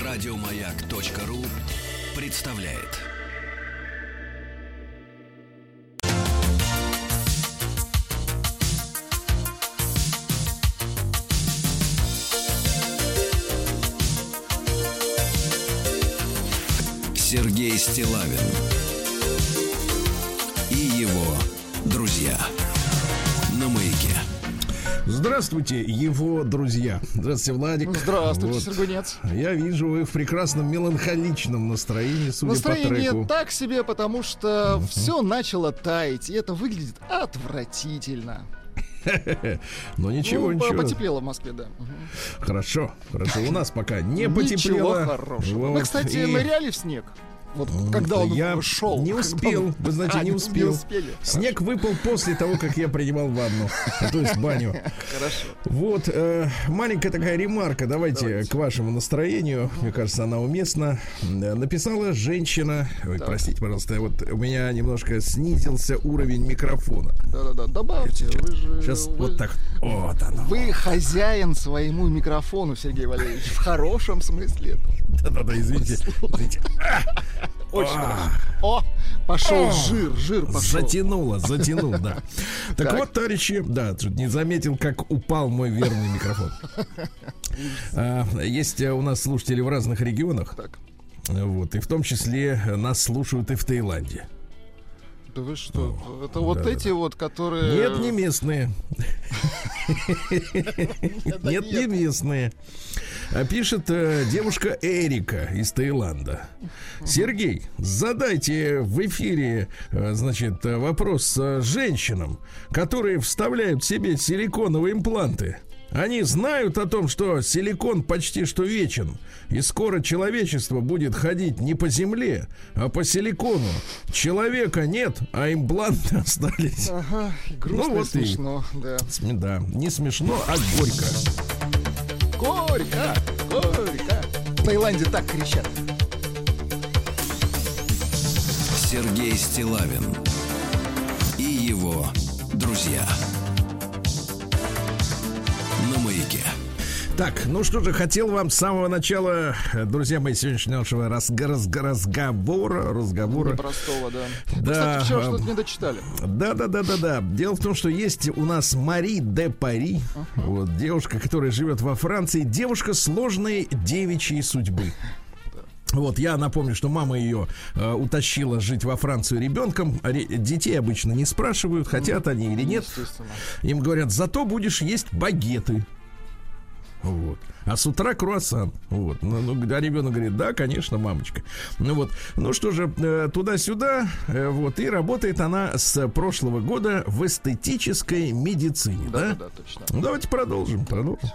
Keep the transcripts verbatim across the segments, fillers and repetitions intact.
Радиомаяк.ру представляет. Сергей Стиллавин и его друзья на Маяке. Здравствуйте, его друзья. Здравствуйте, Владик. Здравствуйте, вот. Сергунец. Я вижу, вы в прекрасном меланхоличном настроении, судя Настроение по треку. так себе, потому что uh-huh. все начало таять, и это выглядит отвратительно. Но ничего, ну, ничего. Потеплело в Москве, да. Угу. Хорошо, хорошо. У нас пока не потеплело. Ничего хорошего. Вот. Мы, кстати, и... ныряли в снег. Вот когда он я шел. не успел, вы знаете, а, не успел. Не успели. Снег выпал после того, как я принимал ванну, то есть баню. Хорошо. Вот, э, маленькая такая ремарка, давайте, давайте к вашему настроению, мне кажется, она уместна. Написала женщина, ой, так. простите, пожалуйста, вот у меня немножко снизился уровень микрофона. Да-да-да, добавьте, вы же... Сейчас вы... вот так, вот оно. Вы хозяин своему микрофону, Сергей Валерьевич, в хорошем смысле. Да-да-да, извините, извините. Очень хорошо. О, пошел жир, жир пошел. Затянуло, затянул, да. Так вот, товарищи, да, тут не заметил, как упал мой верный микрофон. Есть у нас слушатели в разных регионах. Вот, и в том числе нас слушают и в Таиланде. Да вы что? О, это вот да, эти да. вот, которые... Нет, не местные. Нет, не местные. Пишет девушка Эрика из Таиланда. Сергей, задайте в эфире, значит, вопрос женщинам, которые вставляют в себе силиконовые импланты. Они знают о том, что силикон почти что вечен, и скоро человечество будет ходить не по земле, а по силикону. Человека нет, а импланты остались. Ага, грустно, ну, вот и смешно, и, да. Да, не смешно, а горько. Горько, горько. В Таиланде так кричат. Сергей Стиллавин и его друзья. На Маяке. Так, ну что же, хотел вам с самого начала, друзья мои, сегодняшнего нашего разг- разг- разговора, разговора. Непростого, да. Да. Вы, кстати, вчера что-то не дочитали. Да, да, да, да, да. Дело в том, что есть у нас Мари де Пари, uh-huh. вот, девушка, которая живет во Франции, девушка сложной девичьей судьбы. Вот, я напомню, что мама ее э, утащила жить во Францию ребенком. Ре- детей обычно не спрашивают, хотят они или нет. Им говорят, зато будешь есть багеты. Вот. А с утра круассан. Вот. Ну, ну, а ребенок говорит, да, конечно, мамочка. Ну вот, ну что же, э, туда-сюда. Э, вот, и работает она с прошлого года в эстетической медицине. Да, да, да, точно. Ну, давайте продолжим, продолжим.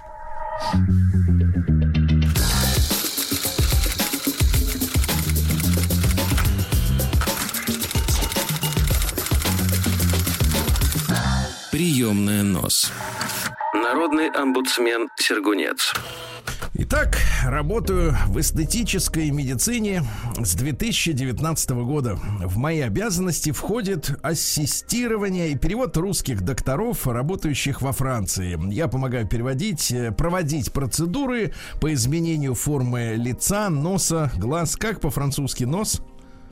Приемная нос. Народный омбудсмен Сергунец. Итак, работаю в эстетической медицине с две тысячи девятнадцатого года. В мои обязанности входит ассистирование и перевод русских докторов, работающих во Франции. Я помогаю переводить, проводить процедуры по изменению формы лица, носа, глаз. Как по-французски нос?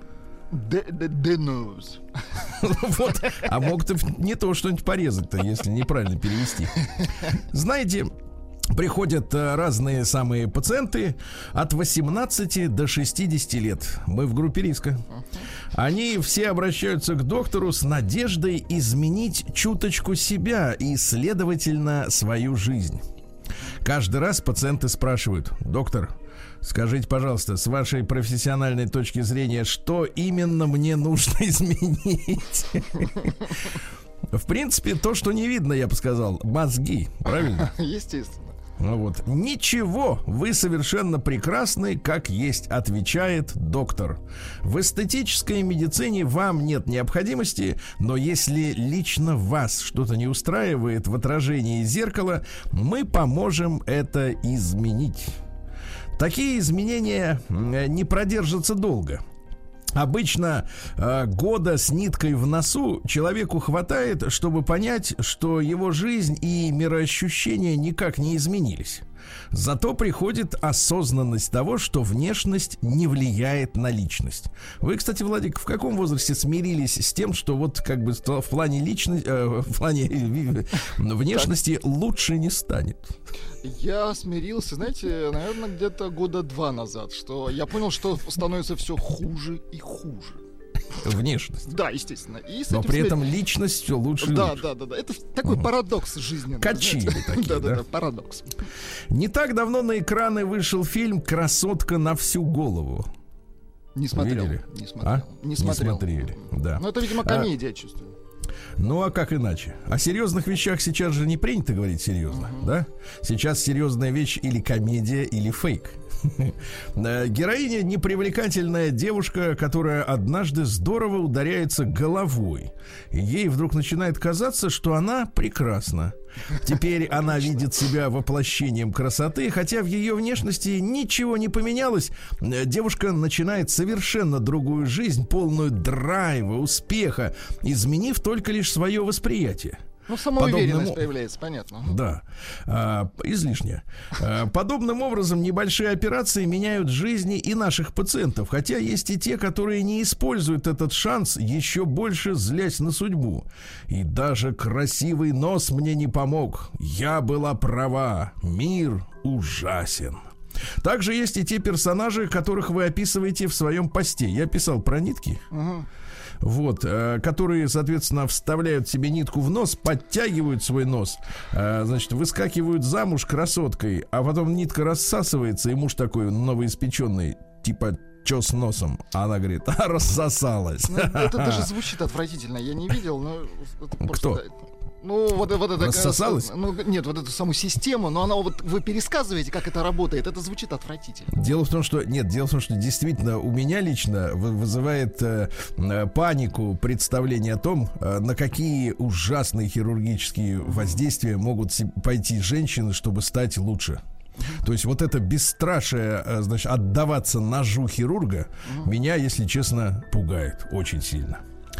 Денос. Вот. А могут не то что-нибудь порезать-то, если неправильно перевести. Знаете, приходят разные самые пациенты от восемнадцати до шестидесяти лет. Мы в группе риска. Они все обращаются к доктору с надеждой изменить чуточку себя и, следовательно, свою жизнь. Каждый раз пациенты спрашивают: доктор, скажите, пожалуйста, с вашей профессиональной точки зрения, что именно мне нужно изменить? В принципе, то, что не видно, я бы сказал, мозги, правильно? Естественно. Ну вот. Ничего, вы совершенно прекрасны, как есть, отвечает доктор. В эстетической медицине вам нет необходимости, но если лично вас что-то не устраивает в отражении зеркала, мы поможем это изменить. Такие изменения не продержатся долго. Обычно э, года с ниткой в носу человеку хватает, чтобы понять, что его жизнь и мироощущения никак не изменились. Зато приходит осознанность того, что внешность не влияет на личность. Вы, кстати, Владик, в каком возрасте смирились с тем, что вот как бы в плане личности, э, в плане внешности так лучше не станет? Я смирился, знаете, наверное, где-то года два назад, что я понял, что становится все хуже и хуже. Внешность. Да, естественно. И но при этом личность все лучше и да, лучше. Да, да, да. Это такой угу. парадокс жизненный. Качели такие, да, да? Да, да, парадокс. Не так давно на экраны вышел фильм «Красотка на всю голову». Не смотрел. Видели? Не смотрел. А? Не смотрел. Не смотрели, да. Ну, это, видимо, комедия, а... чувствую. Ну, а как иначе? О серьезных вещах сейчас же не принято говорить серьезно, uh-huh. да? Сейчас серьезная вещь или комедия, или фейк. Героиня — непривлекательная девушка, которая однажды здорово ударяется головой. И ей вдруг начинает казаться, что она прекрасна. Теперь она видит себя воплощением красоты, хотя в ее внешности ничего не поменялось. Девушка начинает совершенно другую жизнь, полную драйва, успеха, изменив только лишь свое восприятие. Ну, самоуверенность Подобным... появляется, понятно. Да, а, излишне. А, подобным образом небольшие операции меняют жизни и наших пациентов, хотя есть и те, которые не используют этот шанс, еще больше злясь на судьбу. И даже красивый нос мне не помог. Я была права. Мир ужасен. Также есть и те персонажи, которых вы описываете в своем посте. Я писал про нитки. Угу. Вот, э, которые, соответственно, вставляют себе нитку в нос, подтягивают свой нос, э, значит, выскакивают замуж красоткой, а потом нитка рассасывается, и муж такой новоиспеченный, типа, чё с носом? А она говорит, а рассосалась. Ну, это даже звучит отвратительно, я не видел, но... Кто? Просто... Ну, вот, вот это... Рассосалась? Ну, нет, вот эту саму систему, но она вот вы пересказываете, как это работает, это звучит отвратительно. Дело в том, что... Нет, дело в том, что действительно у меня лично вызывает э, панику представление о том, э, на какие ужасные хирургические воздействия могут пойти женщины, чтобы стать лучше. То есть вот это бесстрашие, значит, отдаваться ножу хирурга, uh-huh. меня, если честно, пугает очень сильно.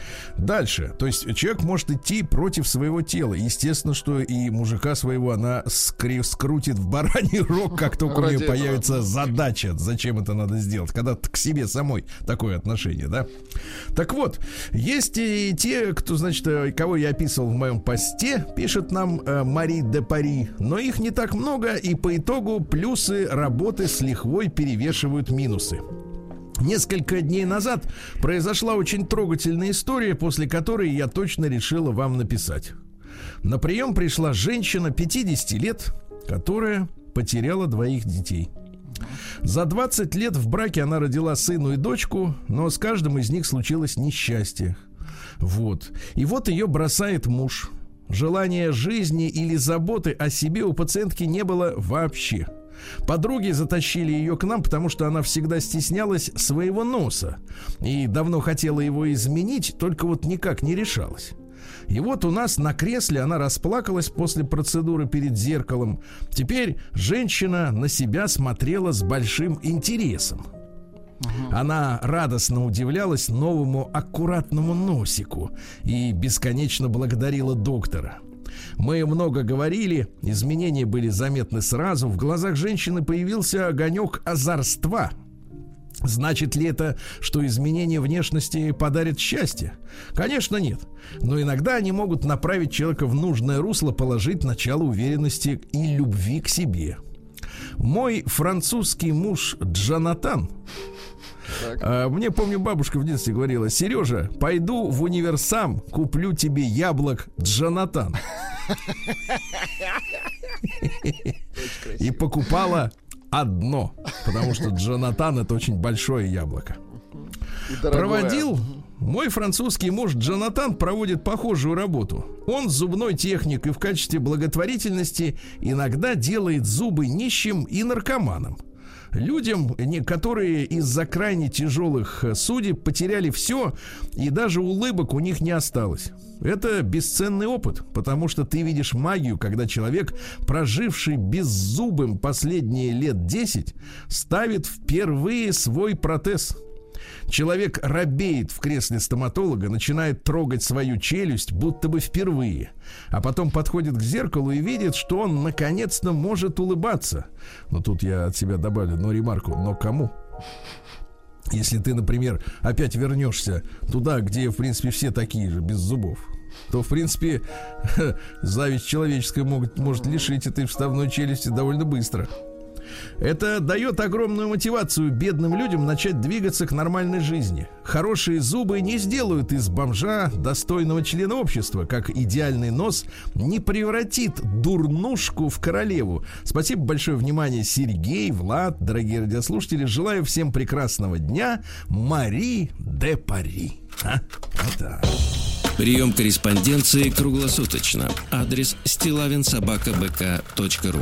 Дальше, то есть человек может идти против своего тела. Естественно, что и мужика своего она скри- скрутит в бараний рог, как только у нее появится задача. Зачем это надо сделать, когда к себе самой такое отношение, да? Так вот, есть и те, кто, значит, кого я описывал в моем посте, пишет нам э, Мари де Пари, но их не так много, и по итогу плюсы работы с лихвой перевешивают минусы. Несколько дней назад произошла очень трогательная история, после которой я точно решила вам написать. На прием пришла женщина пятидесяти лет, которая потеряла двоих детей. За двадцать лет в браке она родила сына и дочку, но с каждым из них случилось несчастье. Вот. И вот ее бросает муж. Желания жизни или заботы о себе у пациентки не было вообще. Подруги затащили ее к нам, потому что она всегда стеснялась своего носа и давно хотела его изменить, только вот никак не решалась. И вот у нас на кресле она расплакалась после процедуры перед зеркалом. Теперь женщина на себя смотрела с большим интересом. Она радостно удивлялась новому аккуратному носику и бесконечно благодарила доктора. Мы много говорили, изменения были заметны сразу. В глазах женщины появился огонек озорства. Значит ли это, что изменение внешности подарит счастье? Конечно, нет. Но иногда они могут направить человека в нужное русло, положить начало уверенности и любви к себе. Мой французский муж Джонатан... А, мне, помню, бабушка в детстве говорила: Сережа, пойду в универсам, куплю тебе яблок Джонатан. И покупала одно, потому что Джонатан — это очень большое яблоко. Проводил мой французский муж Джонатан проводит похожую работу. Он зубной техник и в качестве благотворительности иногда делает зубы нищим и наркоманам. Людям, которые из-за крайне тяжелых судеб потеряли все, и даже улыбок у них не осталось. Это бесценный опыт, потому что ты видишь магию, когда человек, проживший беззубым последние лет десять, ставит впервые свой протез. Человек робеет в кресле стоматолога, начинает трогать свою челюсть, будто бы впервые. А потом подходит к зеркалу и видит, что он наконец-то может улыбаться. Но тут я от себя добавлю, но ремарку, но кому? Если ты, например, опять вернешься туда, где, в принципе, все такие же, без зубов, то, в принципе, зависть человеческая может, может лишить этой вставной челюсти довольно быстро. Это дает огромную мотивацию бедным людям начать двигаться к нормальной жизни. Хорошие зубы не сделают из бомжа достойного члена общества, как идеальный нос не превратит дурнушку в королеву. Спасибо большое внимание, Сергей, Влад, дорогие радиослушатели. Желаю всем прекрасного дня. Мари де Пари. А? Да. Прием корреспонденции круглосуточно. Адрес стилавин собака бэ ка точка ру.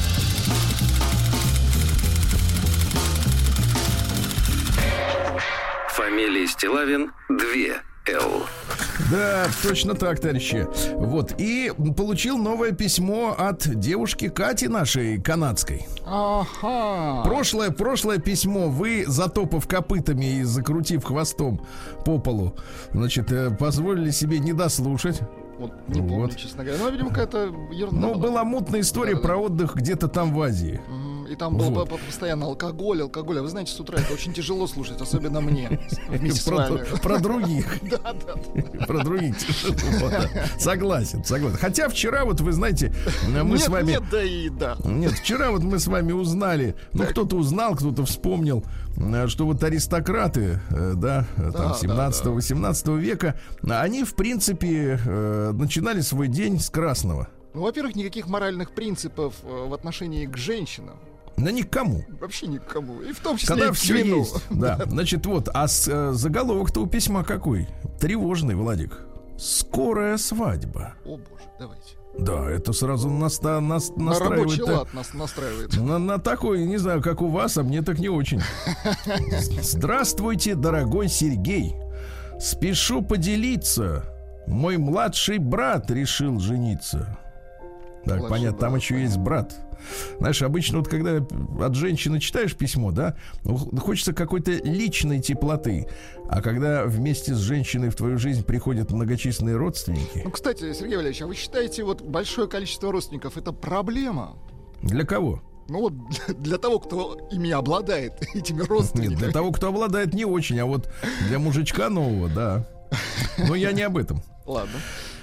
Фамилия Стилавин две Л. Да, точно так, товарищи. Вот, и получил новое письмо от девушки Кати нашей, канадской. Ага. Прошлое, прошлое письмо вы, затопав копытами и закрутив хвостом по полу, значит, позволили себе не дослушать. Вот, не помню, вот. Честно говоря. Ну, видимо, какая-то ерунда. Ну, была мутная история да, да, про да. отдых где-то там в Азии. И там был вот. постоянно алкоголь, алкоголь. А вы знаете, с утра это очень тяжело слушать, особенно мне. Вместе с про, вами. Про других. Да, да. Про других тяжело, да. Согласен, согласен. Хотя вчера, вот вы знаете, мы нет, с вами... Нет, да и да. Нет, вчера вот мы с вами узнали, ну, так. кто-то узнал, кто-то вспомнил, что вот аристократы, да, там, семнадцатого-восемнадцатого века, они, в принципе, начинали свой день с красного. Ну, во-первых, никаких моральных принципов в отношении к женщинам. Да никому. Вообще никому. И в том числе когда и к все вину. есть. Да. Значит, вот, а с, э, заголовок-то у письма какой? Тревожный, Владик. Скорая свадьба. О, боже, давайте. Да, это сразу нас, нас на настраивает. Рабочий лад нас настраивает. На, на такой, не знаю, как у вас, а мне так не очень. Здравствуйте, дорогой Сергей. Спешу поделиться. Мой младший брат решил жениться. Так, младший понятно, брат, там еще понятно. Есть брат. Знаешь, обычно вот когда от женщины читаешь письмо, да, хочется какой-то личной теплоты. А когда вместе с женщиной в твою жизнь приходят многочисленные родственники... Ну, кстати, Сергей Валерьевич, а вы считаете, вот большое количество родственников — это проблема? Для кого? Ну вот для, для того, кто ими обладает, этими родственниками. Нет, для того, кто обладает, не очень, а вот для мужичка нового, да. Но я не об этом. Ладно.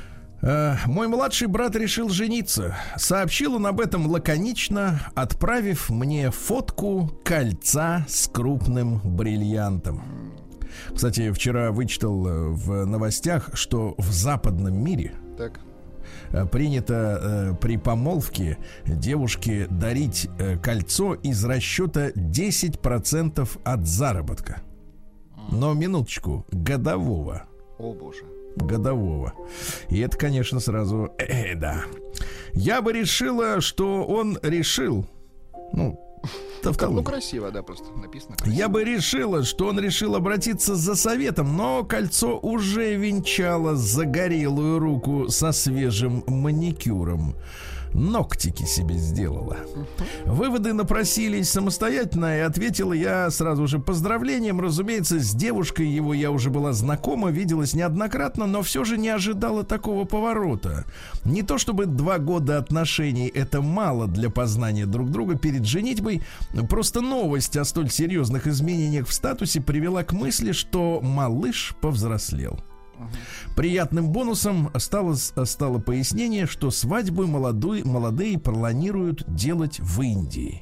Мой младший брат решил жениться. Сообщил он об этом лаконично, отправив мне фотку кольца с крупным бриллиантом. Кстати, вчера вычитал в новостях, что в западном мире так. принято э, при помолвке девушке дарить э, кольцо из расчета десять процентов от заработка. Но минуточку, годового. О, боже. Годового. И это, конечно, сразу э, да. Я бы решила, что он решил. Ну, ну, красиво, да, просто написано красиво. Я бы решила, что он решил обратиться за советом, но кольцо уже венчало загорелую руку со свежим маникюром. Ногтики себе сделала. Выводы напросились самостоятельно, и ответила я сразу же поздравлением. Разумеется, с девушкой его я уже была знакома, виделась неоднократно, но все же не ожидала такого поворота. Не то чтобы два года отношений — это мало для познания друг друга перед женитьбой, просто новость о столь серьезных изменениях в статусе привела к мысли, что малыш повзрослел. Приятным бонусом стало, стало пояснение, что свадьбу молодой, молодые планируют делать в Индии.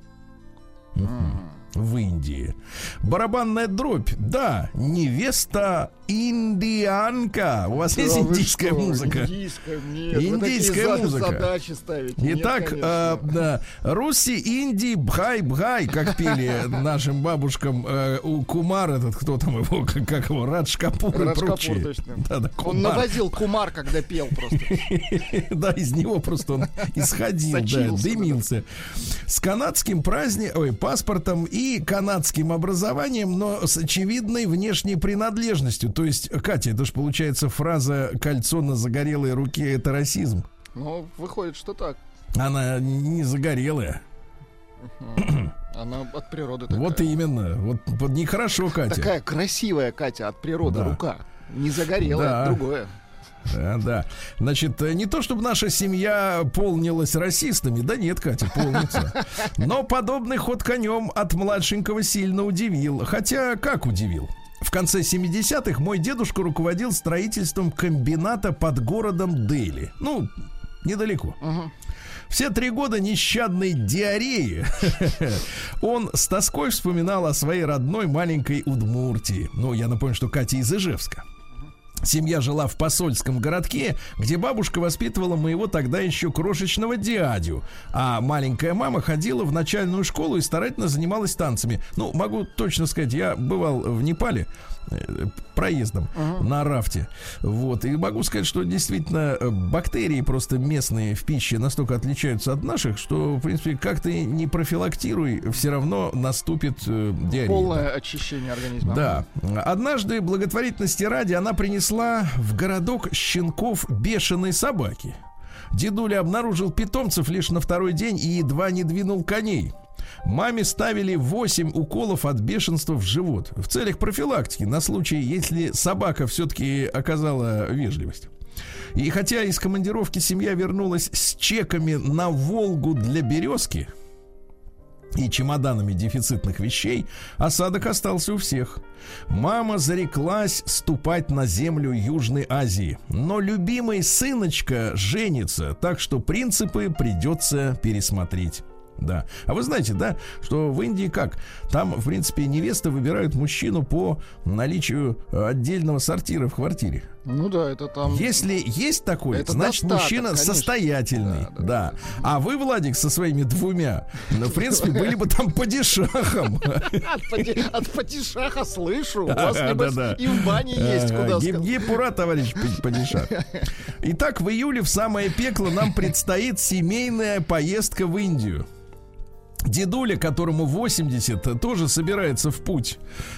В Индии. Барабанная дробь. Да, невеста индианка. У вас да есть индийская что? Музыка? Индийская, нет. Индийская музыка. Задачи ставить. Итак, нет, э, да, Руси, Инди, Бхай-Бхай, как пели нашим бабушкам э, у Кумар, этот, кто там его, как, как его, Радж Капур и прочие. Капур, точно. Да, да, Он навозил Кумар, когда пел просто. Да, из него просто он исходил, да, дымился. С канадским праздником, ой, паспортом и канадским образованием, но с очевидной внешней принадлежностью. То есть, Катя, это же получается фраза «кольцо на загорелой руке» — это расизм. Ну, выходит, что так. Она не загорелая. Uh-huh. Она от природы такая. Вот именно. Вот нехорошо, Катя. Такая красивая Катя от природы, да. рука. Не загорелая, да. другое. Да, да. Значит, не то чтобы наша семья полнилась расистами, да нет, Катя, полнится. Но подобный ход конем от младшенького сильно удивил. Хотя, как удивил? В конце семидесятых мой дедушка руководил строительством комбината под городом Дели. Ну, недалеко. Угу. Все три года нещадной диареи он с тоской вспоминал о своей родной маленькой Удмуртии. Ну, я напомню, что Катя из Ижевска. Семья жила в посольском городке, где бабушка воспитывала моего тогда еще крошечного дядю, а маленькая мама ходила в начальную школу и старательно занималась танцами. Ну, могу точно сказать, я бывал в Непале проездом uh-huh. на рафте. Вот. И могу сказать, что действительно бактерии просто местные в пище настолько отличаются от наших, что, в принципе, как ты не профилактируй, все равно наступит э, диарея. Полное очищение организма. Да. Однажды, благотворительности ради, она принесла в городок щенков бешеной собаки. Дедуля обнаружил питомцев лишь на второй день и едва не двинул коней. Маме ставили восемь уколов от бешенства в живот в целях профилактики на случай, если собака все-таки оказала вежливость. И хотя из командировки семья вернулась с чеками на Волгу для Березки и чемоданами дефицитных вещей, осадок остался у всех. Мама зареклась ступать на землю Южной Азии, но любимый сыночка женится, так что принципы придется пересмотреть. Да. А вы знаете, да, что в Индии как? Там, в принципе, невесты выбирают мужчину по наличию отдельного сортира в квартире. Ну да, это там... Если есть такой, это значит, достаток, мужчина конечно. Состоятельный. Да, да, да. А вы, Владик, со своими двумя, ну, в принципе, были бы там падишахом. От падишаха слышу. У вас, небось, и в бане есть куда сказать. Гиб-гиб, ура, товарищ падишах. Итак, в июле в самое пекло нам предстоит семейная поездка в Индию. Дедуля, которому восемьдесят, тоже собирается в путь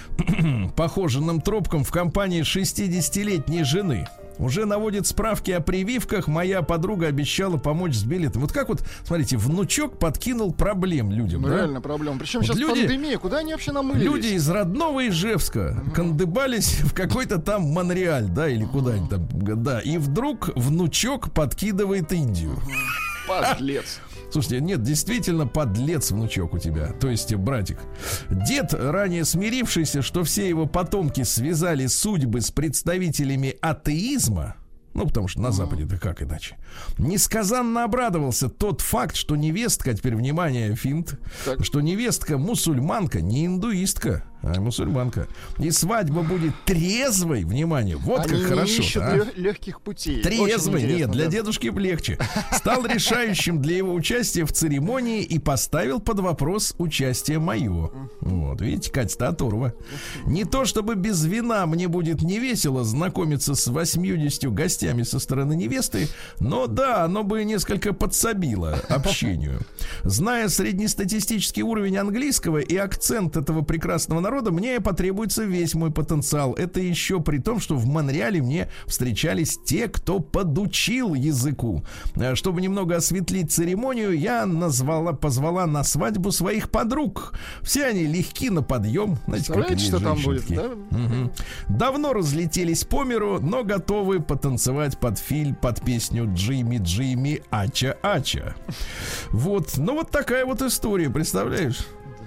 по хоженым тропкам в компании шестидесятилетней жены. Уже наводит справки о прививках. Моя подруга обещала помочь с билетом. Вот как вот, смотрите, внучок подкинул проблем людям. Ну, да? реально проблем. Причем вот сейчас люди, пандемия. Куда они вообще намылились? Люди из родного Ижевска uh-huh. кандыбались в какой-то там Монреаль, да, или uh-huh. куда-нибудь там. Да, и вдруг внучок подкидывает Индию. Uh-huh. Подлец. Слушайте, нет, действительно подлец внучок у тебя, то есть братик. Дед, ранее смирившийся, что все его потомки связали судьбы с представителями атеизма, ну, потому что на Западе-то как иначе, несказанно обрадовался тот факт, что невестка, а теперь, внимание, финт, так. что невестка мусульманка, не индуистка, а мусульманка. И свадьба будет трезвой, внимание, вот Они как хорошо. Они ищут а? легких путей. Трезвый, нет, для да. дедушки легче. Стал решающим для его участия в церемонии и поставил под вопрос участие мое. Вот, видите, Катя-то оторва. Не то чтобы без вина мне будет невесело знакомиться с восьмидесятью гостями со стороны невесты, но да, оно бы несколько подсобило общению. Зная среднестатистический уровень английского и акцент этого прекрасного народа, мне потребуется весь мой потенциал. Это еще при том, что в Монреале мне встречались те, кто подучил языку. Чтобы немного осветлить церемонию, я назвала, позвала на свадьбу своих подруг. Все они легки на подъем. Знаете, как что там будет, да? Угу. Давно разлетелись по миру, но готовы потанцевать под фильм, под песню «Джимми, Джимми, Ача, Ача». Вот, ну вот такая вот история, представляешь?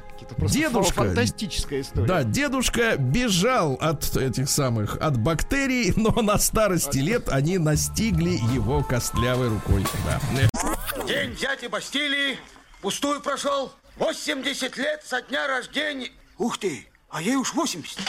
Дедушка, фантастическая история. Да, дедушка бежал от этих самых, от бактерий, но на старости лет они настигли его костлявой рукой. Да. День дяди Бастилии пустую прошел. восемьдесят лет со дня рождения. Ух ты, а ей уж восемьдесят.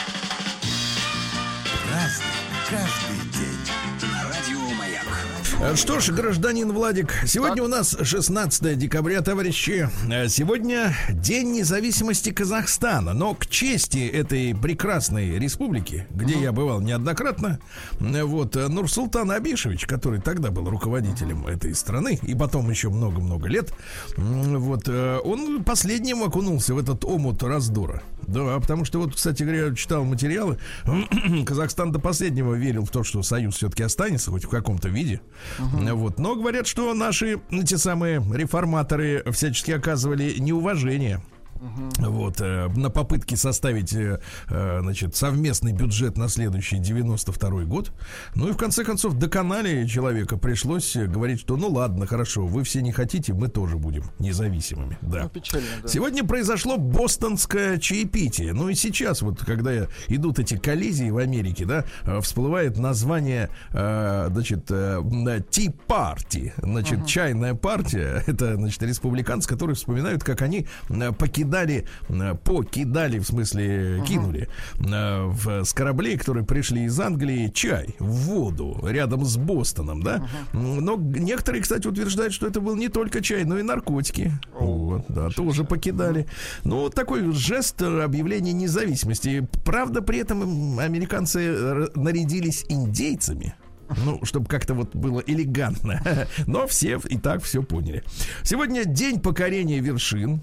Разный, каждый день. Радио Маяк. Что ж, гражданин Владик, сегодня так. у нас шестнадцатое декабря, товарищи. Сегодня День независимости Казахстана. Но к чести этой прекрасной республики, где uh-huh. я бывал неоднократно, вот, Нурсултан Абишевич, который тогда был руководителем этой страны, и потом еще много-много лет, вот, он последним окунулся в этот омут раздора. Да, потому что вот, кстати говоря, читал материалы, Казахстан до последнего верил в то, что Союз все-таки останется, хоть в каком-то виде. Uh-huh. Вот. Но говорят, что наши те самые реформаторы всячески оказывали неуважение Угу. Вот, э, на попытке составить, э, значит, совместный бюджет на следующий девяносто второй год. Ну и в конце концов доконали человека. Пришлось говорить, что ну ладно, хорошо, вы все не хотите, мы тоже будем независимыми. Да. Ну, печально, да. Сегодня произошло бостонское чаепитие. Ну и сейчас, вот когда идут эти коллизии в Америке, да, всплывает название, э, значит, э, Tea Party. Значит, uh-huh. чайная партия. Это, значит, республиканцы, которые вспоминают, как они покидали Покидали, покидали, в смысле, кинули uh-huh. в, с кораблей, которые пришли из Англии, чай в воду рядом с Бостоном, да. Uh-huh. Но некоторые, кстати, утверждают, что это был не только чай, но и наркотики. Oh. Вот, да, тоже покидали. Uh-huh. Ну, такой жест объявления независимости. Правда, при этом американцы нарядились индейцами. Ну, чтобы как-то вот было элегантно. Но все и так все поняли. Сегодня день покорения вершин.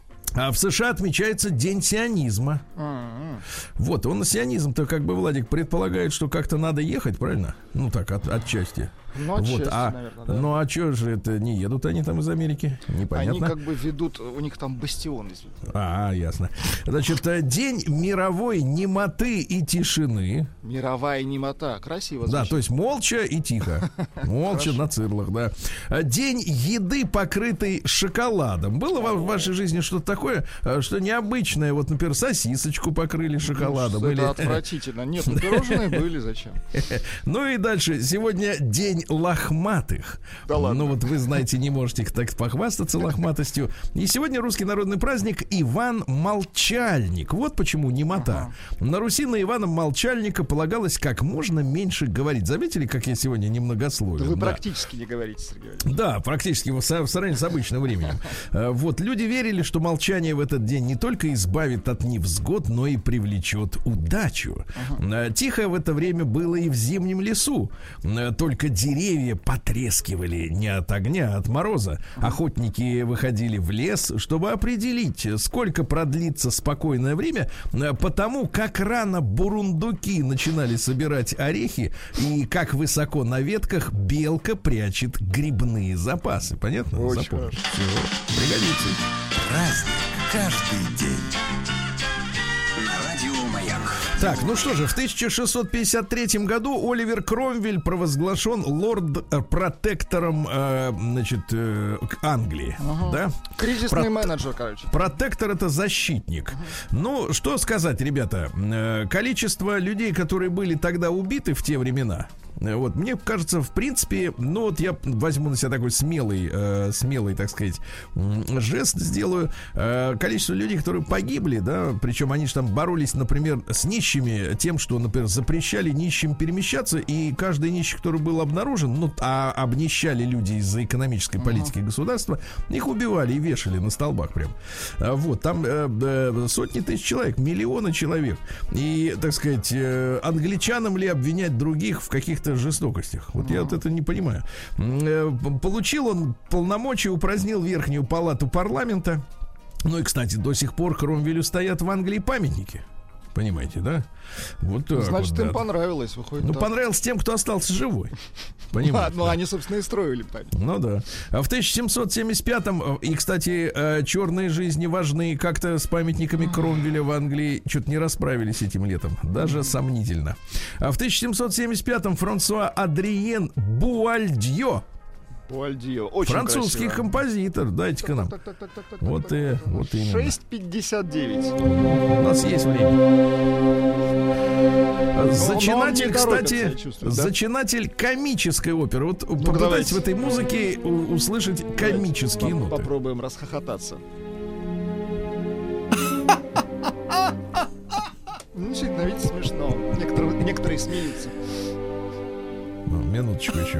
А в США отмечается День сионизма. Mm-hmm. Вот, он сионизм-то, как бы, Владик, предполагает, что как-то надо ехать, правильно? Ну, так, от, отчасти. Ну, вот, отчасти, а, наверное, да. Ну, а что же это, не едут они там из Америки? Непонятно. Они как бы ведут, у них там бастион, извините. А, ясно. Значит, День мировой немоты и тишины. Мировая немота, красиво звучит. Да, то есть молча и тихо. Молча на цирлах, да. День еды, покрытой шоколадом. Было в вашей жизни что-то такое, что необычное? Вот, например, сосисочку покрыли шоколадом. Ну, это или... отвратительно. Нет, ну пирожные были, зачем? Ну и дальше. Сегодня день лохматых. Да ладно. Ну вот вы знаете, не можете так похвастаться лохматостью. И сегодня русский народный праздник Иван Молчальник. Вот почему немота. Ага. На Руси на Ивана Молчальника полагалось как можно меньше говорить. Заметили, как я сегодня немногословен? Да вы да. практически не говорите, Сергей Валерьевич. Да, практически в сравнении с обычным временем. Вот, люди верили, что молчание в этот день не только избавит от невзгод, но и привлечет удачу. Ага. Тихо в это время было и в зимнем лесу. Только деревья потрескивали не от огня, а от мороза. Охотники выходили в лес, чтобы определить, сколько продлится спокойное время, потому как рано бурундуки начинали собирать орехи и как высоко на ветках белка прячет грибные запасы. Понятно? Очень Запомнишь. Все. Пригодится. Праздник каждый день. На радио Маяк. Так, ну что же, в тысяча шестьсот пятьдесят третьем году Оливер Кромвель провозглашен лорд-протектором э, значит, э, Англии. Ага. Да? Кризисный Про... менеджер, короче. Протектор — это защитник. Ага. Ну, что сказать, ребята, э, количество людей, которые были тогда убиты в те времена, вот, мне кажется, в принципе, ну вот я возьму на себя такой смелый, э, смелый, так сказать, жест сделаю. Э, количество людей, которые погибли, да, причем они же там боролись, например, с нищими тем, что, например, запрещали нищим перемещаться, и каждый нищий, который был обнаружен, ну, а обнищали люди из-за экономической политики uh-huh. государства, их убивали и вешали на столбах прям. А, вот, там э, э, сотни тысяч человек, миллионы человек. И, так сказать, э, англичанам ли обвинять других в каких-то жестокостях? Вот uh-huh. я вот это не понимаю. Получил он полномочия, упразднил верхнюю палату парламента. Ну и, кстати, до сих пор Кромвелю стоят в Англии памятники. Понимаете, да? Вот так. Значит, вот, им да. понравилось, выходит. Ну, так. понравилось тем, кто остался живой. Понимаете? Ну, они, собственно, и строили память. Ну да. А в тысяча семьсот семьдесят пятом, и, кстати, черные жизни важны, как-то с памятниками Кромвеля в Англии что-то не расправились этим летом. Даже сомнительно. А в тысяча семьсот семьдесят пятом Франсуа Адриен Буальдьё, Буальдьё. Очень французский красиво. композитор. Дайте-ка нам. Так, так, так, так, так, Вот так, и так, вот именно. шесть пятьдесят девять. У нас есть время. Зачинатель, кстати, чувствую, да? зачинатель комической оперы. Вот Ну, попытайтесь давайте. в этой музыке у- услышать комические Давайте ноты. Попробуем расхохотаться. Ну, действительно, видите, смешно. Некоторые, некоторые смеются. Ну, минуточку еще.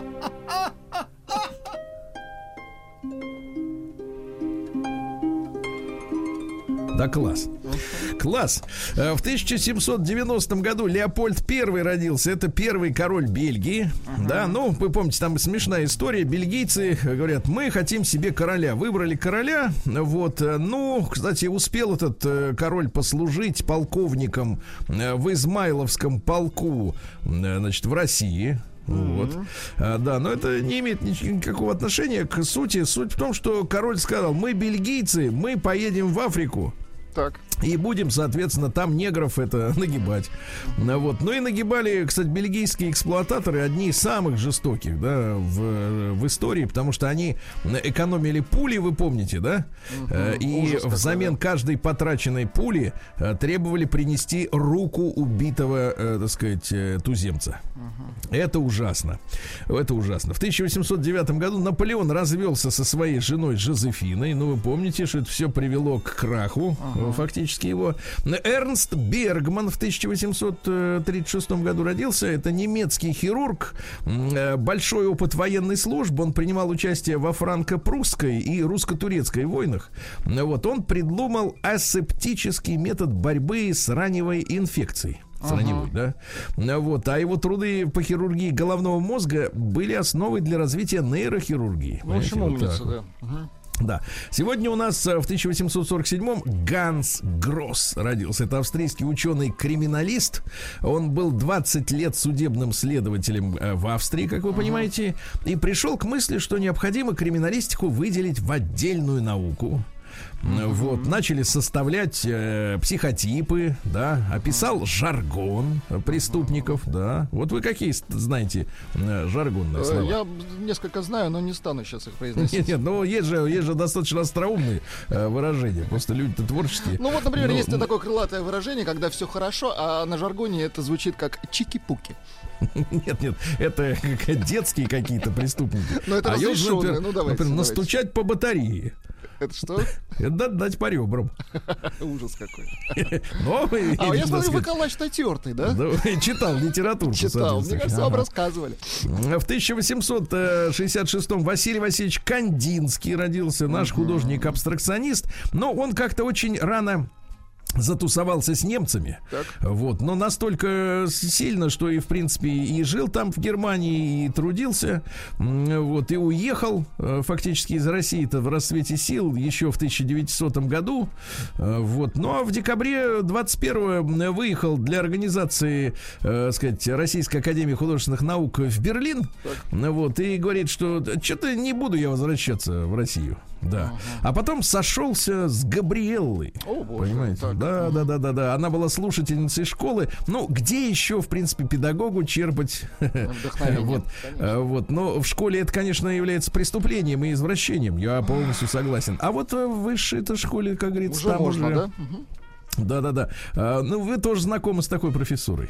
Да, класс. Класс. Э, В тысяча семьсот девяностом году Леопольд Первый родился. Это первый король Бельгии. Uh-huh. Да, ну, вы помните, там смешная история. Бельгийцы говорят, мы хотим себе короля. Выбрали короля. Вот. Ну, кстати, успел этот э, король послужить полковником э, в Измайловском полку, э, значит, в России. Mm-hmm. Вот. А, да, но это не имеет никакого отношения к сути. Суть в том, что король сказал: мы бельгийцы, мы поедем в Африку. Так. И будем, соответственно, там негров это нагибать. Вот. Ну и нагибали, кстати, бельгийские эксплуататоры, одни из самых жестоких, да, в, в истории, потому что они экономили пули, вы помните, да? Угу. И ужас взамен какой, да? каждой потраченной пули требовали принести руку убитого, так сказать, туземца. Угу. Это ужасно. Это ужасно. В тысяча восемьсот девятом году Наполеон развелся со своей женой Жозефиной. Ну, вы помните, что это все привело к краху, угу. фактически. Его. Эрнст Бергман в тысяча восемьсот тридцать шестом году родился. Это немецкий хирург, большой опыт военной службы. Он принимал участие во франко-прусской и русско-турецкой войнах. Вот. Он придумал асептический метод борьбы с раневой инфекцией. С раневой, ага. да? Вот. А его труды по хирургии головного мозга были основой для развития нейрохирургии. Ну, в общем, умница, да. Ага. Да. Сегодня у нас в тысяча восемьсот сорок седьмом Ганс Гросс родился. Это австрийский ученый-криминалист. Он был двадцать лет судебным следователем в Австрии, как вы uh-huh. понимаете, и пришел к мысли, что необходимо криминалистику выделить в отдельную науку. Mm-hmm. Вот, начали составлять э, психотипы, да, описал mm-hmm. жаргон преступников, mm-hmm. да. Вот вы какие знаете э, жаргонные слова? Я несколько знаю, но не стану сейчас их произносить. Нет, нет, но есть же, есть же достаточно остроумные э, выражения, просто люди-то творческие. Ну вот, например, но, есть но... такое крылатое выражение, когда все хорошо, а на жаргоне это звучит как чики-пуки. Нет, нет, это детские какие-то преступники. Но это разрешенные, ну давайте. Например, настучать по батарее. Это что? Это дать по ребрам. Ужас какой. Но, а я смотрю, вы калач натертый, да? Да, читал литературу. Читал, мне кажется, вам рассказывали. В тысяча восемьсот шестьдесят шестом Василий Васильевич Кандинский родился, наш художник-абстракционист, но он как-то очень рано затусовался с немцами, так. Вот, но настолько сильно, что и в принципе и жил там в Германии, и трудился, вот, и уехал фактически из России-то в расцвете сил еще в тысяча девятисотом году, вот, ну а в декабре двадцать первого выехал для организации, э, сказать, Российской академии художественных наук в Берлин, так. Вот, и говорит, что что-то не буду я возвращаться в Россию. Да. Ага. А потом сошелся с Габриэллой. О, боже, понимаете? Так. Да, да, да, да, да. Она была слушательницей школы. Ну, где еще, в принципе, педагогу черпать вдохновение? Вот, вот. Но в школе это, конечно, является преступлением и извращением. Я полностью согласен. А вот в высшей-то школе, как говорится, уже там можно, уже... да? Да-да-да. А, ну, вы тоже знакомы с такой профессурой.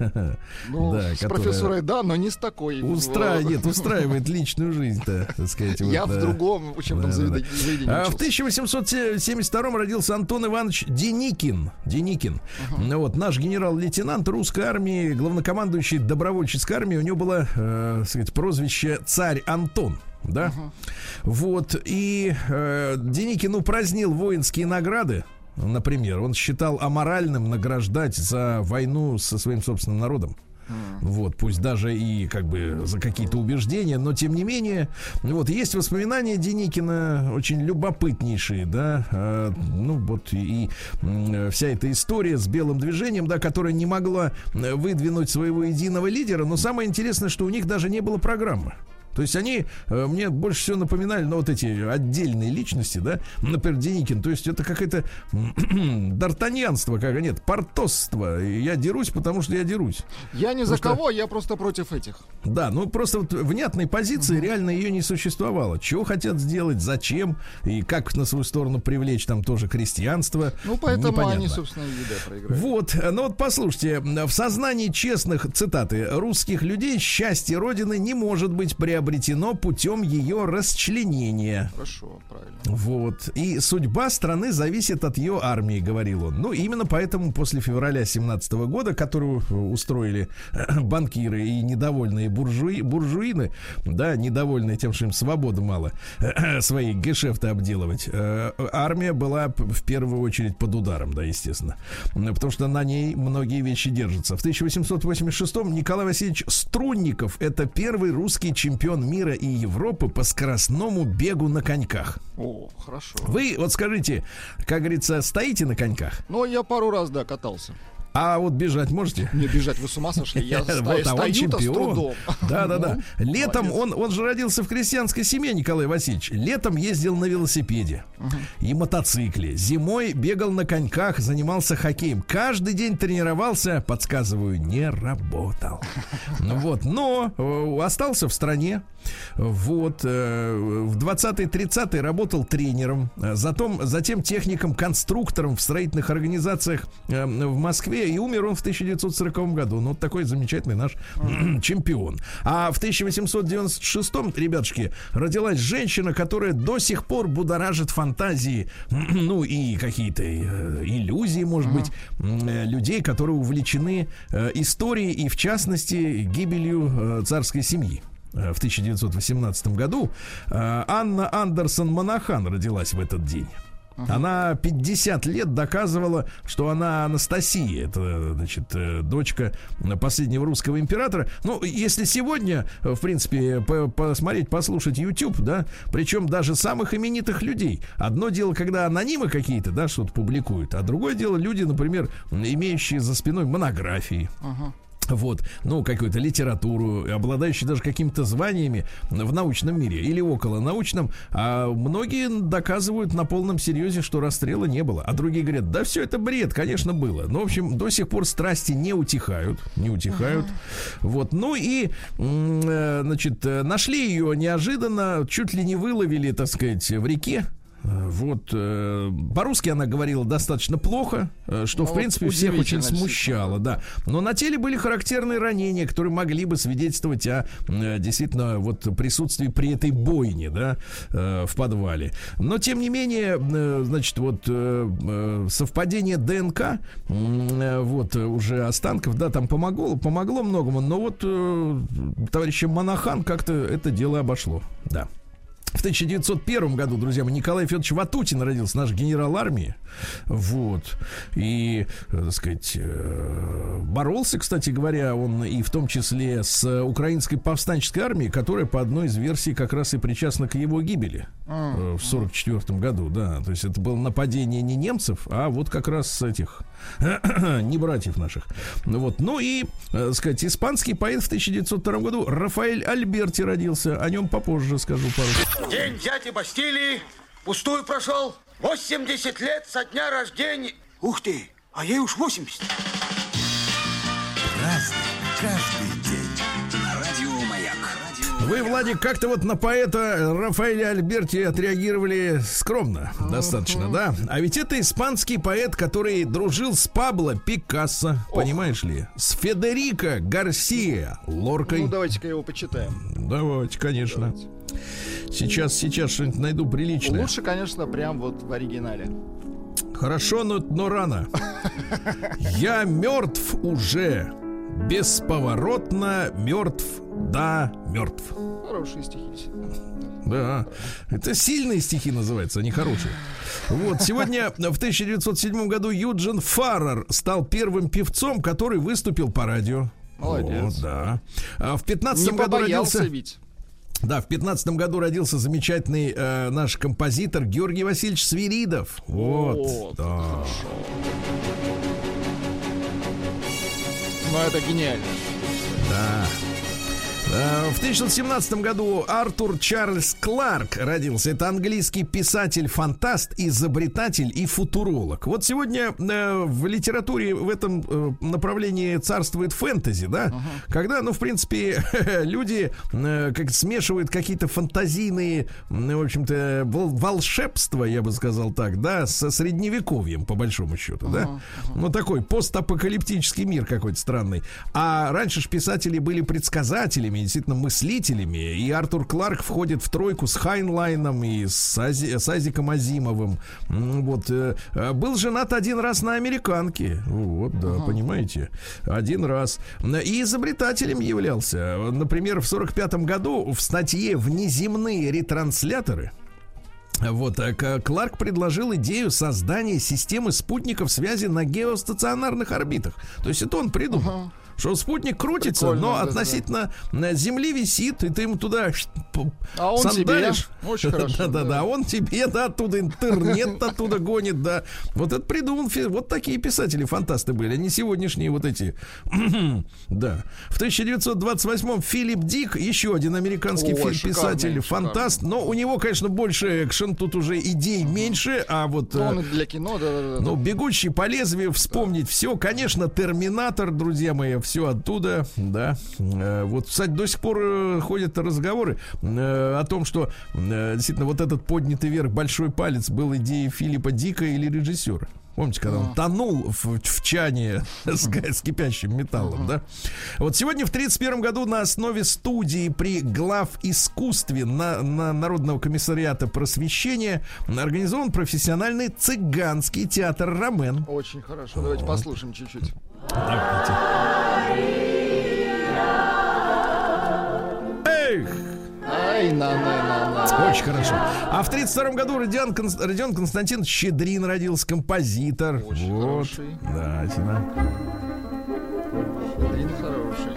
Ну, да, с профессурой, да, но не с такой. Устра... Нет, устраивает личную жизнь-то, так сказать. Я вот, в да. другом учебном да, заведении. Да. А в тысяча восемьсот семьдесят втором родился Антон Иванович Деникин. Деникин. Uh-huh. Вот, наш генерал-лейтенант русской армии, главнокомандующий добровольческой армии. У него было, э, так сказать, прозвище «Царь Антон». Да? Uh-huh. Вот. И э, Деникин упразднил воинские награды. Например, он считал аморальным награждать за войну со своим собственным народом. Mm. Вот, пусть даже и как бы за какие-то убеждения, но тем не менее, вот есть воспоминания Деникина очень любопытнейшие, да, э, ну вот и, и э, вся эта история с белым движением, да, которая не могла выдвинуть своего единого лидера, но самое интересное, что у них даже не было программы. То есть они э, мне больше всего напоминали, ну, вот эти отдельные личности, да, например, Деникин. То есть это какое-то д'Артаньянство, как нет, портосство. Я дерусь, потому что я дерусь. Я не за кого, я просто против этих. Да, ну просто вот внятной позиции реально ее не существовало. Чего хотят сделать, зачем и как на свою сторону привлечь там тоже крестьянство. Ну, поэтому непонятно. Они, собственно, и да, проиграли. Вот, ну вот послушайте, в сознании честных, цитаты, русских людей счастье Родины не может быть приобретено обретено путем ее расчленения. Хорошо, правильно. Вот. И судьба страны зависит от ее армии, говорил он. Ну, именно поэтому после февраля семнадцатого года, которую устроили банкиры и недовольные буржуи, буржуины, да, недовольные тем, что им свободы мало, свои гешефты обделывать, армия была в первую очередь под ударом, да, естественно. Потому что на ней многие вещи держатся. В тысяча восемьсот восемьдесят шестом Николай Васильевич Струнников — это первый русский чемпион мира и Европы по скоростному бегу на коньках. О, хорошо. Вы вот скажите, как говорится, стоите на коньках? Ну, я пару раз, да, катался. А вот бежать можете? Не бежать, вы с ума сошли? Я Вот, стою, а он стою-то с чемпион. трудом. Да, да, да. Ну, Летом молодец. он, он же родился в крестьянской семье, Николай Васильевич. Летом ездил на велосипеде и мотоцикле. Зимой бегал на коньках, занимался хоккеем. Каждый день тренировался, подсказываю, не работал. Ну вот, но э, остался в стране. Вот, э, в двадцатые-тридцатые работал тренером, э, затем, затем техником-конструктором в строительных организациях э, в Москве, и умер он в тысяча девятьсот сороковом году. Ну, вот такой замечательный наш чемпион. А в тысяча восемьсот девяносто шестом, ребятушки, родилась женщина, которая до сих пор будоражит фантазии, ну, и какие-то э, иллюзии, может быть, э, людей, которые увлечены э, историей и, в частности, гибелью э, царской семьи. В тысяча девятьсот восемнадцатом году Анна Андерсон Монахан родилась в этот день. Uh-huh. Она пятьдесят лет доказывала, что она Анастасия. Это, значит, дочка последнего русского императора. Ну, если сегодня, в принципе, по- посмотреть, послушать YouTube, да, причем даже самых именитых людей. Одно дело, когда анонимы какие-то, да, что-то публикуют, а другое дело люди, например, имеющие за спиной монографии. Uh-huh. Вот, ну, какую-то литературу, обладающие даже какими-то званиями в научном мире или около научном, а многие доказывают на полном серьезе, что расстрела не было. А другие говорят, да все это бред, конечно, было. Но, в общем, до сих пор страсти не утихают, не утихают. Uh-huh. Вот, ну и, значит, нашли ее неожиданно, чуть ли не выловили, так сказать, в реке. Вот, э, по-русски она говорила достаточно плохо, э, что, ну, в принципе, всех очень смущало, да. Но на теле были характерные ранения, которые могли бы свидетельствовать о, э, действительно, вот, присутствии при этой бойне, да, э, в подвале. Но, тем не менее, э, значит, вот, э, э, совпадение ДНК, э, вот, уже останков, да, там помогло, помогло многому, но вот э, товарища Монахан как-то это дело обошло, да. В тысяча девятьсот первом году, друзья мои, Николай Федорович Ватутин родился, наш генерал армии. Вот. И, так сказать, боролся, кстати говоря, он и в том числе с украинской повстанческой армией, которая по одной из версий как раз и причастна к его гибели в сорок четвёртом году, да. То есть это было нападение не немцев, а вот как раз с этих, не братьев наших. Вот. Ну и, так сказать, испанский поэт в тысяча девятьсот втором году Рафаэль Альберти родился. О нем попозже скажу пару слов. День дяди Бастилии пустую прошел. восемьдесят лет со дня рождения. Ух ты, а ей уж восемьдесят. Разный, каждый день. Радио Маяк. Вы, Владик, как-то вот на поэта Рафаэля Альберти отреагировали скромно, достаточно, да? А ведь это испанский поэт, который дружил с Пабло Пикассо, Ох. понимаешь ли? С Федерико Гарсиа Лоркой. Ну, давайте-ка его почитаем. Давайте, конечно. Давайте. Сейчас, сейчас что-нибудь найду приличное. Лучше, конечно, прям вот в оригинале. Хорошо, но, но рано. Я мертв уже. Бесповоротно мертв. Да, мертв. Хорошие стихи. Да, это сильные стихи называются, они хорошие. Вот, сегодня в тысяча девятьсот седьмом году Юджин Фаррер стал первым певцом, который выступил по радио. Молодец. Вот, да. А в пятнадцатом году родился... ведь. Да, в пятнадцатом году родился замечательный э, наш композитор Георгий Васильевич Свиридов. Вот, вот да. Хорошо. Ну, это гениально. Да. В тысяча девятьсот семнадцатом году Артур Чарльз Кларк родился. Это английский писатель-фантаст, изобретатель и футуролог. Вот сегодня э, в литературе в этом э, направлении царствует фэнтези, да? Uh-huh. Когда, ну, в принципе, люди э, как смешивают какие-то фантазийные, в общем-то, волшебства, я бы сказал так, да, со средневековьем, по большому счету, uh-huh. да? Uh-huh. Ну, такой постапокалиптический мир какой-то странный. А раньше ж писатели были предсказателями, действительно мыслителями, и Артур Кларк входит в тройку с Хайнлайном и с, Ази, с Азиком Азимовым. Вот. Был женат один раз на американке. Вот, да, ага. понимаете? Один раз. И изобретателем являлся. Например, в сорок пятом году в статье «Внеземные ретрансляторы» вот, Кларк предложил идею создания системы спутников связи на геостационарных орбитах. То есть это он придумал. Ага. что спутник крутится, Прикольно, но да, относительно да. Земли висит, и ты ему туда а он сандалишь. Тебе. Очень хорошо. Да, да, да, он тебе, да, оттуда интернет оттуда гонит, да. Вот это придумал, вот такие писатели-фантасты были, а не сегодняшние вот эти. Да. В тысяча девятьсот двадцать восьмом Филипп Дик, еще один американский Ой, фильм-писатель, фантаст, но у него, конечно, больше экшен, тут уже идей меньше, а вот... Ну, он для кино, да, да, да. Ну, «Бегущий по лезвию», вспомнить да. все, конечно, «Терминатор», друзья мои, все оттуда, да. Вот, кстати, до сих пор ходят разговоры о том, что действительно вот этот поднятый вверх большой палец был идеей Филиппа Дика или режиссера. Помните, когда он тонул в, в чане с, с кипящим металлом, uh-huh. да? Вот сегодня в тридцать первом году на основе студии при главискусстве на, на Народного комиссариата просвещения организован профессиональный цыганский театр «Ромен». Очень хорошо. Давайте вот. послушаем чуть-чуть. Давайте. Эх! Ай, на, на, на, на. Очень хорошо. А в тридцать втором году Родион, Конст... Родион Константин Щедрин родился, композитор. Очень вот. хороший. Да, Тина. Щедрин хороший.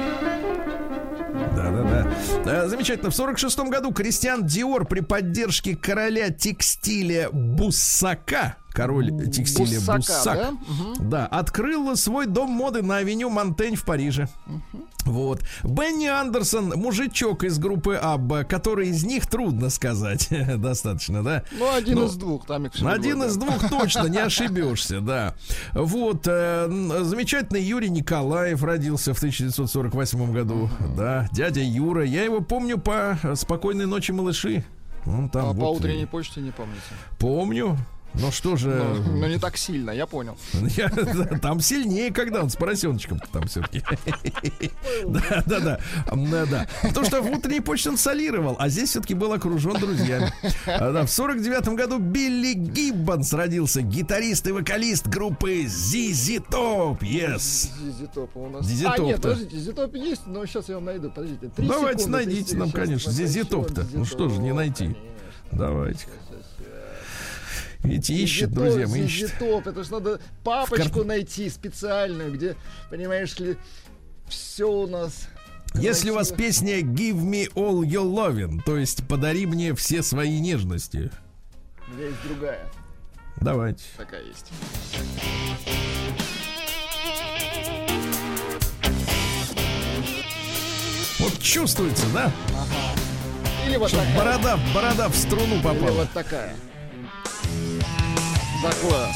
Да-да-да. Замечательно. В сорок шестом году Кристиан Диор при поддержке короля текстиля Буссака, король текстиля Буссака, Буссак, да? Угу. да, открыл свой дом моды на авеню Монтень в Париже. Угу. Вот. Бенни Андерсон, мужичок из группы Абба, который из них трудно сказать. Достаточно, да? Ну, один Но, из двух. Там их один было, из да. двух точно, не ошибешься, да. Вот. Э, замечательный Юрий Николаев родился в тысяча девятьсот сорок восьмом году. Uh-huh. Да, дядя Юра. Я его помню по «Спокойной ночи, малыши». Он там а вот по утренней почте не помните? Помню. Ну что же... Но, но не так сильно, я понял. Я, да, там сильнее, когда он с поросеночком там все-таки. Да, да, да, да, да. Потому что в утренней почте он солировал, а здесь все-таки был окружен друзьями. Да, в сорок девятом году Билли Гиббонс родился, гитарист и вокалист группы зет зет Top. Yes. зет зет Top у нас. зет зет Top. А, нет, подождите, зет зет Top есть, но сейчас я вам найду. Подождите, три Давайте секунды, найдите нам, конечно, зет зет Top-то. Ну что же не найти. Давайте. Ведь ищет, друзья, мы ищем. Это ж надо папочку найти специальную, где, понимаешь ли, все у нас. Если у вас песня «Give me all your loving», то есть «Подари мне все свои нежности». У меня есть другая. Давайте. Такая есть. Вот чувствуется, да? Ага. Или вот что такая. Борода, борода в струну попала. Или вот такая. Да, класс.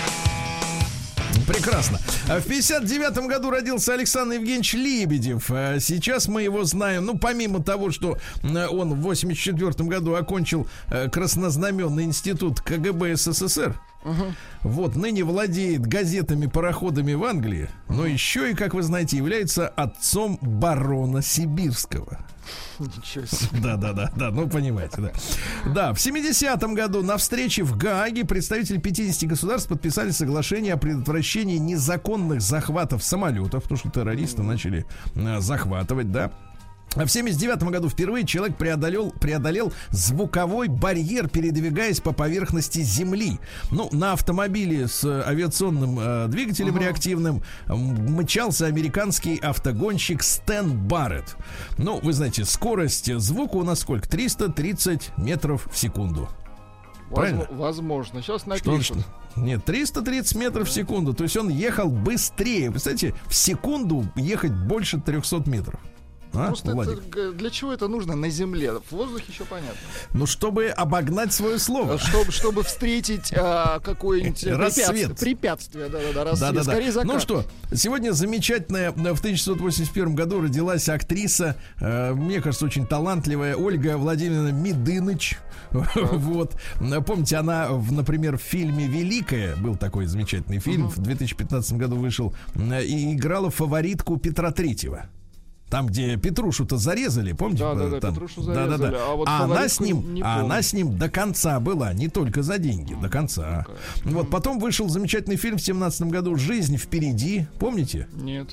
Прекрасно. В пятьдесят девятом году родился Александр Евгеньевич Лебедев. Сейчас мы его знаем, ну, помимо того, что он в восемьдесят четвёртом году окончил Краснознаменный институт ка гэ бэ эс эс эс эр. Uh-huh. Вот, ныне владеет газетами, пароходами в Англии, но еще и, как вы знаете, является отцом барона Сибирского. Ничего себе. Да, да, да, да, ну понимаете, да. Да, в семидесятом году на встрече в Гааге представители пятидесяти государств подписали соглашение о предотвращении незаконных захватов самолетов, потому что террористы начали а, захватывать, да. А в семьдесят девятом году впервые человек преодолел, преодолел звуковой барьер, передвигаясь по поверхности Земли. Ну, на автомобиле с авиационным э, двигателем uh-huh. реактивным э, мчался американский автогонщик Стэн Барретт. Ну, вы знаете, скорость звука у нас сколько? триста тридцать метров в секунду. Правильно? Возможно. Сейчас напишут. Нет, триста тридцать метров в секунду. То есть он ехал быстрее. Представляете, в секунду ехать больше трехсот метров. А, Просто это, для чего это нужно на земле? В воздухе еще понятно. Ну, чтобы обогнать свое слово. Чтобы, чтобы встретить а, какое-нибудь рассвет. Препятствие. Да-да-да, рассвет. Да-да-да. Скорее закат. Ну что, сегодня замечательная, в тысяча девятьсот восемьдесят первом году родилась актриса, э, мне кажется, очень талантливая, Ольга Владимировна Медыныч. Вот. Помните, она, в, например, в фильме «Великая», был такой замечательный фильм, в две тысячи пятнадцатом году вышел, и играла фаворитку Петра Третьего. Там, где Петрушу-то зарезали, помните? Да, да, да, там, Петрушу зарезали. Да, да, да. А, вот а она с ним, а она с ним до конца была, не только за деньги, до конца. Okay. Вот потом вышел замечательный фильм в семнадцатом году «Жизнь впереди», помните? Нет.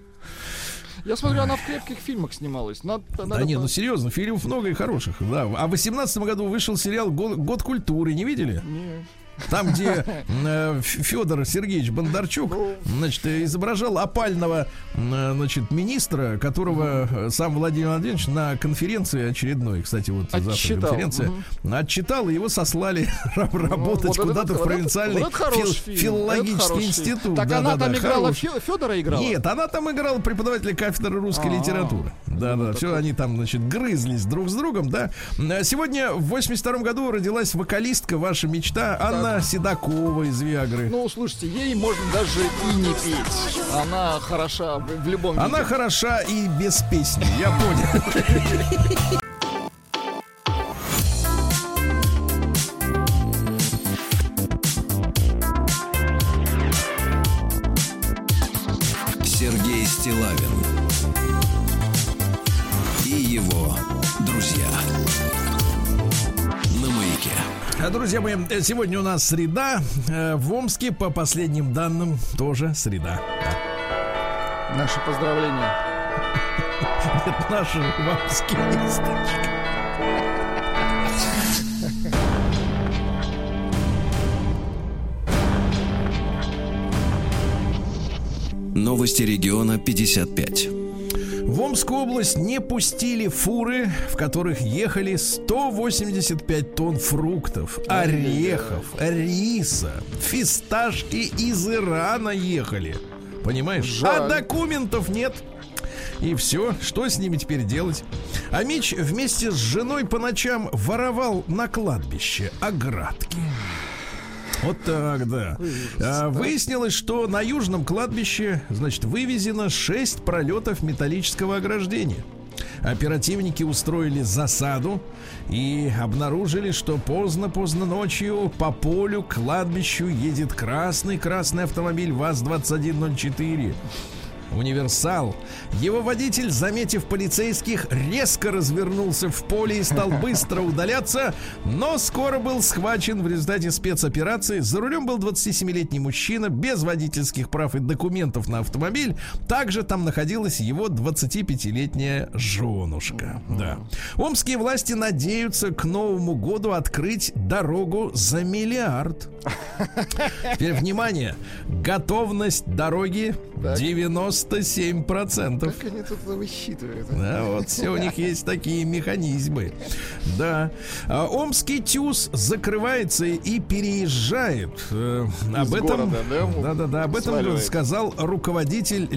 Я смотрю, она в крепких фильмах снималась. Надо, да надо нет, по... ну серьезно, фильмов много и хороших. Да. А в восемнадцатом году вышел сериал «Год, Год культуры», не видели? Нет. Там, где э, Федор Сергеевич Бондарчук, значит, изображал опального, э, значит, министра, которого сам Владимир Владимирович на конференции очередной, кстати, вот завтра конференция, угу. отчитал, и его сослали работать вот куда-то это, в провинциальный вот фил, филологический институт. Так да, она да, там да, играла, хороший. Федора играла? Нет, она там играла преподавателя кафедры русской А-а-а. литературы. Да, ну, да, все они там, значит, грызлись друг с другом, да. Сегодня в восемьдесят втором году родилась вокалистка, ваша мечта, Анна так. Седокова из Виагры. Ну, слушайте, ей можно даже и не петь. Она хороша в любом виде. Она хороша и без песни, я понял. Сергей Стиллавин и его друзья на Маяке. Друзья мои, сегодня у нас среда. В Омске, по последним данным, тоже среда. Наши поздравления. Это наши омские местечки. Новости региона пятьдесят пять. В Омскую область не пустили фуры, в которых ехали сто восемьдесят пять тонн фруктов, орехов, риса, фисташки из Ирана ехали. Понимаешь? Жаль. А документов нет. И все, что с ними теперь делать? Амич вместе с женой по ночам воровал на кладбище оградки. Вот так, да. А, выяснилось, что на южном кладбище, значит, вывезено шесть пролетов металлического ограждения. Оперативники устроили засаду и обнаружили, что поздно-поздно ночью по полю к кладбищу едет красный-красный автомобиль ВАЗ двадцать один ноль четыре. Универсал. Его водитель, заметив полицейских, резко развернулся в поле и стал быстро удаляться, но скоро был схвачен в результате спецоперации. За рулем был двадцатисемилетний мужчина без водительских прав и документов на автомобиль. Также там находилась его двадцатипятилетняя женушка. Да. Омские власти надеются к Новому году открыть дорогу за миллиард. Теперь внимание. Готовность дороги девяносто семь процентов. Как они тут высчитывают? Да, вот все у них есть такие механизмы. Да. А, Омский ТЮЗ закрывается и переезжает. Э, об этом, да, да, да, об этом сказал руководитель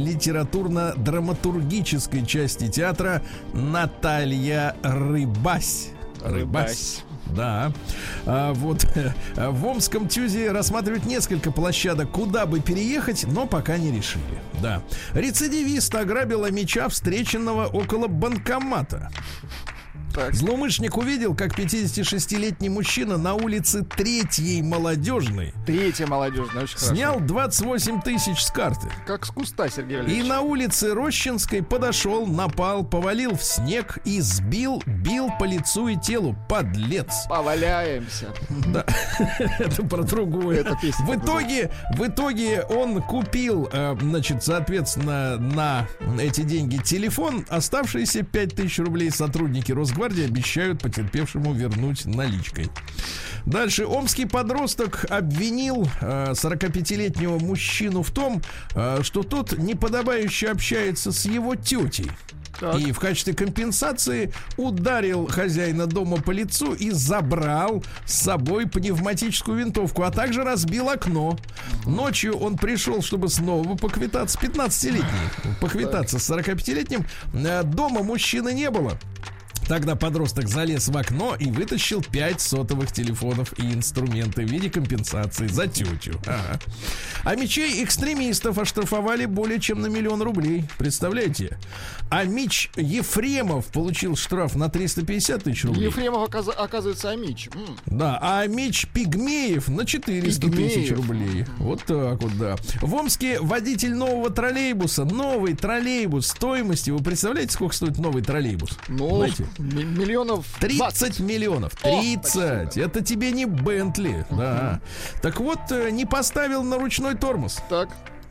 литературно-драматургической части театра Наталья Рыбась. Рыбась. Да. А, вот в Омском ТЮЗе рассматривают несколько площадок, куда бы переехать, но пока не решили. Да. Рецидивист ограбил амича, встреченного около банкомата. Так. Злоумышленник увидел, как пятидесятишестилетний мужчина на улице Третьей Молодежной Третья Молодежная, очень снял хорошо. двадцать восемь тысяч с карты. Как с куста, Сергей Валерьевич. И на улице Рощинской подошел, напал, повалил в снег и сбил, бил по лицу и телу. Подлец. Поваляемся. Да. Это про другое. В итоге, в итоге он купил, значит, соответственно, на эти деньги телефон. Оставшиеся пять тысяч рублей сотрудники Росгвардии обещают потерпевшему вернуть наличкой. Дальше. Омский подросток обвинил э, сорокапятилетнего мужчину в том, э, что тот неподобающе общается с его тетей. Так. И в качестве компенсации ударил хозяина дома по лицу и забрал с собой пневматическую винтовку, а также разбил окно. Ночью он пришел, чтобы снова поквитаться, пятнадцатилетний, поквитаться с сорокапятилетним. Дома мужчины не было. Тогда подросток залез в окно и вытащил пять сотовых телефонов и инструменты в виде компенсации за тетю. Ага. А мечей экстремистов оштрафовали более чем на миллион рублей. Представляете? А Мич Ефремов получил штраф на триста пятьдесят тысяч рублей. Ефремов, оказ... оказывается, Амич. М. Да, а Мич Пигмеев на четыреста тысяч рублей. Вот так вот, да. В Омске водитель нового троллейбуса, новый троллейбус, стоимостью, вы представляете, сколько стоит новый троллейбус? Ну, знаете? Миллионов тридцать миллионов. тридцать. О, это тебе не Бентли. Да. Так вот, не поставил на ручной тормоз. Так.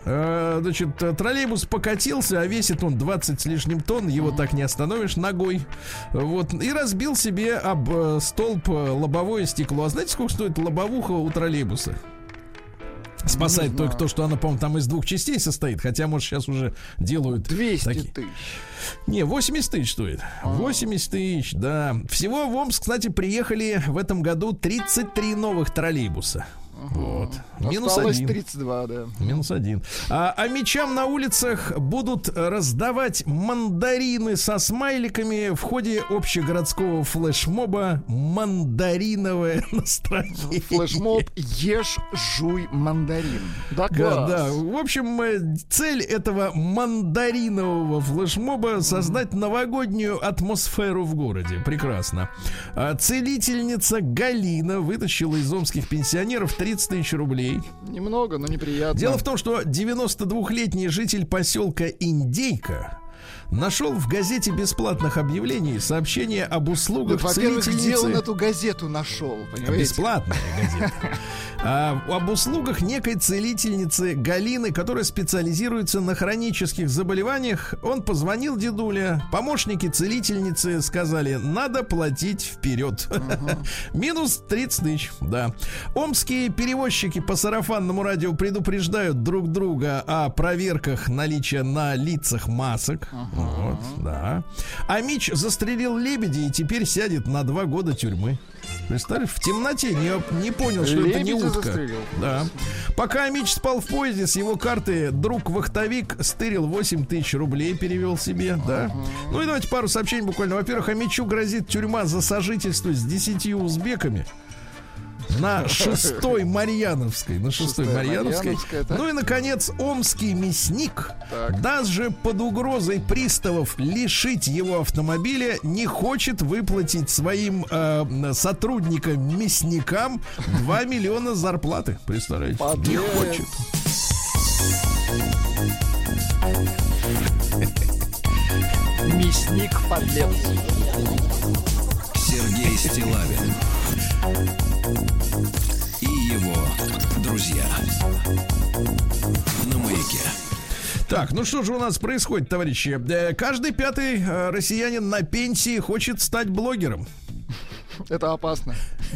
Э, значит, троллейбус покатился, а весит он двадцать с лишним тонн. Его так не остановишь ногой. Вот. И разбил себе об э, столб лобовое стекло. А знаете, сколько стоит лобовуха у троллейбуса? Спасает только то, что она, по-моему, там из двух частей состоит. Хотя, может, сейчас уже делают двести такие. Тысяч. Не, восемьдесят тысяч стоит. восемьдесят тысяч, да. Всего в Омск, кстати, приехали в этом году тридцать три новых троллейбуса. Вот. Минус Осталось один. тридцать два, да. Минус один. А, а мечам на улицах будут раздавать мандарины со смайликами в ходе общегородского флешмоба «Мандариновое настроение». Флешмоб «Ешь, жуй, мандарин». Да, класс. Да, да. В общем, цель этого мандаринового флешмоба — создать новогоднюю атмосферу в городе. Прекрасно. А целительница Галина вытащила из омских пенсионеров тридцать тысяч рублей. Немного, но неприятно. Дело в том, что девяносто двухлетний житель поселка Индейка нашел в газете бесплатных объявлений сообщение об услугах Ну, во-первых, целительницы. где он эту газету нашел, понимаете? Бесплатная газета. А, об услугах некой целительницы Галины, которая специализируется на хронических заболеваниях. Он позвонил дедуля. Помощники целительницы сказали: надо платить вперед. Uh-huh. Минус тридцать тысяч, да. Омские перевозчики по сарафанному радио предупреждают друг друга о проверках наличия на лицах масок. Uh-huh. Вот, да. А Мич застрелил лебедя и теперь сядет на два года тюрьмы. Представляешь, в темноте не, не понял, что Лебедя это не утка. застрелил. Да. Пока Мич спал в поезде, с его карты друг-вахтовик стырил восемь тысяч рублей, перевел себе, да. Uh-huh. Ну и давайте пару сообщений буквально. Во-первых, Амичу грозит тюрьма за сожительство с десятью узбеками. На шестой Марьяновской. На шестой Марьяновской. Ну и, наконец, омский мясник, так, даже под угрозой приставов лишить его автомобиля, не хочет выплатить своим э, сотрудникам-мясникам два миллиона зарплаты. Представляете? Подлец. Не хочет. Мясник подлец. Сергей Стиллавин и его друзья на Маяке. Так, ну что же у нас происходит, товарищи? Каждый пятый россиянин на пенсии хочет стать блогером. Это опасно.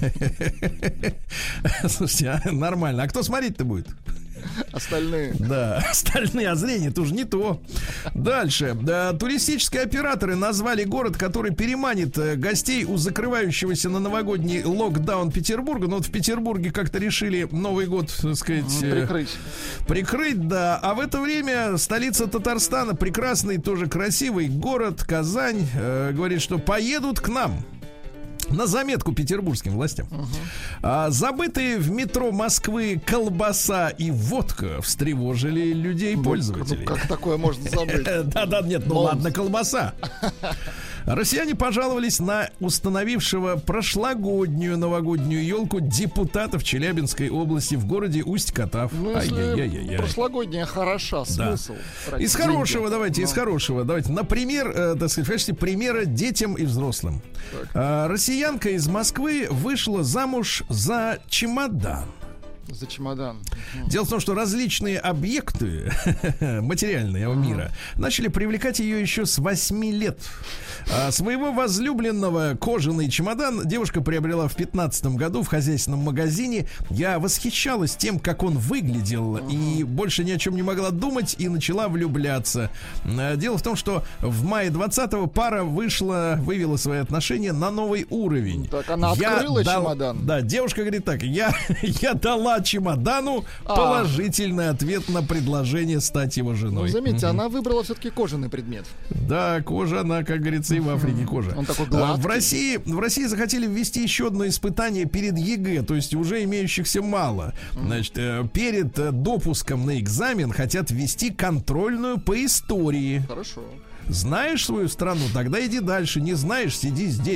Слушайте, а, нормально. А кто смотреть-то будет? Остальные. Да, остальные, а зрение тоже не то. Дальше. Да, туристические операторы назвали город, который переманит гостей у закрывающегося на новогодний локдаун Петербурга. Но вот в Петербурге как-то решили Новый год, так сказать, прикрыть. Прикрыть, да. А в это время столица Татарстана, прекрасный, тоже красивый город Казань, э, говорит, что поедут к нам. На заметку петербургским властям. Uh-huh. а, Забытые в метро Москвы колбаса и водка встревожили людей, ну, пользователей. Ну, как такое можно забыть? Да-да, нет, ну ладно, колбаса. Россияне пожаловались на установившего прошлогоднюю новогоднюю елку депутатов Челябинской области в городе Усть-Катав. Ну, если прошлогодняя хороша, смысл. Да. Из хорошего, деньги. давайте, Но. из хорошего. Давайте, например, э, так сказать, в качестве примера детям и взрослым. Э, россиянка из Москвы вышла замуж за чемодан. За чемодан. Дело в том, что различные объекты материального мира начали привлекать ее еще с восьми лет. А своего возлюбленного кожаный чемодан девушка приобрела в пятнадцатом году в хозяйственном магазине. Я восхищалась тем, как он выглядел, и больше ни о чем не могла думать, и начала влюбляться. Дело в том, что в мае двадцатого пара вышла, вывела свои отношения на новый уровень. Так она открыла я чемодан? Дал, да, девушка говорит так: я, я дала чемодану а. положительный ответ на предложение стать его женой. Ну, заметьте, угу. она выбрала все-таки кожаный предмет. Да, кожа, она, как говорится, и в Африке кожа. Он такой гладкий. В России, в России захотели ввести еще одно испытание перед ЕГЭ, то есть уже имеющихся мало. Значит, перед допуском на экзамен хотят ввести контрольную по истории. Хорошо. Знаешь свою страну, тогда иди дальше. Не знаешь, сиди здесь.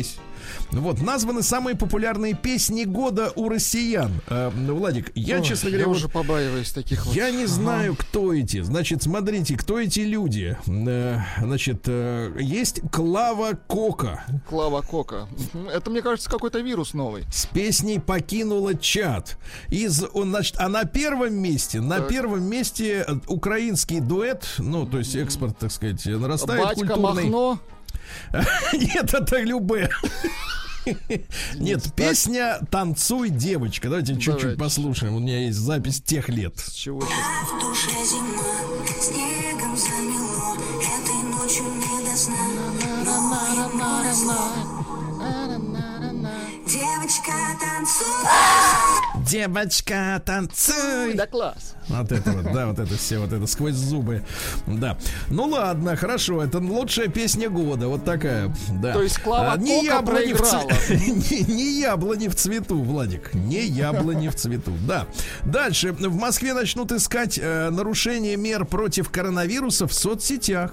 Вот, названы самые популярные песни года у россиян. Э, Владик, я, Ой, честно говоря, я вот, уже побаиваюсь таких вот. я не Ага. знаю, кто эти. Значит, смотрите, кто эти люди. Э, значит, э, есть Клава Кока. Клава Кока. Мгм. Это, мне кажется, какой-то вирус новый. С песней «Покинула чат». Из, он, значит, а на первом месте, на Так. первом месте э, украинский дуэт, ну, то есть экспорт, так сказать, нарастает Батька культурный. Махно. Нет, это Любэ. Нет, песня «Танцуй, девочка». Давайте чуть-чуть Давайте. послушаем. У меня есть запись тех лет. С чего сейчас? В душе зима, снегом замело, этой ночью не до сна. Но моим повезло. Девочка, танцуй. Девочка, танцуй. Да класс. Вот это вот, да, вот это все, вот это сквозь зубы. Да. Ну ладно, хорошо, это лучшая песня года. Вот такая, да. То есть Клава А, не Кока яблони в проиграла. цве- не, не яблони в цвету, Владик. Не яблони в цвету. Да. Дальше. В Москве начнут искать э, нарушение мер против коронавируса в соцсетях.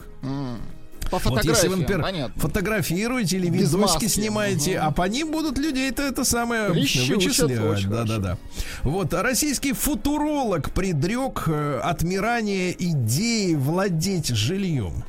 По Вот если вы, фотографиям, например, понятно. фотографируете или Без видосики маски. снимаете, Мгм. а по ним будут людей-то это самое Прищучат, вычислять. очень Да, да, хорошо. да. Вот а российский футуролог предрек э, отмирание идеи владеть жильем.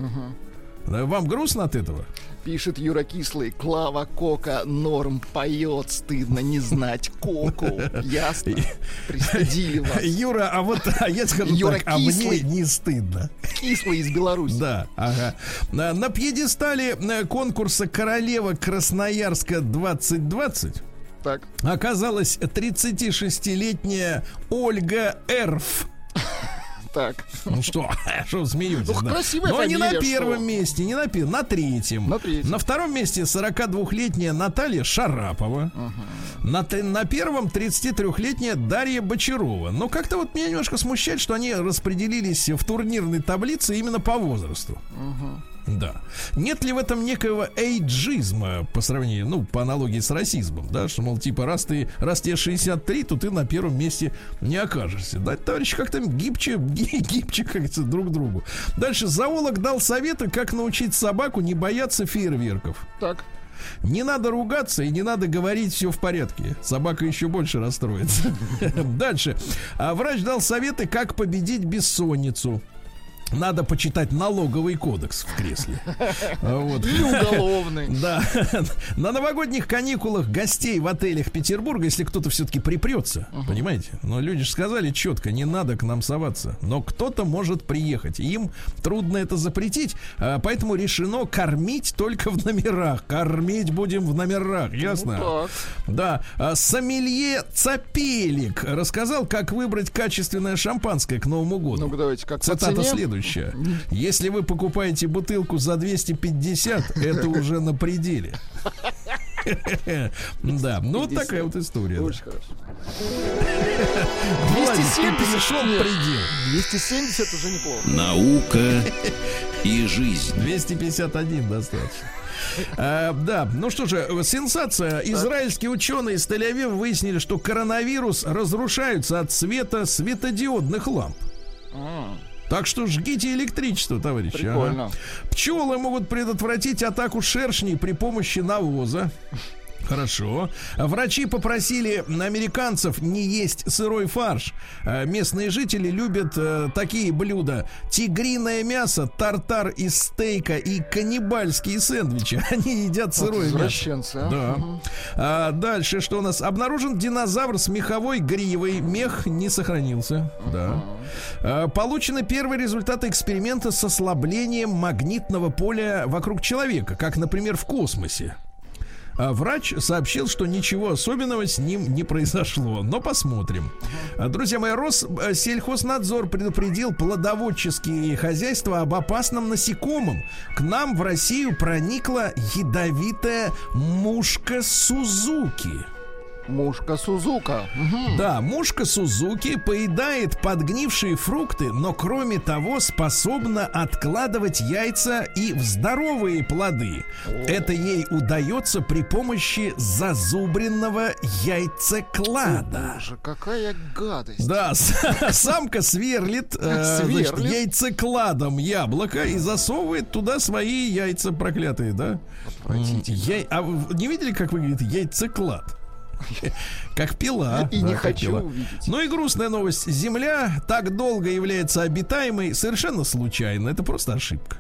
Да, вам грустно от этого? Пишет Юра Кислый. Клава Кока норм поет. Стыдно не знать Коку. Ясно? Пристыдили вас. Юра, а вот а я скажу Юра так, а мне Кислый. не стыдно. Кислый из Беларуси. Да, ага. На, на пьедестале э, конкурса «Королева Красноярска двадцать двадцать» Так. оказалась тридцатишестилетняя Ольга Эрф. Так. Ну что, что вы смеетесь? Ну, да. красивая Но не на фамилия, первом что? месте, не на первом, на третьем. На третьем. На втором месте сорокадвухлетняя Наталья Шарапова. На, т- на первом тридцатитрёхлетняя Дарья Бочарова. Но как-то вот меня немножко смущает, что они распределились в турнирной таблице именно по возрасту. Да. Нет ли в этом некоего эйджизма по сравнению, ну, по аналогии с расизмом, да, что, мол, типа, раз ты, раз тебе шестьдесят три, то ты на первом месте не окажешься. Да, товарищи, как-то гибче, ги- гибче, как говорится, друг другу. Дальше. Зоолог дал советы, как научить собаку не бояться фейерверков. Так. Не надо ругаться и не надо говорить все в порядке. Собака еще больше расстроится. Дальше. А врач дал советы, как победить бессонницу. Надо почитать налоговый кодекс в кресле. Вот. И уголовный. Да. На новогодних каникулах гостей в отелях Петербурга, если кто-то все-таки припрется, uh-huh. понимаете? Но люди же сказали четко, не надо к нам соваться. Но кто-то может приехать. Им трудно это запретить, поэтому решено кормить только в номерах. Кормить будем в номерах, ясно? Ну, да. Сомелье Цапелик рассказал, как выбрать качественное шампанское к Новому году. Ну-ка, давайте, как по Цитата цене? следующая. Если вы покупаете бутылку за двести пятьдесят, это уже на пределе. Да, ну вот такая вот история. Очень хорошо. Владик, двести ты семьдесят перешел нет. предел. двести семьдесят уже неплохо. Наука и жизнь. двести пятьдесят один достаточно. А, да, ну что же, сенсация. Израильские ученые из Тель-Авива выяснили, что коронавирус разрушается от света светодиодных ламп. Так что жгите электричество, товарищи. Прикольно. Ага. Пчелы могут предотвратить атаку шершней при помощи навоза. Хорошо. Врачи попросили американцев не есть сырой фарш. Местные жители любят э, такие блюда: тигриное мясо, тартар из стейка и каннибальские сэндвичи. Они едят сырое мясо. Извращенцы, а? Да. Угу. А, дальше что у нас? Обнаружен динозавр с меховой гривой. Мех не сохранился. Uh-huh. Да. А, получены первые результаты эксперимента с ослаблением магнитного поля вокруг человека, как, например, в космосе. А врач сообщил, что ничего особенного с ним не произошло. Но посмотрим. Друзья мои, Россельхознадзор предупредил плодоводческие хозяйства об опасном насекомом. К нам в Россию проникла ядовитая мушка Сузуки. Мушка Сузука. Мгм. Да, мушка Сузуки поедает подгнившие фрукты, но кроме того способна откладывать яйца и в здоровые плоды. Это ей удается при помощи зазубренного яйцеклада. Боже, какая гадость. Да, с- самка сверлит, э, значит, Сверлит? яйцекладом яблоко и засовывает туда свои яйца проклятые, да? Отвратительно. Яй- А вы не видели, как выглядит яйцеклад? Как пила. И да, не как хочу пила. увидеть. Ну и грустная новость. Земля так долго является обитаемой совершенно случайно. Это просто ошибка.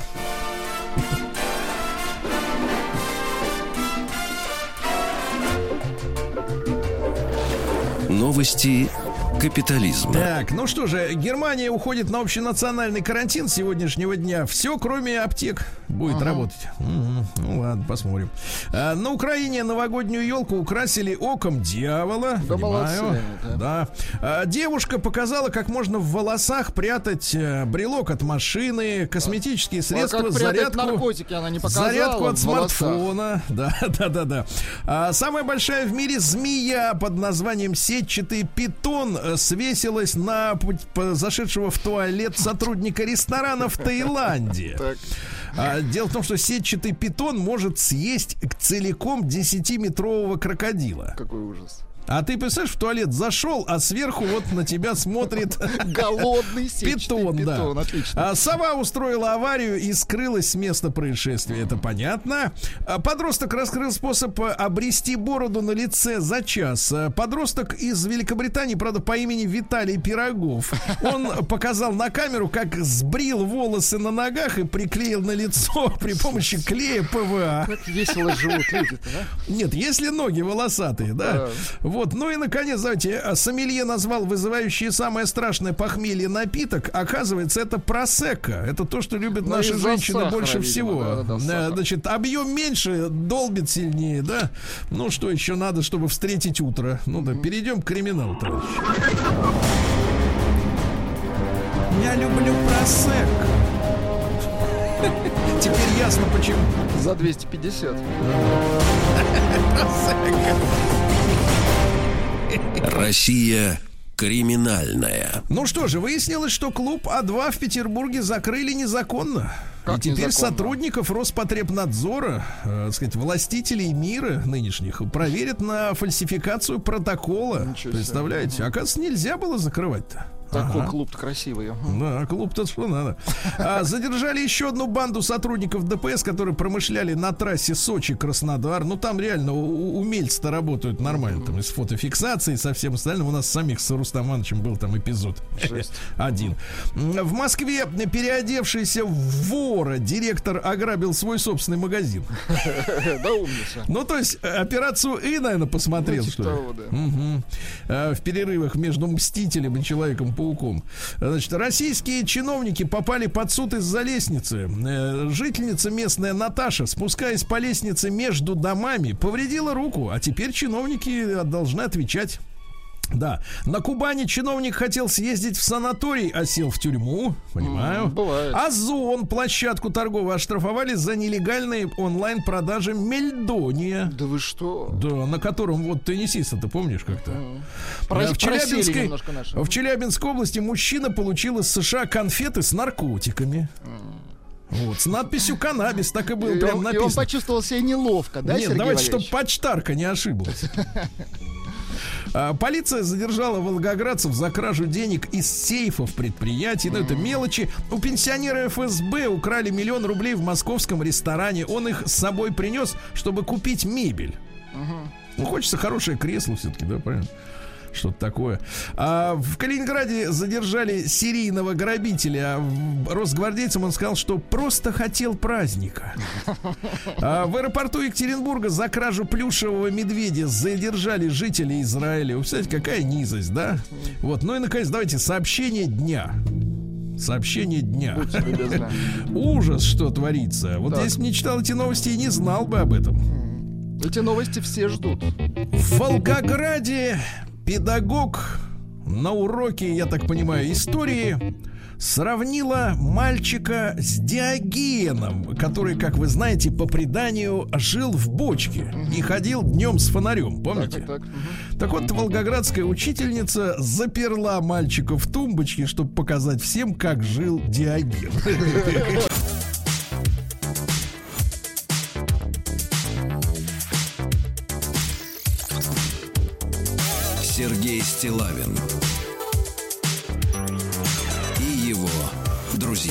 Новости капитализма. Так, ну что же, Германия уходит на общенациональный карантин с сегодняшнего дня. Все, кроме аптек, будет Ага. работать. Мгм. Ну ладно, посмотрим. А, на Украине новогоднюю елку украсили оком дьявола. Да Понимаю. молодцы они, да. Да. А, девушка показала, как можно в волосах прятать э, брелок от машины, косметические А средства, как прятать зарядку. наркотики она не показала. Зарядку от в волосах. смартфона. Да, да, да, да. А, самая большая в мире змея под названием сетчатый питон э, свесилась на путь- по- зашедшего в туалет сотрудника ресторана в Таиланде. Так. А, дело в том, что сетчатый питон может съесть целиком десятиметрового крокодила. Какой ужас. А ты, представляешь, в туалет зашел, а сверху вот на тебя смотрит Голодный сетчатый питон, да. питон. Отлично. А, сова устроила аварию и скрылась с места происшествия. Это понятно. А, подросток раскрыл способ а, обрести бороду на лице за час. А, подросток из Великобритании, правда, по имени Виталий Пирогов. Он показал на камеру, как сбрил волосы на ногах и приклеил на лицо при помощи клея ПВА. Как весело живут люди-то, да? Нет, если ноги волосатые, да. Да. Вот, ну и наконец, давайте, а, сомелье назвал вызывающий самое страшное похмелье напиток. Оказывается, это просекко. Это то, что любят Ну, наши из-за женщины сахара, больше видимо, всего. да-да-да, Да, сахар. значит, объем меньше, долбит сильнее, да. Ну что еще надо, чтобы встретить утро? Ну да, перейдем к криминалу, товарищи. Я люблю просекко. Теперь ясно, почему. За двести пятьдесят. Россия криминальная. Ну что же, выяснилось, что клуб А два в Петербурге закрыли незаконно. Как И теперь незаконно? сотрудников Роспотребнадзора, э, так сказать, властителей мира нынешних, проверят на фальсификацию протокола. Ничего себе. Представляете? Оказывается, нельзя было закрывать-то. Такой Ага. клуб-то красивый. Да, клуб-то что надо. А, задержали еще одну банду сотрудников ДПС, которые промышляли на трассе Сочи-Краснодар. Ну, там реально у- у- умельцы-то работают нормально. Там и с фотофиксацией, и со всем остальным. У нас самих с Рустам Ивановичем был там эпизод. Жесть. Один. М, В Москве переодевшийся в вора директор ограбил свой собственный магазин. Да умница. Ну, то есть, э, операцию И, наверное, посмотрел, Ну, что типа ли? того, да. Мгм. А, в перерывах между Мстителем и Человеком-пауком. Значит, российские чиновники попали под суд из-за лестницы. Э, Жительница местная Наташа, спускаясь по лестнице между домами, повредила руку, а теперь чиновники должны отвечать. Да, на Кубани чиновник хотел съездить в санаторий, а сел в тюрьму. Понимаю. М, бывает. Озон, площадку торговую, оштрафовали за нелегальные онлайн-продажи Мельдония. Да вы что? Да, на котором вот теннисиста, ты помнишь как-то? Прос- Да, в просели Челябинской, немножко наши. в Челябинской области мужчина получил из США конфеты с наркотиками. Вот, с надписью «Каннабис», так и было И прям он, и он написано. почувствовал себя неловко, да, Нет, Сергей давайте, чтобы Валерьевич? почтарка не ошиблась. А, Полиция задержала волгоградцев за кражу денег из сейфов предприятий. Ну, это мелочи. У пенсионера эф эс бэ украли миллион рублей в московском ресторане. Он их с собой принес, чтобы купить мебель. Ну, хочется хорошее кресло все-таки, да, правильно? Что-то такое. А в Калининграде задержали серийного грабителя. Росгвардейцам он сказал, что просто хотел праздника. А в аэропорту Екатеринбурга за кражу плюшевого медведя задержали жители Израиля. Вы представляете, какая низость, да? Вот, ну и наконец, давайте сообщение дня. Сообщение дня. Будьте любезны. Ужас, что творится. Вот Так. если бы не читал эти новости и не знал бы об этом. Эти новости все ждут. В Волгограде педагог на уроке, я так понимаю, истории сравнила мальчика с Диогеном, который, как вы знаете, по преданию жил в бочке и ходил днем с фонарем, помните? Так, так, так. Так вот, волгоградская учительница заперла мальчика в тумбочке, чтобы показать всем, как жил Диоген. Сергей Стиллавин и его друзья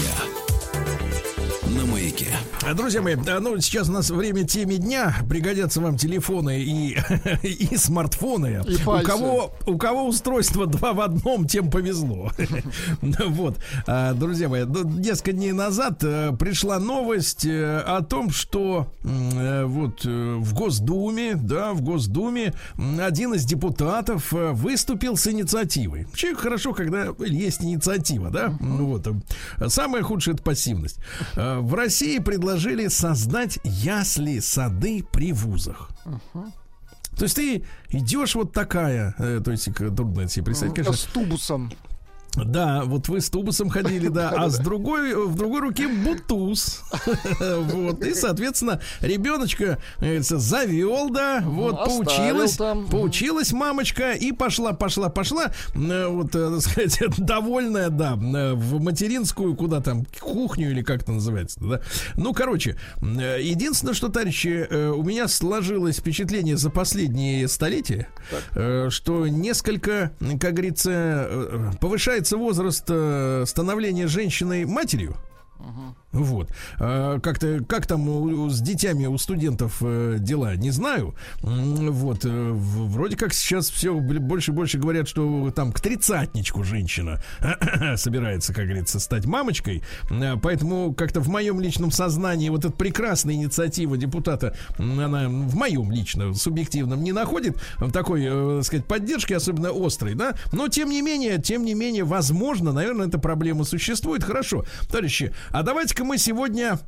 на Маяке. Друзья мои, ну сейчас у нас время темы дня. Пригодятся вам телефоны и, и смартфоны. И у кого, у кого устройство два в одном, тем повезло. Вот, друзья мои, несколько дней назад пришла новость о том, что вот в Госдуме, да, в Госдуме один из депутатов выступил с инициативой. Вообще хорошо, когда есть инициатива, да. Вот. Самое худшее — это пассивность. В России предложили создать ясли-сады при вузах. Uh-huh. То есть ты идешь вот такая, э, то есть трудно это себе представить, конечно. С тубусом. Да, вот вы с тубусом ходили, да, а с другой, в другой руке бутуз. Вот, и, соответственно, ребеночка, говорится, завел, да, вот, поучилась, поучилась мамочка и пошла, пошла, пошла, вот, так сказать, довольная, да, в материнскую, куда там, кухню или как это называется, да. Ну, короче, единственное, что, товарищи, у меня сложилось впечатление за последние столетия, так. что несколько, как говорится, повышается возраст э, становления женщиной матерью. Uh-huh. Вот. А, как-то, как там у, с детьми у студентов э, дела, не знаю. Вот. Э, в, вроде как сейчас все больше и больше говорят, что там к тридцатничку женщина собирается, как говорится, стать мамочкой. А, поэтому как-то в моем личном сознании вот эта прекрасная инициатива депутата, она в моем личном, субъективном, не находит такой, э, так сказать, поддержки, особенно острой, да. Но тем не менее, тем не менее, возможно, наверное, эта проблема существует. Хорошо, товарищи, а давайте-ка мы сегодня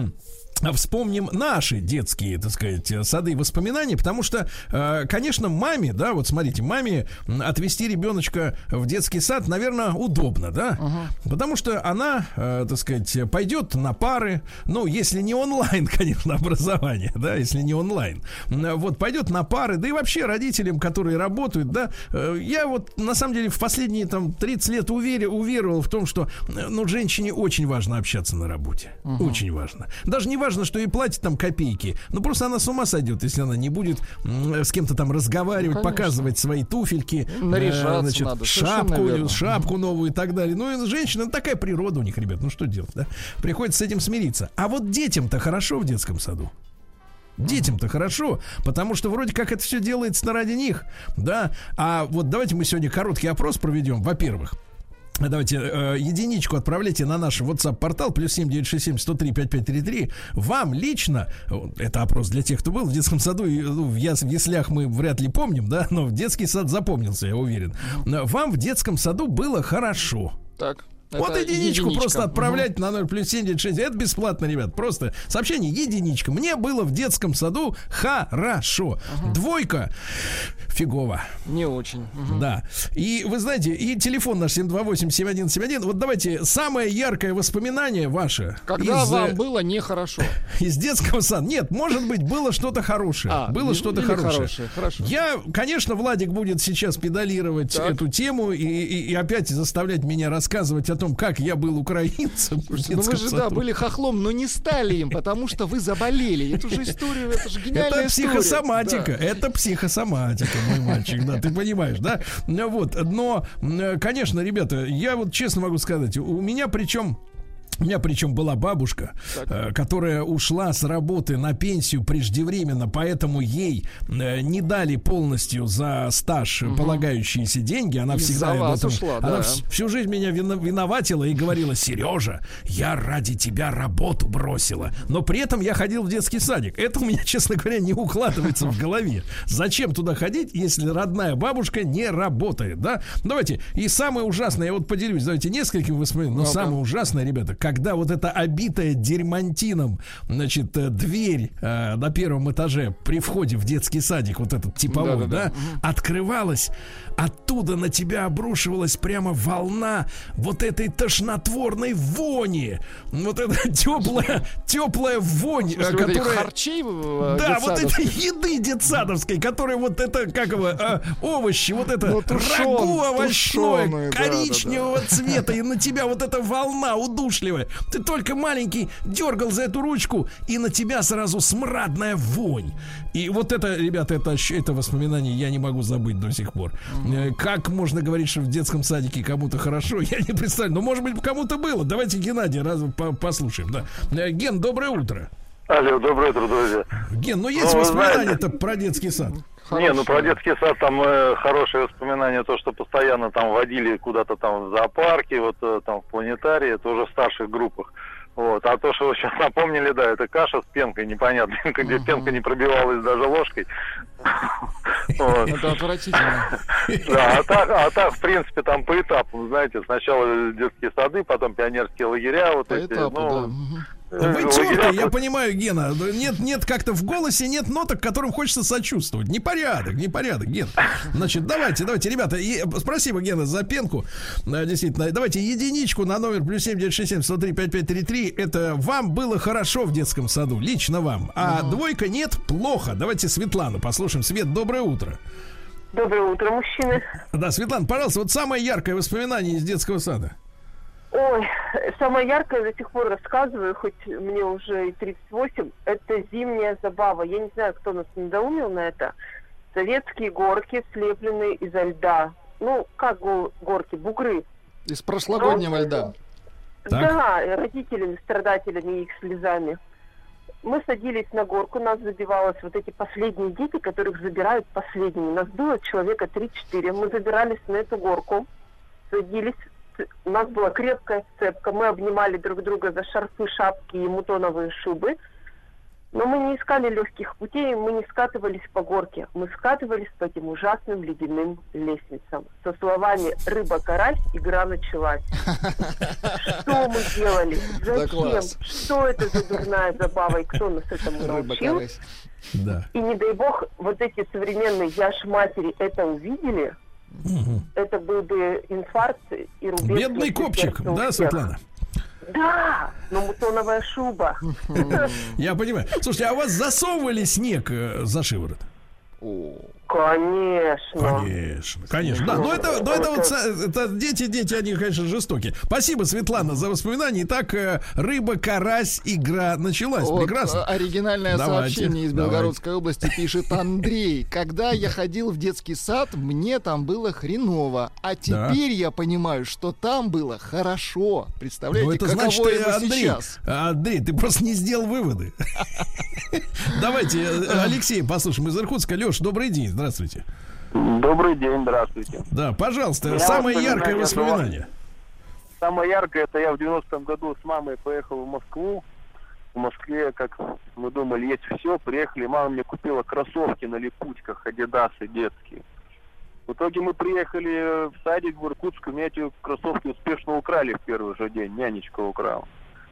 вспомним наши детские, так сказать, сады и воспоминания, потому что, э, конечно, маме, да, вот смотрите, маме отвезти ребеночка в детский сад, наверное, удобно, да, uh-huh. потому что она, э, так сказать, пойдет на пары, ну, если не онлайн, конечно, образование, да, если не онлайн, вот, пойдет на пары, да и вообще родителям, которые работают, да, э, я вот, на самом деле, в последние, там, тридцать лет уверил, уверовал в том, что, ну, женщине очень важно общаться на работе, uh-huh. очень важно, даже не важно, что ей платят там копейки. Ну, просто она с ума сойдет, если она не будет с кем-то там разговаривать, ну, показывать свои туфельки, наряжаться, значит, надо, шапку, шапку новую и так далее. Ну, и женщина, такая природа у них, ребят, ну что делать, да? Приходится с этим смириться. А вот детям-то хорошо в детском саду. Детям-то хорошо, потому что вроде как это все делается ради них, да? А вот давайте мы сегодня короткий опрос проведем. Во-первых, давайте э, единичку отправляйте на наш WhatsApp-портал плюс семь девять шесть семь сто три пять пять три три. Вам лично, это опрос для тех, кто был в детском саду, и, ну, в, яс, в яслях мы вряд ли помним, да, но в детский сад запомнился, я уверен. Вам в детском саду было хорошо. Так. Вот это единичку единичка. Просто отправлять угу. на ноль плюс семь девять шесть. Это бесплатно, ребят. Просто сообщение единичка. Мне было в детском саду хорошо. Угу. Двойка фигово. Не очень. Угу. Да. И вы знаете, и телефон наш семь два восемь семь один семь один. Вот давайте самое яркое воспоминание ваше. Когда из, вам было нехорошо. Из детского сада. Нет, может быть, было что-то хорошее. А, было не, что-то хорошее. хорошее. Хорошо. Я, конечно, Владик будет сейчас педалировать так. эту тему и, и, и опять заставлять меня рассказывать о том, как я был украинцем. Слушайте, ну вы же, да, были хохлом, но не стали им, потому что вы заболели. Это же история, это же гениальная история. Это психосоматика, да. это психосоматика, мой мальчик, да, ты понимаешь, да? Вот, но, конечно, ребята, я вот честно могу сказать, у меня причем... У меня причем была бабушка, э, которая ушла с работы на пенсию преждевременно, поэтому ей э, не дали полностью за стаж угу. полагающиеся деньги. Она Из-за всегда вас об этом, ушла, она да. вс- всю жизнь меня виноватила и говорила: Сережа, я ради тебя работу бросила. Но при этом я ходил в детский садик. Это у меня, честно говоря, не укладывается в голове. Зачем туда ходить, если родная бабушка не работает, да? Давайте, и самое ужасное, я вот поделюсь, давайте несколькими воспоминаниями, но самое ужасное, ребята, когда вот эта обитая дерьмантином, значит, дверь э, на первом этаже при входе в детский садик, вот этот типовой, да, да, открывалась, оттуда на тебя обрушивалась прямо волна вот этой тошнотворной вони. Вот эта теплая, теплая вонь, После которая... вот этих харчей, э, да, вот этой детсадовских. еды детсадовской, которая вот это, как его, э, овощи, вот это Ну, тушен- рагу овощное, тушеные, да, коричневого цвета, и на тебя вот эта волна удушливая. Ты только маленький дергал за эту ручку, и на тебя сразу смрадная вонь. И вот это, ребята, это, ощ- это воспоминание я не могу забыть до сих пор. Э, Как можно говорить, что в детском садике кому-то хорошо, я не представляю. Но, может быть, кому-то было. Давайте Геннадия раз по- послушаем. Да. Э, Ген, доброе утро. Алло, доброе утро, друзья. Ген, ну есть Ну, вы воспоминания-то про детский сад? Не, ну про детский сад там э, хорошие воспоминания, то, что постоянно там водили куда-то там в зоопарке, вот э, там в планетарии, это уже в старших группах. Вот. А то, что вы сейчас напомнили, да, это каша с пенкой, непонятно, где пенка не пробивалась даже ложкой. Вот. Это отвратительно. Да, а так, а так, в принципе, там по этапу, знаете, сначала детские сады, потом пионерские лагеря, вот По эти, этапу, ну, да. Мгм. Вы лагеря, тёртый, я вот- понимаю, Гена. Нет, нет, как-то в голосе нет ноток, которым хочется сочувствовать. Непорядок, непорядок, Ген. Значит, давайте, давайте, ребята, и, спасибо, Гена, за пенку. А, действительно, давайте единичку на номер плюс семь девять шесть семь сто три пять пять три три. Это вам было хорошо в детском саду, лично вам. А двойка нет, плохо. Давайте Светлану послушаем. Свет, доброе утро. Доброе утро, мужчины. Да, Светлана, пожалуйста, вот самое яркое воспоминание из детского сада. Ой, самое яркое до сих пор рассказываю, хоть мне уже и тридцать восемь, это зимняя забава. Я не знаю, кто нас надоумил на это. Советские горки, слепленные изо льда. Ну, как го- горки, бугры. Из прошлогоднего льда. Так. Да, и родителями, страдателями их слезами. Мы садились на горку, нас забивалось вот эти последние дети, которых забирают последними. Нас было человека три-четыре. Мы забирались на эту горку, садились. У нас была крепкая сцепка, мы обнимали друг друга за шарфы, шапки и мутоновые шубы. Но мы не искали легких путей, мы не скатывались по горке. Мы скатывались по этим ужасным ледяным лестницам. Со словами «рыба-карась» игра началась. Что мы делали? Да Зачем? класс. Что это за дурная забава? И кто нас этому научил? Рыба-карась. Да. И не дай бог, вот эти современные яш-матери это увидели, это был бы инфаркт и рубец. Бедный на копчик, сердце у да, всех. Светлана? Да, но мутоновая шуба. Я понимаю. Слушайте, а у вас засовывали снег э, за шиворот? О, Конечно. Конечно, конечно. Да, но это, но это вот са- это дети, дети, они, конечно, жестокие. Спасибо, Светлана, за воспоминания. Итак, э, рыба, карась, игра началась. Вот, Прекрасно. а, оригинальное Давайте, сообщение из давайте. Белгородской области пишет Андрей. Когда я ходил в детский сад, мне там было хреново. А теперь я понимаю, что там было хорошо. Представляете, Ну, это каково значит, ты, это Андрей, сейчас? Андрей, ты просто не сделал выводы. Давайте, э, Алексей, послушаем из Иркутска. Леш, добрый день, здравствуйте. Добрый день, здравствуйте. Да, пожалуйста, Я самое воспоминания яркое два. воспоминание. Самое яркое, это я в девяностом году с мамой поехал в Москву. В Москве, как мы думали, есть все. Приехали, мама мне купила кроссовки на липучках, адидасы детские. В итоге мы приехали в садик в Иркутск, у меня эти кроссовки успешно украли в первый же день. Нянечка украла.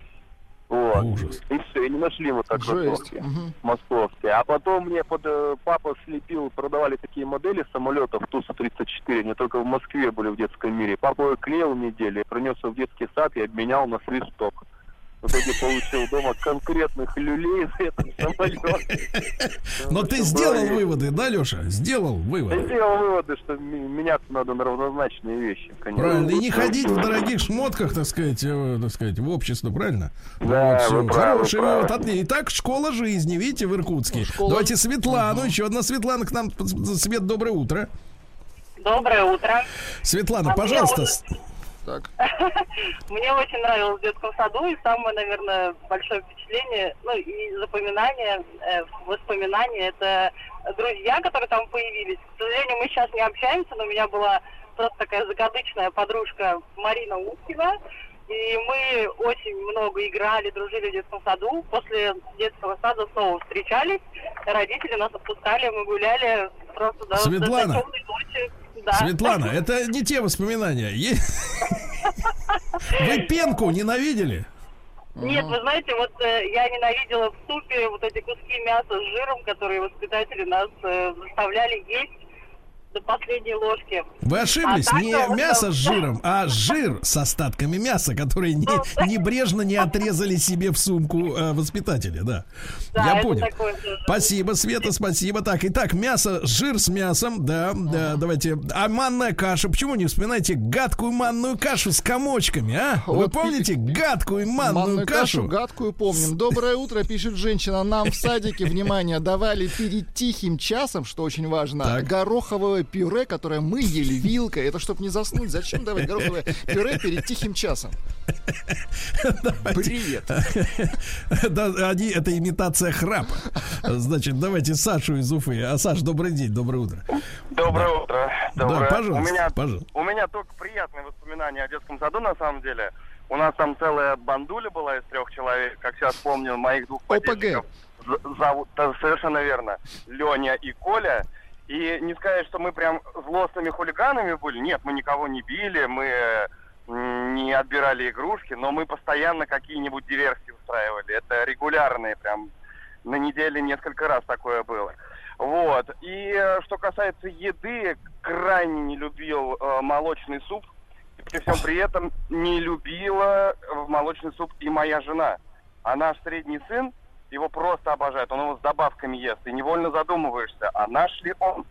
Вот. Ужас. И все, и не нашли мы так Жесть. кроссовки Мгм. московские. А потом мне под, э, папа слепил, продавали такие модели самолетов Ту-сто тридцать четыре, они только в Москве были в детском мире. Папа их клеил неделю, принес их в детский сад и обменял на свисток. В итоге получил дома конкретных люлей за этот самолет. Но ты сделал выводы, да, Леша? Сделал Я выводы. сделал выводы, что м- меняться надо на равнозначные вещи, конечно. Правильно. И не ходить в дорогих шмотках, так сказать, э, так сказать, в общество, правильно? Да, Вот, всё. вы правы, Хороший правы. вывод. Отлично. Итак, школа жизни, видите, в Иркутске. Школа- Давайте Светлану. Еще одна Светлана к нам. Свет, доброе утро. Доброе утро. Светлана, А мне пожалуйста. вот- Так. Мне очень нравилось в детском саду, и самое, наверное, большое впечатление, ну и запоминание, э, воспоминания, это друзья, которые там появились. К сожалению, мы сейчас не общаемся, но у меня была просто такая закадычная подружка Марина Уткина, и мы очень много играли, дружили в детском саду. После детского сада снова встречались, родители нас отпускали, мы гуляли просто до, Светлана. до темной ночи. Да. Светлана, это не те воспоминания. Е- Вы пенку ненавидели? Нет, вы знаете, вот э, я ненавидела в супе вот эти куски мяса с жиром, которые воспитатели нас э, заставляли есть до последней ложки. Вы ошиблись, а не так, мясо с жиром, а жир с остатками мяса, которые не, небрежно не отрезали себе в сумку э, воспитателя, да. Да, я понял. Такое... Спасибо, Света, спасибо. Так, итак, мясо, жир с мясом, да, да, давайте. А манная каша, почему не вспоминаете гадкую манную кашу с комочками, а? Вы Вот помните гадкую манную, манную кашу? кашу? Гадкую помним. Доброе утро, пишет женщина. Нам в садике, внимание, давали перед тихим часом, что очень важно, Так. гороховое пюре, которое мы ели вилкой. Это чтобы не заснуть. Зачем давать гороховое пюре перед тихим часом? Привет. Да, они, это имитация храпа. Значит, давайте Сашу из Уфы. А, Саш, добрый день, доброе утро. Доброе утро. Доброе. Да, пожалуйста, у меня, пожалуйста. у меня только приятные воспоминания о детском саду, на самом деле. У нас там целая бандуля была из трех человек. Как сейчас помню, моих двух подельников зовут, да, совершенно верно, Леня и Коля. И не сказать, что мы прям злостными хулиганами были. Нет, мы никого не били, мы не отбирали игрушки, но мы постоянно какие-нибудь диверсии устраивали. Это регулярные, прям на неделе несколько раз такое было. Вот. И что касается еды, крайне не любил э, молочный суп. И при всем при этом не любила молочный суп и моя жена. А наш средний сын его просто обожает. Он его с добавками ест. И невольно задумываешься, а наш ли он?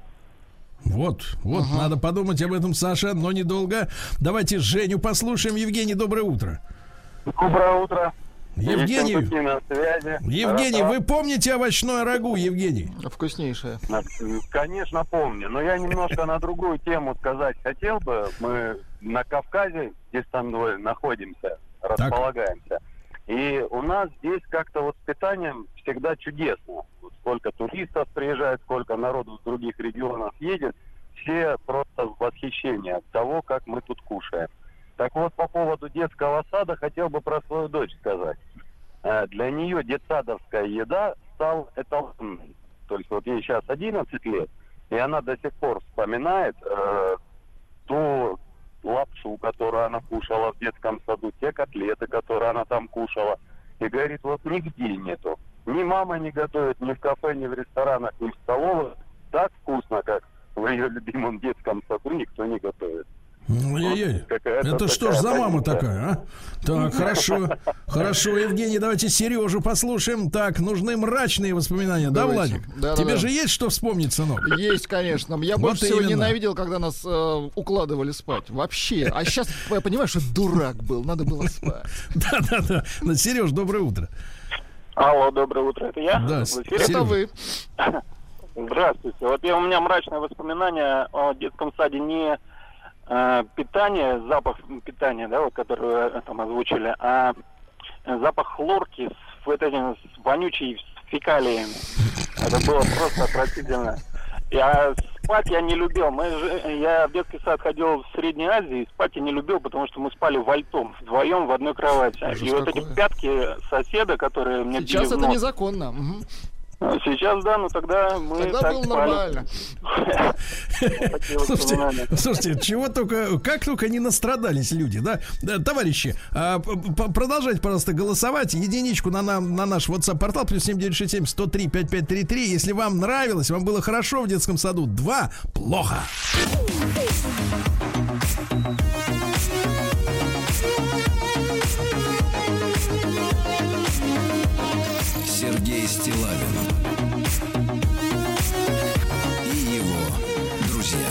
Вот, вот, ага. Надо подумать об этом, Саша, но недолго. Давайте Женю послушаем. Евгений, доброе утро. Доброе утро. Евгений, на связи. Евгений, вы помните овощное рагу, Евгений? Вкуснейшее. Конечно, помню. Но я немножко на другую тему сказать хотел бы. Мы на Кавказе, здесь там находимся, располагаемся. И у нас здесь как-то вот с питанием всегда чудесно. Вот сколько туристов приезжает, сколько народу с других регионов едет. Все просто в восхищении от того, как мы тут кушаем. Так вот, по поводу детского сада хотел бы про свою дочь сказать. Для нее детсадовская еда стала эталонной. То есть вот ей сейчас одиннадцать лет, и она до сих пор вспоминает э, ту лапшу, которую она кушала в детском саду, те котлеты, которые она там кушала. И говорит, вот нигде нету. Ни мама не готовит, ни в кафе, ни в ресторанах, ни в столовых. Так вкусно, как в ее любимом детском саду, никто не готовит. Ой-ой-ой. Это что ж за мама такая, а? Так, хорошо. Хорошо, Евгений, давайте Сережу послушаем. Так, нужны мрачные воспоминания, давайте. Да, Владик? Да, Тебе да, же да. есть что вспомнить, сынок? Есть, конечно. Я вот больше всего ненавидел, когда нас э, укладывали спать. Вообще. А сейчас я понимаю, что дурак был. Надо было спать. Да-да-да. Сереж, доброе утро. Алло, доброе утро. Это я? Да, это вы. Здравствуйте. Вот я, у меня мрачное воспоминание о детском саде не э, питание, запах питания, да, вот, который вы там озвучили, а запах хлорки с, вот этим, с вонючей фекалиями. Это было просто отвратительно. Я спать я не любил. Мы, я в детский сад ходил в Средней Азии, и спать я не любил, потому что мы спали вальтом, вдвоем в одной кровати. Ужас и вот какое. Эти пятки соседа, которые мне сейчас били в это нос. Незаконно. Угу. Сейчас, да, но тогда мы тогда так было спали. Нормально. Слушайте, слушайте, чего только, как только не настрадались люди, да? Товарищи, продолжайте, пожалуйста, голосовать. Единичку на, на, на наш WhatsApp-портал плюс семь девять шесть семь сто три пятьдесят пять тридцать три. Если вам нравилось, вам было хорошо в детском саду. Два плохо. Сергей Стиллавин и его друзья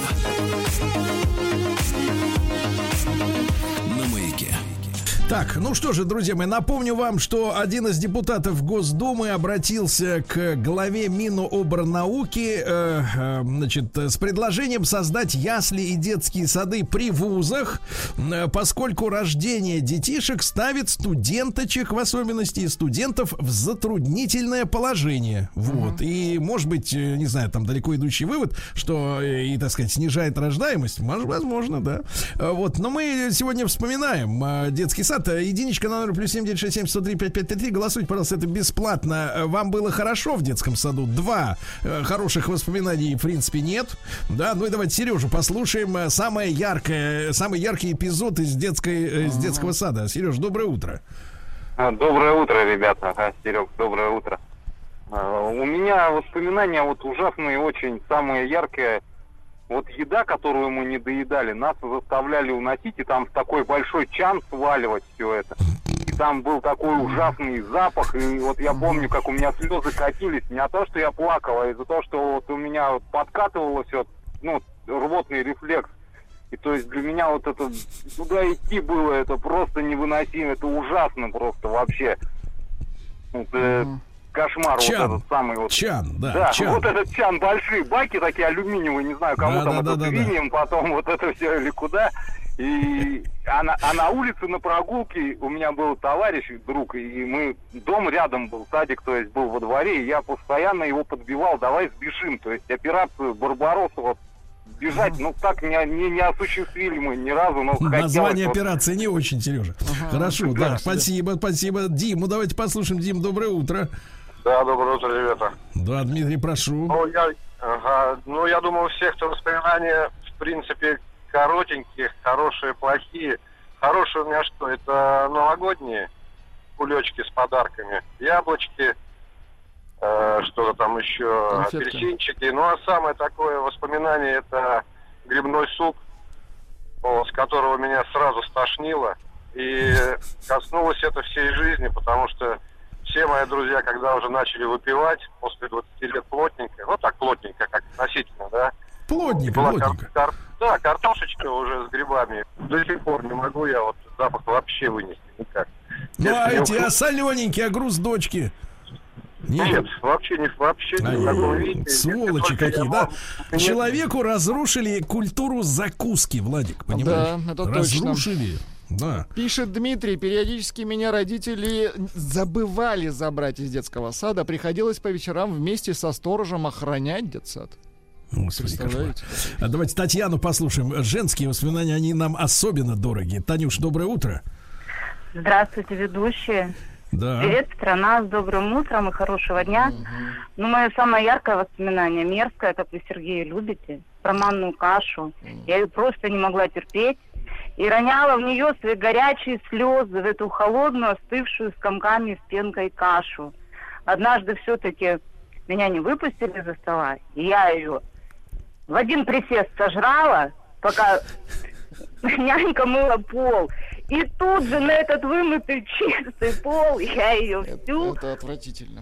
на Маяке. Так, ну что же, друзья мои, напомню вам, что один из депутатов Госдумы обратился к главе Миноборнауки, э, э, значит, с предложением создать ясли и детские сады при вузах, э, поскольку рождение детишек ставит студенточек, в особенности студентов, в затруднительное положение. Вот. Uh-huh. И, может быть, не знаю, там далеко идущий вывод, что и, так сказать, снижает рождаемость. Возможно, да. Вот. Но мы сегодня вспоминаем э, детский сад. Единичка на номер плюс семь девять шесть семь сто три пятьдесят пять тридцать три. Голосуйте, пожалуйста, это бесплатно. Вам было хорошо в детском саду? Два. Хороших воспоминаний, в принципе, нет. Да, ну и давайте Сережу послушаем. Самое яркое, самый яркий эпизод из детской, из детского сада. Сереж, доброе утро. Доброе утро, ребята. А, Серег, доброе утро. А, у меня воспоминания вот ужасные очень. Самое яркое. Вот еда, которую мы не доедали, нас заставляли уносить, и там в такой большой чан сваливать все это. И там был такой ужасный запах, и вот я помню, как у меня слезы катились. Не от того, что я плакал, а из-за того, что вот у меня вот подкатывало все, ну, рвотный рефлекс. И то есть для меня вот это, туда идти было, это просто невыносимо, это ужасно просто вообще. Это кошмар. Чан. Вот этот самый вот. Чан, да, Да, чан. вот этот чан, большие баки такие алюминиевые, не знаю, кому Да, там да, это да, да, свиньям, потом вот это все или куда. И, а, на, а на улице на прогулке у меня был товарищ, друг, и мы, дом рядом был, садик, то есть был во дворе, и я постоянно его подбивал, давай сбежим, то есть операцию Барбаросова бежать, ну так не, не, не осуществили мы ни разу, но название вот... операции не очень, Сережа. Ага. Хорошо, да, да, спасибо, спасибо. Дим, ну давайте послушаем. Дим, доброе утро. Да, доброе утро, ребята. Да, Дмитрий, прошу. Ну, я, ага, ну, я думаю, у всех, кто воспоминания, в принципе, коротенькие, хорошие, плохие. Хорошие у меня что? Это новогодние кулечки с подарками, яблочки, э, что-то там еще, конфетка, апельсинчики. Ну, а самое такое воспоминание — это грибной суп, о, с которого меня сразу стошнило. И коснулось это всей жизни, потому что все мои друзья, когда уже начали выпивать, после двадцати лет плотненько, ну так плотненько, как относительно, да. Плотненько, была плотненько. Кар- кар- да, картошечка уже с грибами. До сих пор не могу я вот запах вообще вынести никак. Ну, а Если эти, не... а солененькие, а груздочки? Нет, Нет вообще не вообще а, не такого вида. Сволочи какие, да? Могу... Человеку разрушили культуру закуски, Владик, понимаешь? Да, это разрушили. Точно. Да. Пишет Дмитрий, периодически меня родители забывали забрать из детского сада. Приходилось по вечерам вместе со сторожем охранять детсад. Господи, кошмар. А давайте Татьяну послушаем. Женские воспоминания, они нам особенно дороги. Танюш, доброе утро. Здравствуйте, ведущие. Да. Привет, страна, с добрым утром и хорошего дня. Угу. Ну, мое самое яркое воспоминание, мерзкое, как вы, Сергей, любите, про манную кашу. Угу. Я ее просто не могла терпеть. И роняла в нее свои горячие слезы в эту холодную, остывшую с комками с пенкой кашу. Однажды все-таки меня не выпустили за стола, и я ее в один присест сожрала, пока нянька мыла пол. И тут же на этот вымытый чистый пол я ее всю... Это, это отвратительно.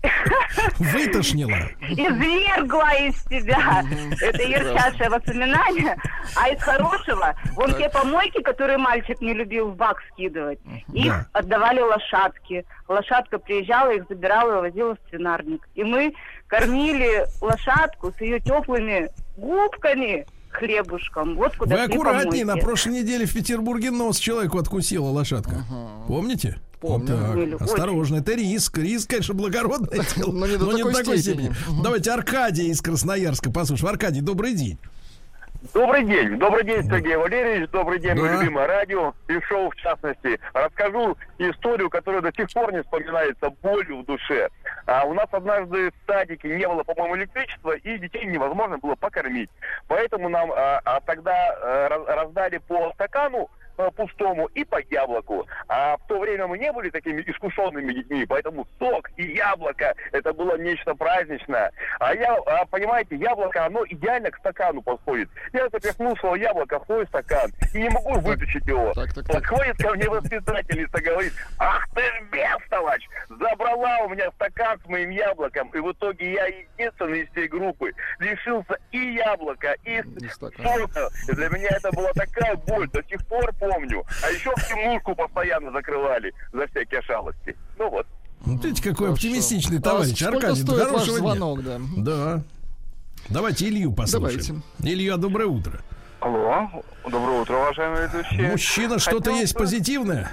Вытошнила. Извергла из себя. Это ярчайшее воспоминание. А из хорошего, вон те помойки, которые мальчик не любил в бак скидывать, их отдавали лошадке. Лошадка приезжала, их забирала и возила в свинарник. И мы кормили лошадку с ее теплыми губками, хлебушком. Вот куда. Вы аккуратнее, на прошлой неделе в Петербурге нос человеку откусила лошадка. Ага. Помните? Помню. Так, осторожно, это риск. Риск, конечно, благородное дело, но не до такой степени. Давайте Аркадий из Красноярска послушаем. Аркадий, добрый день. Добрый день. Добрый день, Сергей Валерьевич. Добрый день, мое да. любимое радио и шоу, в частности. Расскажу историю, которая до сих пор не вспоминается болью в душе. А у нас однажды в садике не было, по-моему, электричества, и детей невозможно было покормить. Поэтому нам а, а тогда а, раздали по стакану пустому и по яблоку. А в то время мы не были такими искушенными детьми, поэтому сок и яблоко — это было нечто праздничное. А я, а, понимаете, яблоко, оно идеально к стакану подходит. Я запихнул свое яблоко в свой стакан и не могу вытащить его. Так, так, так. Подходит ко мне воспитательница, говорит: ах ты ж бестолочь! Забрала у меня стакан с моим яблоком, и в итоге я единственный из всей группы лишился и яблока, и, и сока. И для меня это была такая боль, до сих пор помню. А еще в темнушку постоянно закрывали за всякие шалости. Ну вот. Вот видите, какой Хорошо. оптимистичный товарищ. А Аркадий, стоит хорошего ваш звонок, дня. Да. Да. Давайте Илью послушаем. Давайте. Илья, доброе утро. Алло, доброе утро, уважаемые ведущие. Мужчина, что-то Хотел... есть позитивное?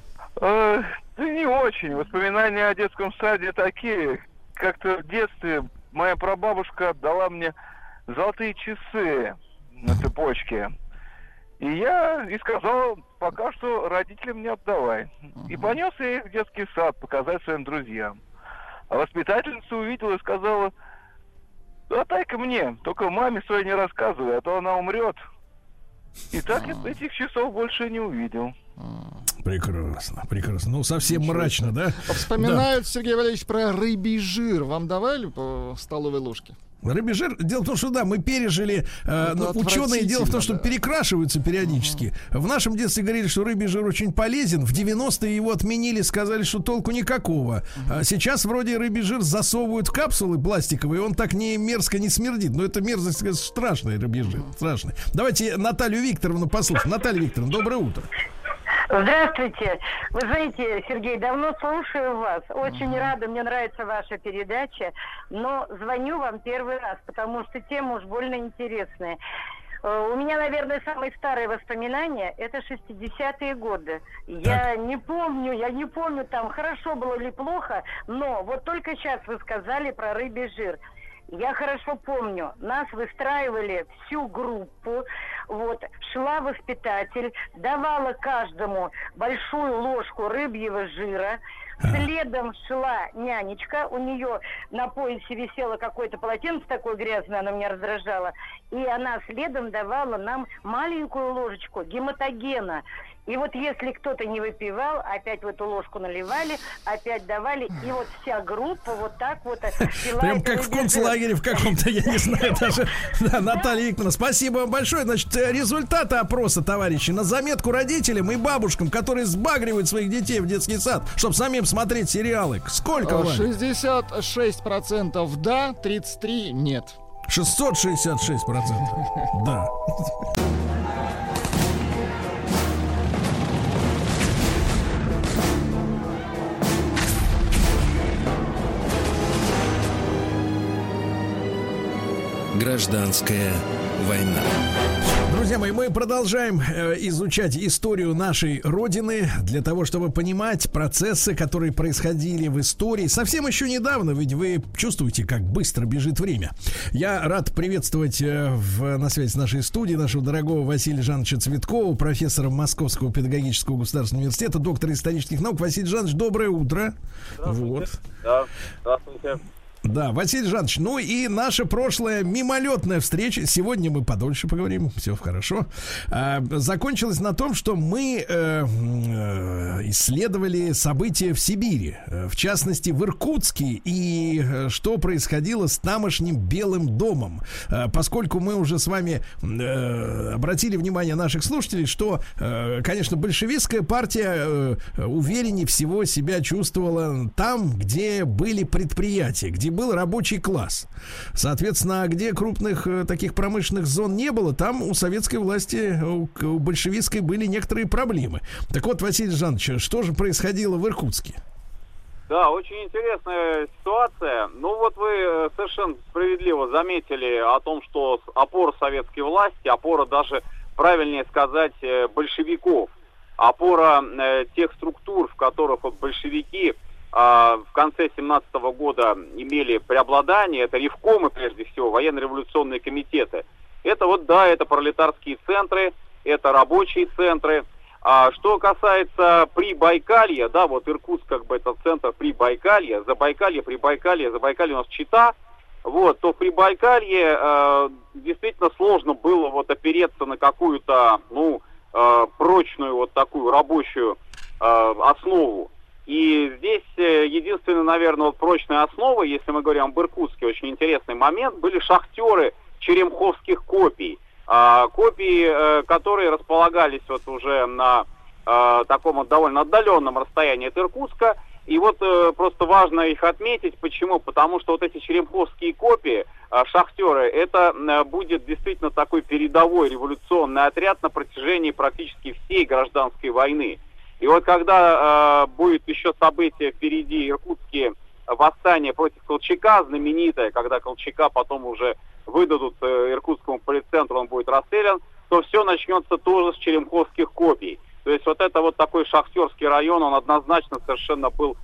Э, да не очень. Воспоминания о детском саде такие. Как-то в детстве моя прабабушка дала мне золотые часы на цепочке. И я и сказал: пока что родителям не отдавай. Uh-huh. И понес я их в детский сад показать своим друзьям. А воспитательница увидела и сказала: отдай-ка мне, только маме своей не рассказывай, а то она умрет. И так я этих часов больше не увидел. Прекрасно, прекрасно. Ну, совсем Ничего мрачно, да? Вспоминают, да. Сергей Валерьевич, про рыбий жир. Вам давали по столовой ложке? Рыбий жир, дело в том, что да, мы пережили, э, но ученые, дело в том, что да. перекрашиваются периодически. Uh-huh. В нашем детстве говорили, что рыбий жир очень полезен. В девяностые его отменили, сказали, что толку никакого. Uh-huh. А сейчас вроде рыбий жир засовывают в капсулы пластиковые, он так не мерзко не смердит. Но это мерзость, сказать, страшная, рыбий жир, uh-huh. страшный. Давайте Наталью Викторовну послушаем. Наталья Викторовна, доброе утро. Здравствуйте. Вы знаете, Сергей, давно слушаю вас. Очень mm-hmm. рада, мне нравится ваша передача. Но звоню вам первый раз, потому что тема уж больно интересная. У меня, наверное, самые старые воспоминания – это шестидесятые годы. Я не помню, я не помню, там, хорошо было или плохо, но вот только сейчас вы сказали про рыбий жир. Я хорошо помню, нас выстраивали всю группу, вот, шла воспитатель, давала каждому большую ложку рыбьего жира, следом шла нянечка, у нее на поясе висело какое-то полотенце такое грязное, оно меня раздражало, и она следом давала нам маленькую ложечку гематогена. И вот если кто-то не выпивал, опять в эту ложку наливали, опять давали, и вот вся группа вот так вот пила. Прям как в концлагере в каком-то, я не знаю даже. Да, Наталья Викторовна, спасибо вам большое. Значит, результаты опроса, товарищи, на заметку родителям и бабушкам, которые сбагривают своих детей в детский сад, чтобы самим смотреть сериалы. Сколько вам? шестьдесят шесть процентов да, тридцать три нет. шестьсот шестьдесят шесть процентов да. Гражданская война. Друзья мои, мы продолжаем э, изучать историю нашей Родины для того, чтобы понимать процессы, которые происходили в истории совсем еще недавно, ведь вы чувствуете, как быстро бежит время. Я рад приветствовать э, в, на связи с нашей студией нашего дорогого Василия Жановича Цветкова, профессора Московского педагогического государственного университета, доктора исторических наук. Василий Жанович, доброе утро. Здравствуйте. Вот. Да, здравствуйте. Да, Василий Жанович, ну и наша прошлая мимолетная встреча, сегодня мы подольше поговорим, все хорошо, а, закончилась на том, что мы э, э, исследовали события в Сибири, в частности в Иркутске, и э, что происходило с тамошним Белым домом, э, поскольку мы уже с вами э, обратили внимание наших слушателей, что, э, конечно, большевистская партия э, увереннее всего себя чувствовала там, где были предприятия, где был рабочий класс. Соответственно, где крупных э, таких промышленных зон не было, там у советской власти, у, у большевистской были некоторые проблемы. Так вот, Василий Жанович, что же происходило в Иркутске? Да, очень интересная ситуация. Ну вот вы совершенно справедливо заметили о том, что опора советской власти, опора даже, правильнее сказать, большевиков, опора э, тех структур, в которых вот большевики в конце семнадцатого года имели преобладание, это ревкомы, прежде всего, военно-революционные комитеты. Это вот, да, это пролетарские центры, это рабочие центры. А что касается Прибайкалья, да, вот Иркутск как бы это центр Прибайкалья, Забайкалье, Прибайкалье, Забайкалье у нас Чита, вот, то в Прибайкалье э, действительно сложно было вот опереться на какую-то, ну, э, прочную вот такую рабочую э, основу. И здесь единственная, наверное, вот прочная основа, если мы говорим об Иркутске, очень интересный момент, были шахтеры черемховских копий. А, копии, э, которые располагались вот уже на э, таком вот довольно отдаленном расстоянии от Иркутска. И вот э, просто важно их отметить. Почему? Потому что вот эти черемховские копии, э, шахтеры, это э, будет действительно такой передовой революционный отряд на протяжении практически всей гражданской войны. И вот когда э, будет еще событие впереди, иркутские восстания против Колчака, знаменитое, когда Колчака потом уже выдадут э, иркутскому полицентру, он будет расстрелян, то все начнется тоже с черемховских копий. То есть вот это вот такой шахтерский район, он однозначно совершенно был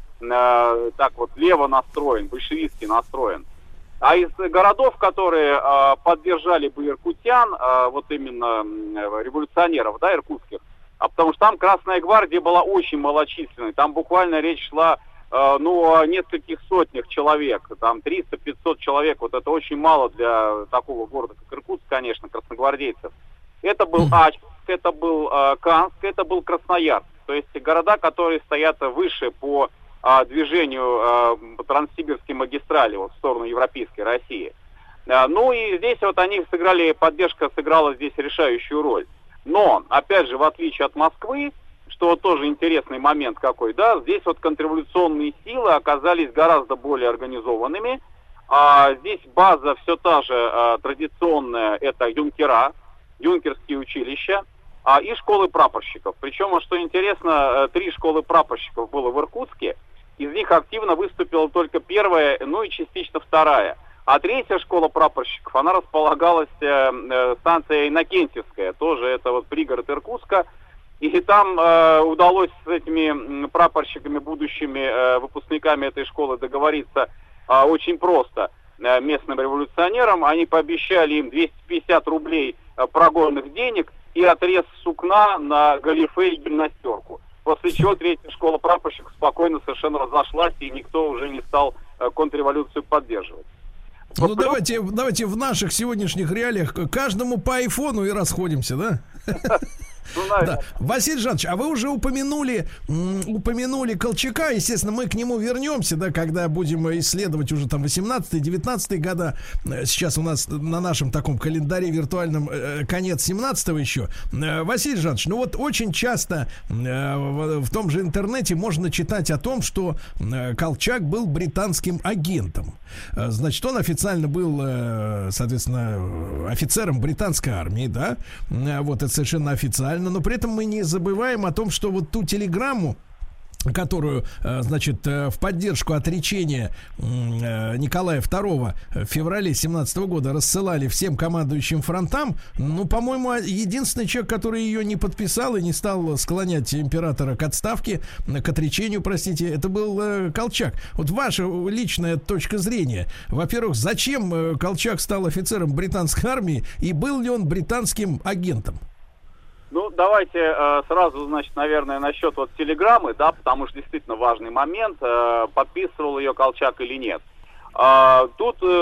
э, так вот лево настроен, большевистски настроен. А из городов, которые э, поддержали бы иркутян, э, вот именно э, революционеров, да, иркутских, а потому что там Красная гвардия была очень малочисленной. Там буквально речь шла э, ну, о нескольких сотнях человек. Там триста-пятьсот человек. Вот это очень мало для такого города, как Иркутск, конечно, красногвардейцев. Это был А, это был э, Канск, это был Красноярск. То есть города, которые стоят выше по э, движению э, по Транссибирской магистрали вот, в сторону Европейской России. Э, ну и здесь вот они сыграли, поддержка сыграла здесь решающую роль. Но, опять же, в отличие от Москвы, что тоже интересный момент какой, да, здесь вот контрреволюционные силы оказались гораздо более организованными. А здесь база все та же а, традиционная, это юнкера, юнкерские училища а, и школы прапорщиков. Причем, что интересно, три школы прапорщиков было в Иркутске, из них активно выступила только первая, ну и частично вторая. А третья школа прапорщиков, она располагалась э, э, станция Иннокентьевская, тоже это вот пригород Иркутска. И там э, удалось с этими прапорщиками, будущими э, выпускниками этой школы договориться э, очень просто э, местным революционерам. Они пообещали им двести пятьдесят рублей э, прогонных денег и отрез сукна на галифе и гимнастерку. После чего третья школа прапорщиков спокойно совершенно разошлась, и никто уже не стал э, контрреволюцию поддерживать. Ну вот давайте, давайте в наших сегодняшних реалиях каждому по айфону и расходимся, да? Ну, да. Василий Жанович, а вы уже упомянули, упомянули Колчака, естественно, мы к нему вернемся, да, когда будем исследовать уже там восемнадцатый-девятнадцатый года. Сейчас у нас на нашем таком календаре виртуальном конец семнадцатого еще. Василий Жанович, ну вот очень часто в том же интернете можно читать о том, что Колчак был британским агентом. Значит, он официально был, соответственно, офицером британской армии, да, вот это совершенно официально, но при этом мы не забываем о том, что вот ту телеграмму, которую, значит, в поддержку отречения Николая второго в феврале семнадцатого года рассылали всем командующим фронтам, ну, по-моему, единственный человек, который ее не подписал и не стал склонять императора к отставке, к отречению, простите, это был Колчак. Вот ваша личная точка зрения. Во-первых, зачем Колчак стал офицером британской армии и был ли он британским агентом? Ну, давайте э, сразу, значит, наверное, насчет вот телеграммы, да, потому что действительно важный момент, э, подписывал ее Колчак или нет. Э, тут э,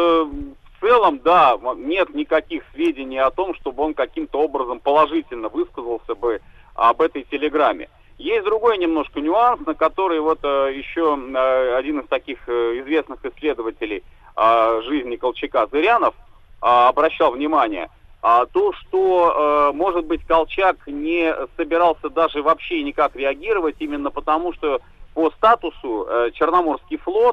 в целом, да, нет никаких сведений о том, чтобы он каким-то образом положительно высказался бы об этой телеграмме. Есть другой немножко нюанс, на который вот э, еще э, один из таких э, известных исследователей э, жизни Колчака, Зырянов, э, обращал внимание. А то, что, э, может быть, Колчак не собирался даже вообще никак реагировать, именно потому, что по статусу э, Черноморский флот,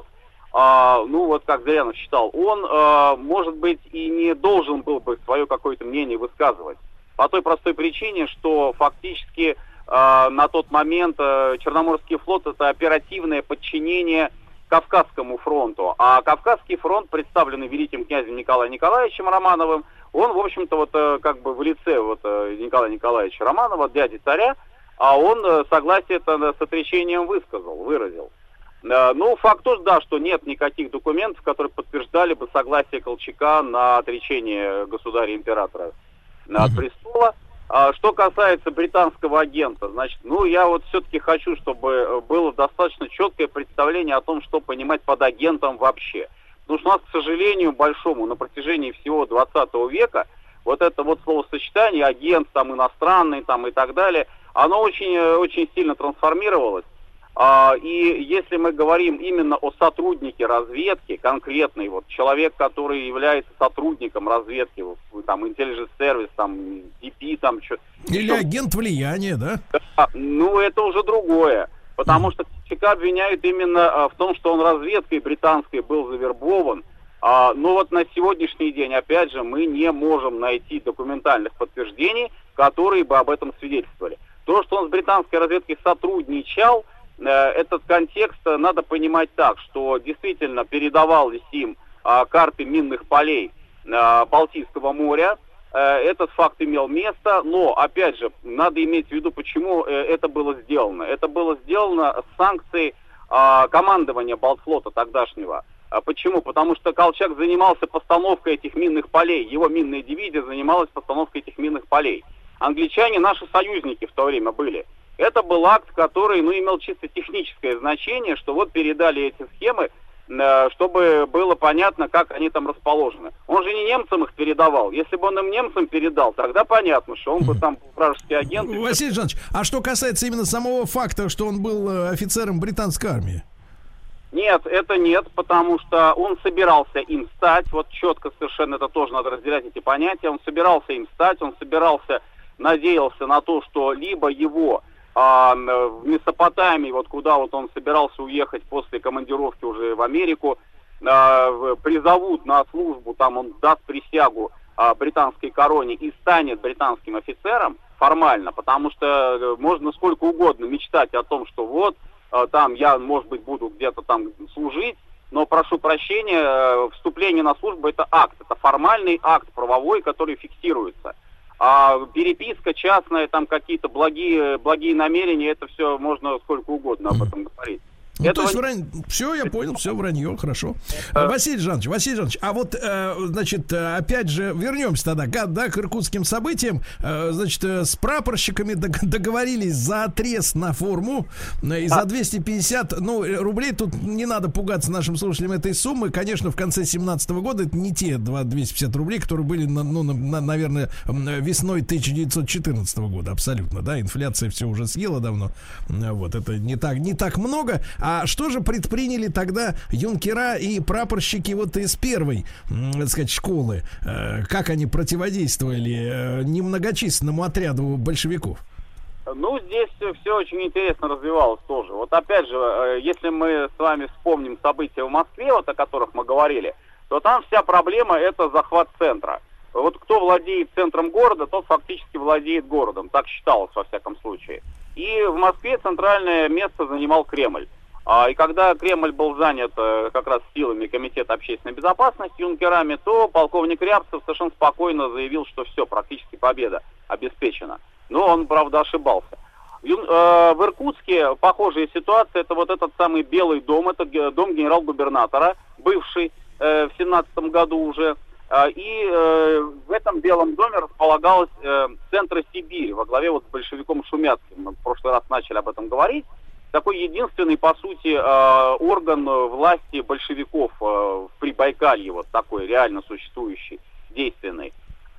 э, ну вот как Зырянов считал, он, э, может быть, и не должен был бы свое какое-то мнение высказывать. По той простой причине, что фактически э, на тот момент э, Черноморский флот — это оперативное подчинение Кавказскому фронту. А Кавказский фронт, представленный великим князем Николаем Николаевичем Романовым, он, в общем-то, вот как бы в лице вот Николая Николаевича Романова, дяди царя, а он согласие это с отречением высказал, выразил. Ну, факт тот, да, что нет никаких документов, которые подтверждали бы согласие Колчака на отречение государя-императора от престола. А что касается британского агента, значит, ну, я вот все-таки хочу, чтобы было достаточно четкое представление о том, что понимать под агентом вообще. Потому что у нас, к сожалению, большому, на протяжении всего двадцатого века вот это вот словосочетание агент, там, иностранный, там, и так далее, оно очень, очень сильно трансформировалось. А, и если мы говорим именно о сотруднике разведки, конкретный вот человек, который является сотрудником разведки, там, intelligence service, там, ди пи, там, что... Или агент влияния, да? Да, ну, это уже другое. Потому что Колчака обвиняют именно а, в том, что он разведкой британской был завербован. А, но вот на сегодняшний день, опять же, мы не можем найти документальных подтверждений, которые бы об этом свидетельствовали. То, что он с британской разведкой сотрудничал, э, этот контекст надо понимать так, что действительно передавались им а, карты минных полей а, Балтийского моря. Этот факт имел место, но, опять же, надо иметь в виду, почему это было сделано. Это было сделано с санкцией а, командования Балтфлота тогдашнего. А почему? Потому что Колчак занимался постановкой этих минных полей, его минная дивизия занималась постановкой этих минных полей. Англичане наши союзники в то время были. Это был акт, который, ну, имел чисто техническое значение, что вот передали эти схемы чтобы было понятно, как они там расположены. Он же не немцам их передавал. Если бы он им немцам передал, тогда понятно, что он бы там вражеский агент. Василий Жанович, а что касается именно самого факта, что он был офицером британской армии? Нет, это нет, потому что он собирался им стать, вот четко совершенно это тоже надо разделять эти понятия, он собирался им стать, он собирался, надеялся на то, что либо его а, в Месопотамии, вот куда вот он собирался уехать после командировки уже в Америку, а, призовут на службу, там он даст присягу а, британской короне и станет британским офицером формально, потому что можно сколько угодно мечтать о том, что вот, там я, может быть, буду где-то там служить, но, прошу прощения, вступление на службу — это акт, это формальный акт правовой, который фиксируется. А переписка частная, там какие-то благие, благие намерения, это все можно сколько угодно об этом говорить. Ну, то есть врань... все, я понял, все вранье, хорошо. А... Василий Жанович, Василий Жанович, а вот, э, значит, опять же, вернемся тогда, да, к иркутским событиям. Э, значит, с прапорщиками договорились за отрез на форму и за двести пятьдесят, ну, рублей. Тут не надо пугаться нашим слушателям этой суммы. Конечно, в конце семнадцатого года это не те двести пятьдесят рублей, которые были, ну, на, наверное, весной тысяча девятьсот четырнадцатого года, абсолютно, да, инфляция все уже съела давно. Вот, это не так, не так много. А что же предприняли тогда юнкера и прапорщики вот из первой, так сказать, школы? Как они противодействовали немногочисленному отряду большевиков? Ну, здесь все очень интересно развивалось тоже. Вот опять же, если мы с вами вспомним события в Москве, вот о которых мы говорили, то там вся проблема — это захват центра. Вот кто владеет центром города, тот фактически владеет городом. Так считалось, во всяком случае. И в Москве центральное место занимал Кремль. И когда Кремль был занят как раз силами Комитета общественной безопасности, юнкерами, то полковник Рябцев совершенно спокойно заявил, что все, практически победа обеспечена. Но он, правда, ошибался. В Иркутске похожая ситуация, это вот этот самый Белый дом, это дом генерал-губернатора, бывший в семнадцатом году уже. И в этом Белом доме располагалась Центр Сибирь во главе вот с большевиком Шумяцким. Мы в прошлый раз начали об этом говорить. Такой единственный, по сути, орган власти большевиков в Прибайкалье, вот такой реально существующий, действенный.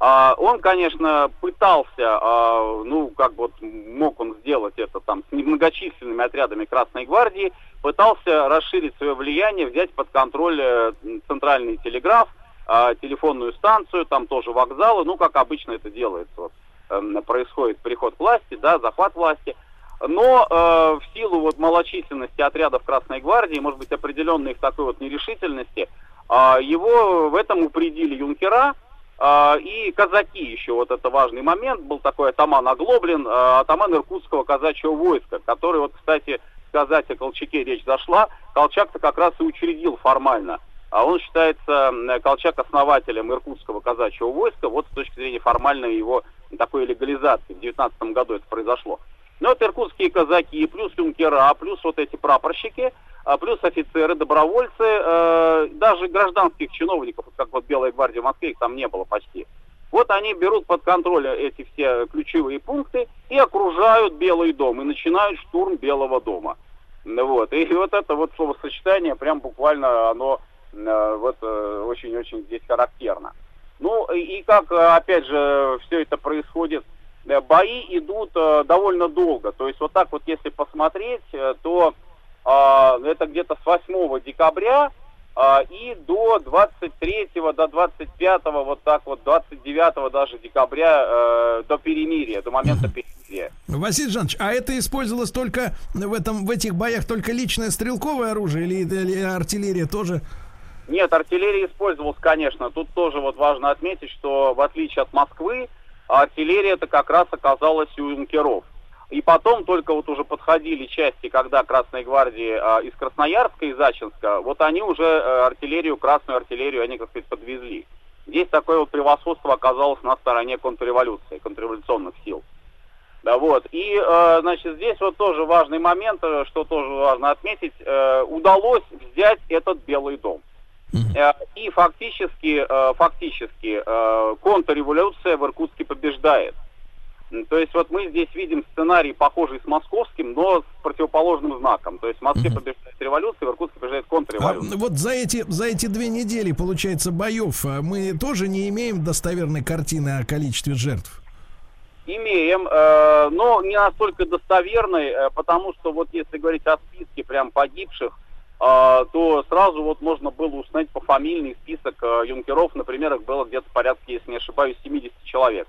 Он, конечно, пытался, ну, как вот мог он сделать это там с немногочисленными отрядами Красной гвардии, пытался расширить свое влияние, взять под контроль центральный телеграф, телефонную станцию, там тоже вокзалы, ну, как обычно это делается, вот, происходит приход к власти, да, захват власти. Но э, в силу вот малочисленности отрядов Красной гвардии, может быть, определенной их такой вот нерешительности, э, его в этом упредили юнкера э, и казаки еще. Вот это важный момент. Был такой атаман Оглоблин, э, атаман Иркутского казачьего войска, который, вот, кстати, сказать о Колчаке речь зашла, Колчак-то как раз и учредил формально. А он считается, Колчак, основателем Иркутского казачьего войска, вот с точки зрения формальной его такой легализации. В девятнадцатом году это произошло. Ну, это иркутские казаки, плюс юнкера, плюс вот эти прапорщики, плюс офицеры, добровольцы, э, даже гражданских чиновников, как вот Белая гвардия в Москве, их там не было почти. Вот они берут под контроль эти все ключевые пункты и окружают Белый дом, и начинают штурм Белого дома. Вот. И вот это вот словосочетание, прям буквально оно э, вот э, очень-очень здесь характерно. Ну, и, и как, опять же, все это происходит. Бои идут э, довольно долго. То есть вот так вот, если посмотреть, э, то э, это где-то с восьмого декабря э, и до двадцать третьего, до двадцать пятого, вот так вот, двадцать девятого даже декабря, э, до перемирия, до момента перемирия. Василий Жанович, а это использовалось только в, этом, в этих боях только личное стрелковое оружие или, или артиллерия тоже? Нет, артиллерия использовалась, конечно. Тут тоже вот важно отметить, что в отличие от Москвы, артиллерия-то как раз оказалась у юнкеров. И потом только вот уже подходили части, когда Красной гвардии а, из Красноярска, из Ачинска, вот они уже а, артиллерию, красную артиллерию, они, как сказать, подвезли. Здесь такое вот превосходство оказалось на стороне контрреволюции, контрреволюционных сил. Да, вот. И, а, значит, здесь вот тоже важный момент, что тоже важно отметить, а, удалось взять этот Белый дом. И фактически, фактически контрреволюция в Иркутске побеждает. То есть вот мы здесь видим сценарий, похожий с московским, но с противоположным знаком. То есть в Москве побеждает революция, в Иркутске побеждает контрреволюция. А вот за эти, за эти две недели, получается, боев мы тоже не имеем достоверной картины о количестве жертв? Имеем, э, но не настолько достоверной, э, потому что вот если говорить о списке прям погибших, э, то сразу вот можно было установить пофамильный список э, юнкеров, например, их было где-то порядка, если не ошибаюсь, семьдесят человек.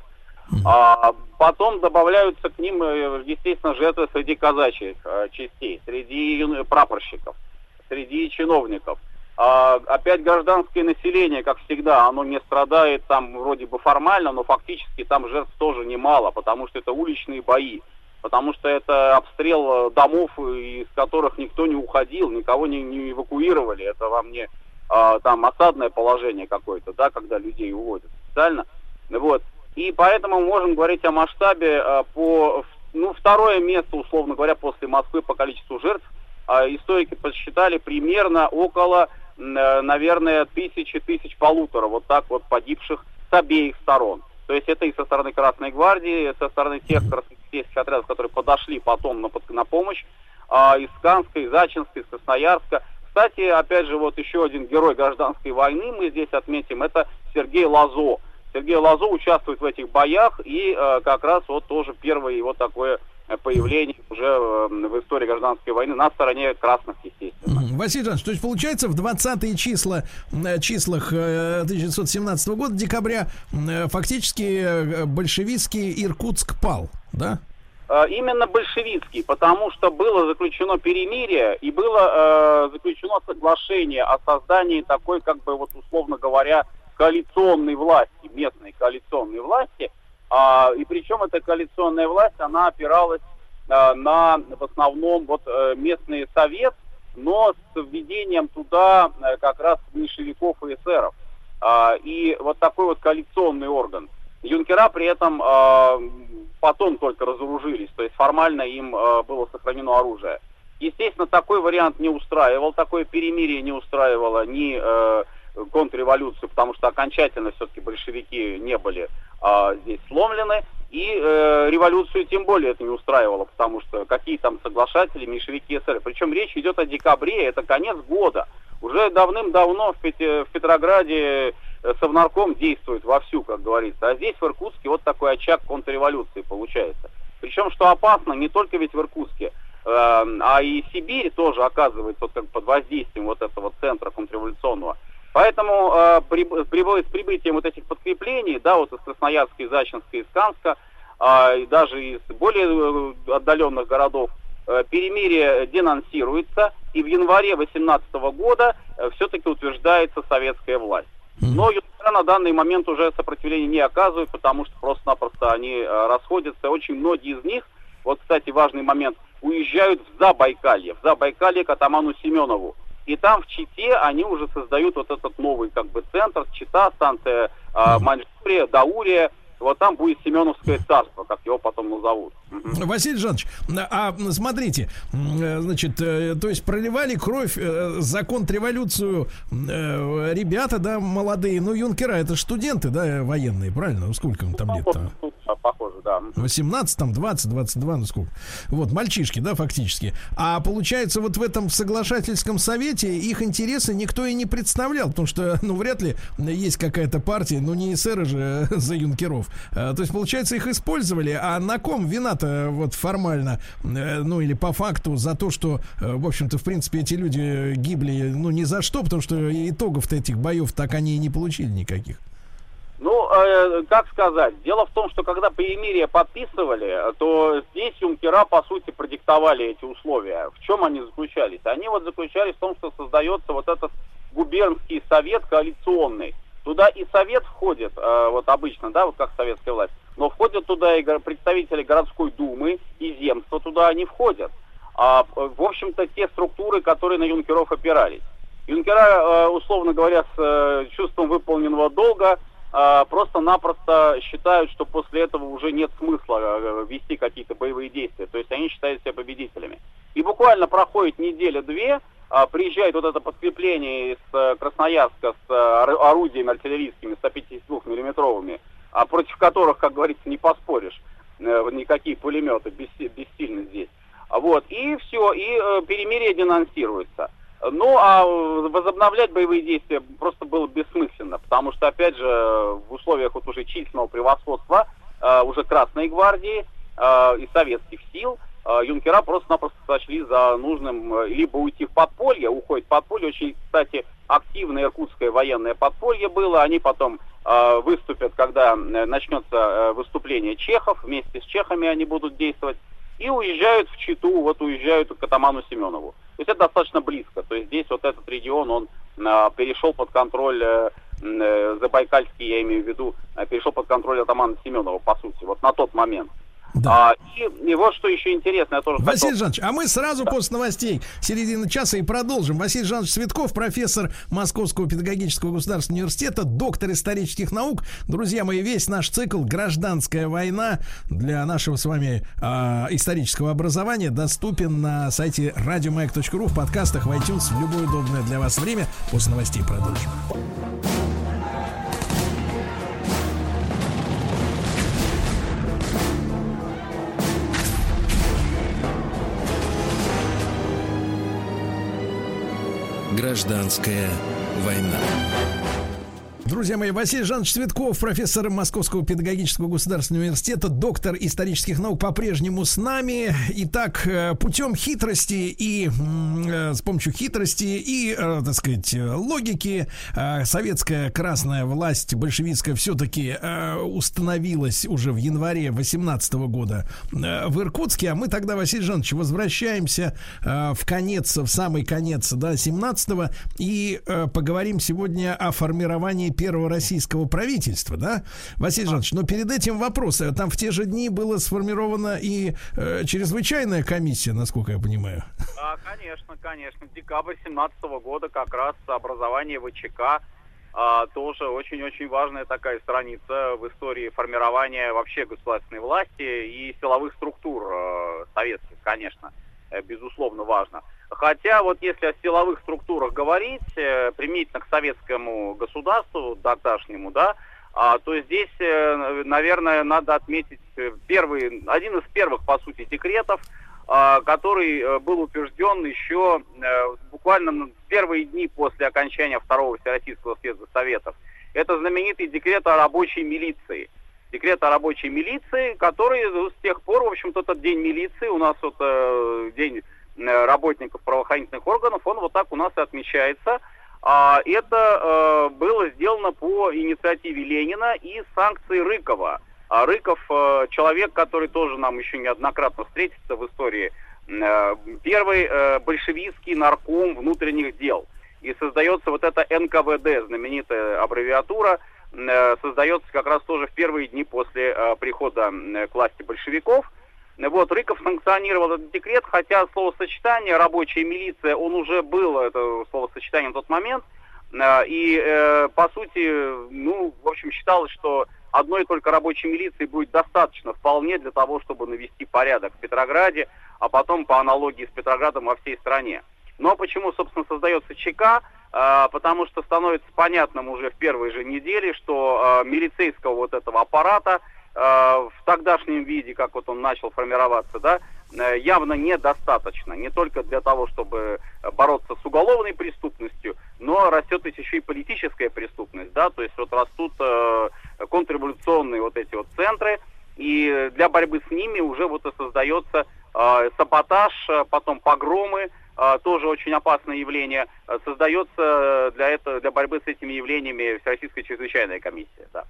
А потом добавляются к ним, естественно, жертвы среди казачьих э, частей, среди ю... прапорщиков, среди чиновников. А, опять гражданское население, как всегда, оно не страдает там вроде бы формально, но фактически там жертв тоже немало, потому что это уличные бои, потому что это обстрел домов, из которых никто не уходил, никого не, не эвакуировали. Это вам не а, там осадное положение какое-то, да, когда людей уводят специально. Вот. И поэтому мы можем говорить о масштабе э, по, ну, второе место, условно говоря, после Москвы по количеству жертв. Э, историки посчитали примерно около, э, наверное, тысячи, тысяч полутора, вот так вот погибших с обеих сторон. То есть это и со стороны Красной Гвардии, и со стороны тех красногвардейских отрядов, которые подошли потом на, на помощь, э, из Канска, из Ачинска, из Красноярска. Кстати, опять же, вот еще один герой гражданской войны мы здесь отметим, это Сергей Лазо. Сергей Лазо участвует в этих боях, и э, как раз вот тоже первое его такое появление уже э, в истории гражданской войны на стороне красных, естественно. Василий Жанович, то есть получается в двадцатые числа, числах э, тысяча девятьсот семнадцатого года, декабря, э, фактически э, большевистский Иркутск пал, да? Э, именно большевистский, потому что было заключено перемирие и было э, заключено соглашение о создании такой, как бы вот условно говоря, коалиционной власти, местной коалиционной власти, а, и причем эта коалиционная власть, она опиралась а, на, в основном, вот местный совет, но с введением туда а, как раз меньшевиков и эсеров. А, и вот такой вот коалиционный орган. Юнкера при этом а, потом только разоружились, то есть формально им а, было сохранено оружие. Естественно, такой вариант не устраивал, такое перемирие не устраивало ни а, контрреволюцию, потому что окончательно все-таки большевики не были а, здесь сломлены, и э, революцию тем более это не устраивало, потому что какие там соглашатели, меньшевики и эсеры. Причем речь идет о декабре, это конец года. Уже давным-давно в, Пет- в Петрограде Совнарком действует вовсю, как говорится, а здесь в Иркутске вот такой очаг контрреволюции получается. Причем, что опасно, не только ведь в Иркутске, э, а и Сибирь тоже оказывается вот, как под воздействием вот этого центра контрреволюционного. Поэтому э, при, при, с прибытием вот этих подкреплений, да, вот из Красноярска, из Ачинска, из Канска, э, и даже из более э, отдаленных городов, э, перемирие денонсируется, и в январе две тысячи восемнадцатого года э, все-таки утверждается советская власть. Но юнкера на данный момент уже сопротивления не оказывают, потому что просто-напросто они э, расходятся. Очень многие из них, вот, кстати, важный момент, уезжают в Забайкалье, в Забайкалье к атаману Семенову. И там в Чите они уже создают вот этот новый как бы центр, Чита, станция э, Маньчжурия, Даурия. Вот там будет Семеновское царство, как его потом назовут. Василий Жанович, а смотрите, значит, то есть проливали кровь за контрреволюцию ребята, да, молодые, ну, юнкера, это же студенты, да, военные, правильно? Ну, сколько им там лет-то? Похоже, да. восемнадцать, там, двадцать, двадцать два, ну, сколько? Вот, мальчишки, да, фактически. А получается, вот в этом соглашательском совете их интересы никто и не представлял, потому что, ну, вряд ли есть какая-то партия, ну, не эсеры же за юнкеров. То есть, получается, их использовали, а на ком вина-то вот формально, ну или по факту за то, что, в общем-то, в принципе, эти люди гибли, ну, ни за что, потому что итогов-то этих боев так они и не получили никаких. Ну, э, как сказать, дело в том, что когда перемирие подписывали, то здесь юнкера, по сути, продиктовали эти условия. В чем они заключались? Они вот заключались в том, что создается вот этот губернский совет коалиционный. Туда и совет входит, э, вот обычно, да, вот как советская власть, но входят туда и представители городской думы, и земства туда они входят. А, в общем-то, те структуры, которые на юнкеров опирались. Юнкера, э, условно говоря, с э, чувством выполненного долга, э, просто-напросто считают, что после этого уже нет смысла э, вести какие-то боевые действия. То есть они считают себя победителями. И буквально проходит неделя-две, приезжает вот это подкрепление из Красноярска с орудиями артиллерийскими сто пятьдесят двухмиллиметровыми, против которых, как говорится, не поспоришь. никакие пулеметы бессильны здесь. Вот, и все, и э, перемирие денонсируется. Ну, а возобновлять боевые действия просто было бессмысленно, потому что, опять же, в условиях вот уже численного превосходства э, уже Красной гвардии э, и советских сил э, юнкера просто-напросто сочли за нужным э, либо уйти в подполье, уходит в подполье, очень, кстати, активное иркутское военное подполье было, они потом э, выступят, когда э, начнется э, выступление чехов, вместе с чехами они будут действовать, и уезжают в Читу, вот уезжают к атаману Семенову. То есть это достаточно близко. То есть здесь вот этот регион, он а, перешел под контроль, э, э, Забайкальский, я имею в виду, э, перешел под контроль атамана Семенова, по сути, вот на тот момент. Да. А, и, и вот что еще интересно, я тоже Василий хотел... Жанович, а мы сразу да. после новостей середины часа и продолжим. Василий Жанович Цветков, профессор Московского педагогического государственного университета, доктор исторических наук. Друзья мои, весь наш цикл «Гражданская война» для нашего с вами э, исторического образования доступен на сайте радиомаяк точка ру, в подкастах, в iTunes, в любое удобное для вас время. После новостей продолжим. Гражданская война. Друзья мои, Василий Жанович Цветков, профессор Московского педагогического государственного университета, доктор исторических наук, по-прежнему с нами. Итак, путем хитрости и э, с помощью хитрости и, э, так сказать, логики э, советская красная власть большевистская все-таки э, установилась уже в январе восемнадцатого года э, в Иркутске. А мы тогда, Василий Жанович, возвращаемся э, в конец, в самый конец, да, семнадцатого и э, поговорим сегодня о формировании первого российского правительства, да, Василий Жанович, но перед этим вопрос. Там в те же дни была сформирована и э, чрезвычайная комиссия, насколько я понимаю. А, конечно, конечно. Декабрь семнадцатого года как раз образование ВЧК, а, тоже очень-очень важная такая страница в истории формирования вообще государственной власти и силовых структур э, советских, конечно, э, безусловно важно. Хотя вот если о силовых структурах говорить, э, применительно к советскому государству, тогдашнему, да, а, то здесь, э, наверное, надо отметить первый, один из первых, по сути, декретов, э, который э, был утвержден еще э, буквально в первые дни после окончания Второго Всероссийского съезда Советов. Это знаменитый декрет о рабочей милиции. Декрет о рабочей милиции, который с тех пор, в общем-то, этот день милиции, у нас вот э, день работников правоохранительных органов, он вот так у нас и отмечается. А, это э, было сделано по инициативе Ленина и санкции Рыкова. А Рыков э, человек, который тоже нам еще неоднократно встретится в истории, э, первый э, большевистский нарком внутренних дел. И создается вот эта эн ка вэ дэ, знаменитая аббревиатура, э, создается как раз тоже в первые дни после э, прихода э, к власти большевиков. Вот, Рыков санкционировал этот декрет, хотя словосочетание «рабочая милиция», он уже был, это словосочетание в тот момент, и, э, по сути, ну, в общем, считалось, что одной только рабочей милиции будет достаточно вполне для того, чтобы навести порядок в Петрограде, а потом по аналогии с Петроградом во всей стране. Но почему, собственно, создается ЧК? Э, потому что становится понятным уже в первой же неделе, что э, милицейского вот этого аппарата в тогдашнем виде, как вот он начал формироваться, да, явно недостаточно. Не только для того, чтобы бороться с уголовной преступностью, но растет еще и политическая преступность, да, то есть вот растут э, контрреволюционные вот эти вот центры, и для борьбы с ними уже вот и создается э, саботаж, потом погромы, э, тоже очень опасное явление, создается для этого, для борьбы с этими явлениями Всероссийская чрезвычайная комиссия, да.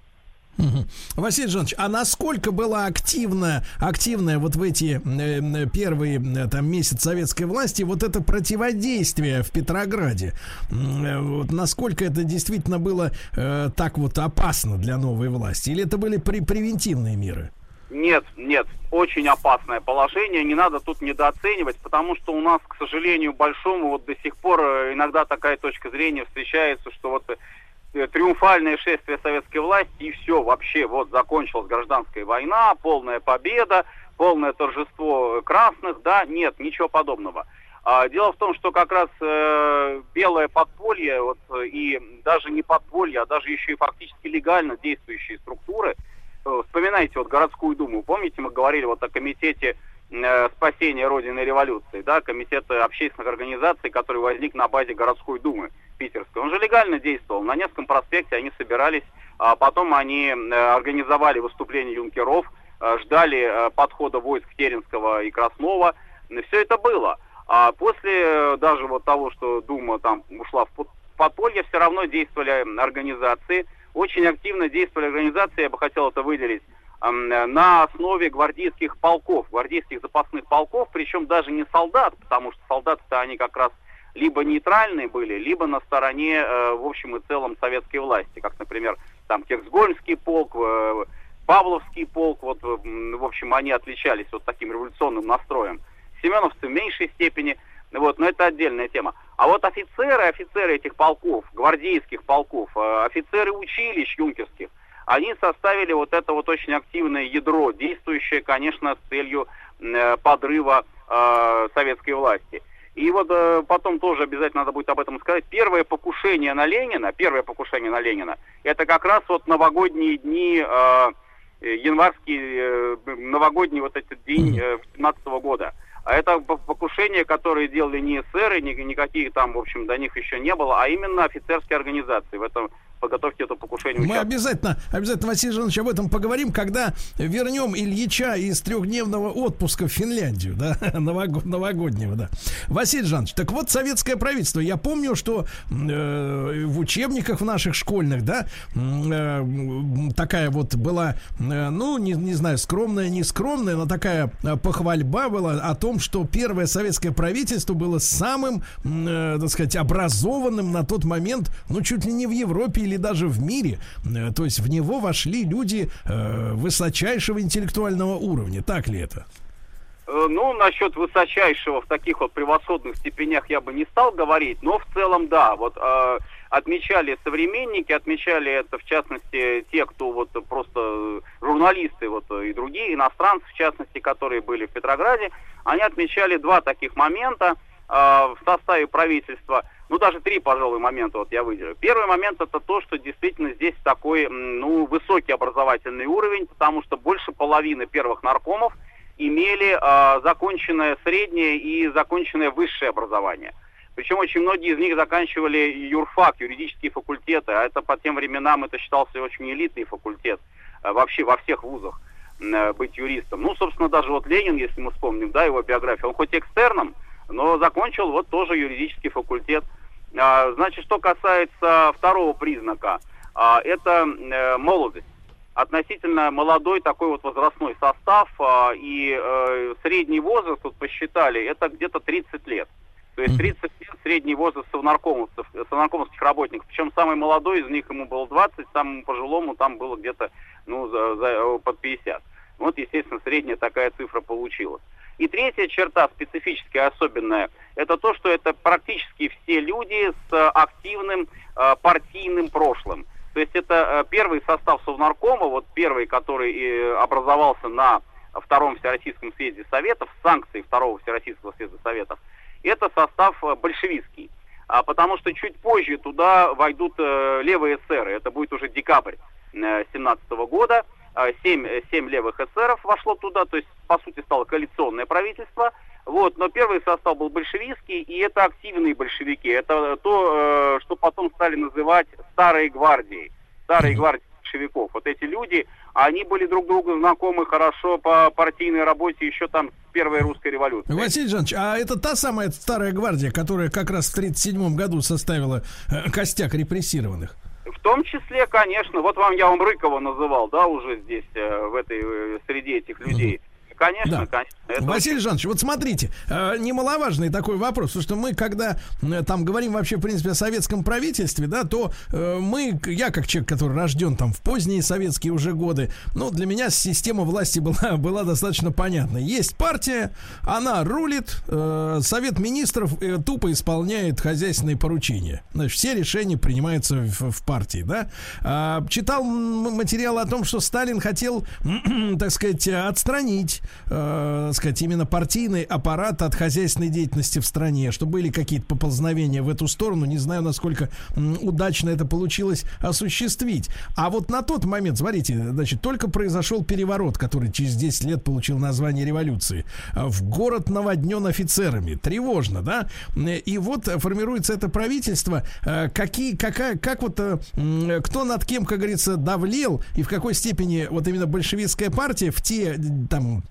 Василий Жанович, а насколько была активна, активная вот в эти э, первые э, там месяцы советской власти вот это противодействие в Петрограде? Э, вот насколько это действительно было э, так вот опасно для новой власти? Или это были при, превентивные меры? Нет, нет, очень опасное положение, не надо тут недооценивать, потому что у нас, к сожалению, большому вот до сих пор иногда такая точка зрения встречается, что вот триумфальное шествие советской власти и все, вообще, вот закончилась гражданская война, полная победа, полное торжество красных, да, нет, ничего подобного. А, дело в том, что как раз э, белое подполье, вот, и даже не подполье, а даже еще и фактически легально действующие структуры, вспоминайте вот городскую думу. Помните, мы говорили вот о комитете э, спасения Родины и революции, да, комитет общественных организаций, который возник на базе городской думы питерской. Он же легально действовал. На Невском проспекте они собирались, а потом они э, организовали выступление юнкеров, э, ждали э, подхода войск Керенского и Краснова. Все это было. А после даже вот того, что Дума там ушла в подполье, все равно действовали организации, очень активно действовали организации, я бы хотел это выделить, на основе гвардейских полков, гвардейских запасных полков, причем даже не солдат, потому что солдаты-то они как раз либо нейтральные были, либо на стороне, в общем и целом, советской власти, как, например, там Кирсгольмский полк, Павловский полк, вот, в общем, они отличались вот таким революционным настроем. Семеновцы в меньшей степени, вот, но это отдельная тема. А вот офицеры, офицеры этих полков, гвардейских полков, офицеры училищ юнкерских, они составили вот это вот очень активное ядро, действующее, конечно, с целью э, подрыва э, советской власти. И вот э, потом тоже обязательно надо будет об этом сказать. Первое покушение на Ленина, первое покушение на Ленина, это как раз вот новогодние дни, э, январский, э, новогодний вот этот день э, семнадцатого года. А это покушение, которое делали не эсеры, ни, никаких там, в общем, до них еще не было, а именно офицерские организации. В этом подготовке этого покушения. Мы обязательно, обязательно, Василий Жанович, об этом поговорим, когда вернем Ильича из трехдневного отпуска в Финляндию, да, Новогод, новогоднего, да. Василий Жанович, так вот, советское правительство, я помню, что э, в учебниках в наших школьных, да, э, такая вот была, э, ну, не, не знаю, скромная, не скромная, но такая похвальба была о том, что первое советское правительство было самым, э, так сказать, образованным на тот момент, ну, чуть ли не в Европе или даже в мире. То есть в него вошли люди э, высочайшего интеллектуального уровня. Так ли это? Ну, насчет высочайшего в таких вот превосходных степенях я бы не стал говорить, но в целом да. Вот э, отмечали современники, отмечали это в частности те, кто вот просто журналисты вот и другие, иностранцы в частности, которые были в Петрограде, они отмечали два таких момента э, в составе правительства. Ну, даже три, пожалуй, момента вот я выделю. Первый момент — это то, что действительно здесь такой, ну, высокий образовательный уровень, потому что больше половины первых наркомов имели э, законченное среднее и законченное высшее образование. Причем очень многие из них заканчивали юрфак, юридические факультеты, а это по тем временам это считался очень элитный факультет э, вообще во всех вузах э, быть юристом. Ну, собственно, даже вот Ленин, если мы вспомним, да, его биографию, он хоть экстерном, но закончил вот тоже юридический факультет. Значит, что касается второго признака, это молодость. Относительно молодой такой вот возрастной состав, и средний возраст, вот посчитали, это где-то тридцать лет. То есть тридцать лет средний возраст совнаркомовцев, совнаркомовских работников. Причем самый молодой из них, ему было двадцать, самому пожилому там было где-то, ну, за, за, под пятьдесят. Вот, естественно, средняя такая цифра получилась. И третья черта, специфическая, особенная, это то, что это практически все люди с активным э, партийным прошлым. То есть это э, первый состав Совнаркома, вот первый, который э, образовался на Втором Всероссийском съезде Советов, санкции Второго Всероссийского съезда Советов, это состав э, большевистский. А, потому что чуть позже туда войдут э, левые эсеры, это будет уже декабрь э, семнадцатого года. Семь, семь левых эсеров вошло туда, то есть, по сути, стало коалиционное правительство. Вот, но первый состав был большевистский, и это активные большевики. Это то, что потом стали называть старой гвардией. Старой гвардией большевиков. Вот эти люди, они были друг другу знакомы хорошо по партийной работе еще там с первой русской революции. Василий Жанович, а это та самая старая гвардия, которая как раз в тридцать седьмом году составила костяк репрессированных? В том числе, конечно, вот вам я вам Рыкова называл, да, уже здесь, э, в этой, э, среди этих людей. Конечно, да. Конечно. Это Василий очень... Жанович, вот смотрите, э, немаловажный такой вопрос, потому что мы, когда э, там говорим вообще, в принципе, о советском правительстве, да, то э, мы, я как человек, который рожден там в поздние советские уже годы, ну, для меня система власти была, была достаточно понятна. Есть партия, она рулит, э, Совет министров э, тупо исполняет хозяйственные поручения. Значит, все решения принимаются в, в партии, да. А, читал материал о том, что Сталин хотел, так сказать, отстранить э, сказать, именно партийный аппарат от хозяйственной деятельности в стране, что были какие-то поползновения в эту сторону. Не знаю, насколько м, удачно это получилось осуществить. А вот на тот момент, смотрите, значит, только произошел переворот, который через десять лет получил название революции. В город наводнен офицерами. Тревожно, да? И вот формируется это правительство. Какие, какая, как вот кто над кем, как говорится, давлел, и в какой степени вот именно большевистская партия в те там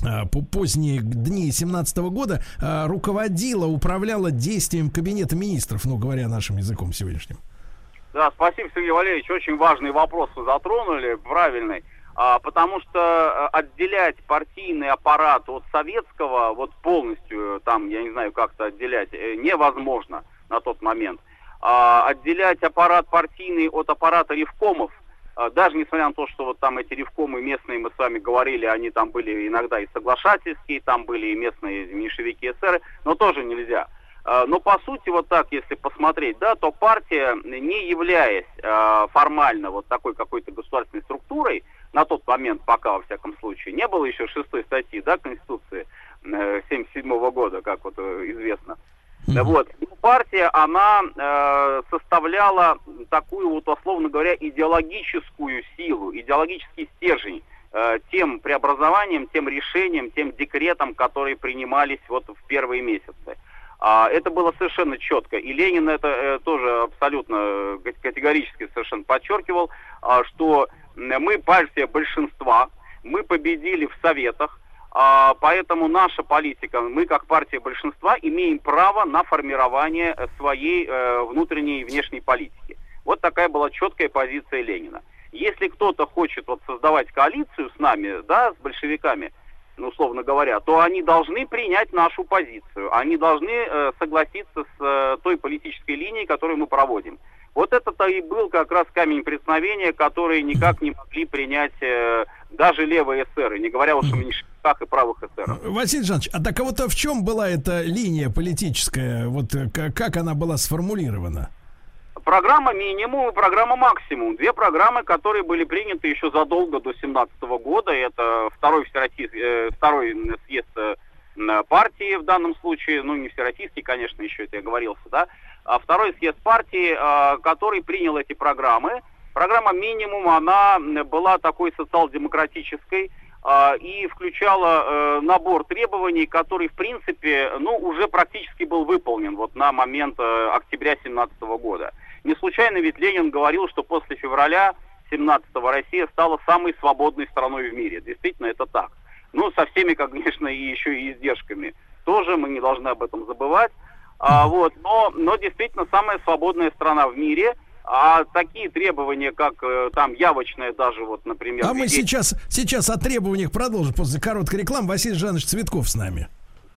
поздние дни семнадцатого года руководила, управляла действием кабинета министров, ну, говоря нашим языком сегодняшним. Да, спасибо, Сергей Валерьевич. Очень важный вопрос вы затронули, правильный. А, потому что отделять партийный аппарат от советского, вот полностью, там, я не знаю, как-то отделять, невозможно на тот момент. А, отделять аппарат партийный от аппарата ревкомов, а, даже несмотря на то, что вот там эти ревкомы местные, мы с вами говорили, они там были иногда и соглашательские, там были и местные меньшевики, эсеры, но тоже нельзя. Но по сути, вот так, если посмотреть, да, то партия, не являясь э, формально вот такой какой-то государственной структурой, на тот момент, пока, во всяком случае, не было еще шестой статьи, да, Конституции э, семьдесят седьмого года, как вот э, известно. Mm-hmm. Вот. Партия, она э, составляла такую вот, условно говоря, идеологическую силу, идеологический стержень э, тем преобразованием, тем решением, тем декретом, которые принимались вот в первые месяцы. А, это было совершенно четко. И Ленин это э, тоже абсолютно категорически совершенно подчеркивал, а, что мы партия большинства, мы победили в Советах, а, поэтому наша политика, мы как партия большинства имеем право на формирование своей э, внутренней и внешней политики. Вот такая была четкая позиция Ленина. Если кто-то хочет вот создавать коалицию с нами, да, с большевиками, ну, условно говоря, то они должны принять нашу позицию. Они должны э, согласиться с э, той политической линией, которую мы проводим. Вот это-то и был как раз камень преткновения, который никак не могли принять э, даже левые эсеры, не говоря уж о меньшинствах и правых эсерах. Василий Жанович, а так а вот в чем была эта линия политическая, вот как она была сформулирована? Программа минимум и программа максимум. Две программы, которые были приняты еще задолго до семнадцатого года. Это второй, всероссийский, э, второй съезд э, партии в данном случае. Ну, не всероссийский, конечно, еще это я говорился, да. А второй съезд партии, э, который принял эти программы. Программа минимум, она была такой социал-демократической э, и включала э, набор требований, который, в принципе, ну, уже практически был выполнен вот на момент э, октября семнадцатого года. Не случайно ведь Ленин говорил, что после февраля семнадцатого Россия стала самой свободной страной в мире. Действительно, это так. Ну, со всеми, конечно, и еще и издержками. Тоже мы не должны об этом забывать. А, вот, но, но действительно самая свободная страна в мире. А такие требования, как э, там явочная даже, вот, например... А мы сейчас, сейчас о требованиях продолжим после короткой рекламы. Василий Жанович Цветков с нами.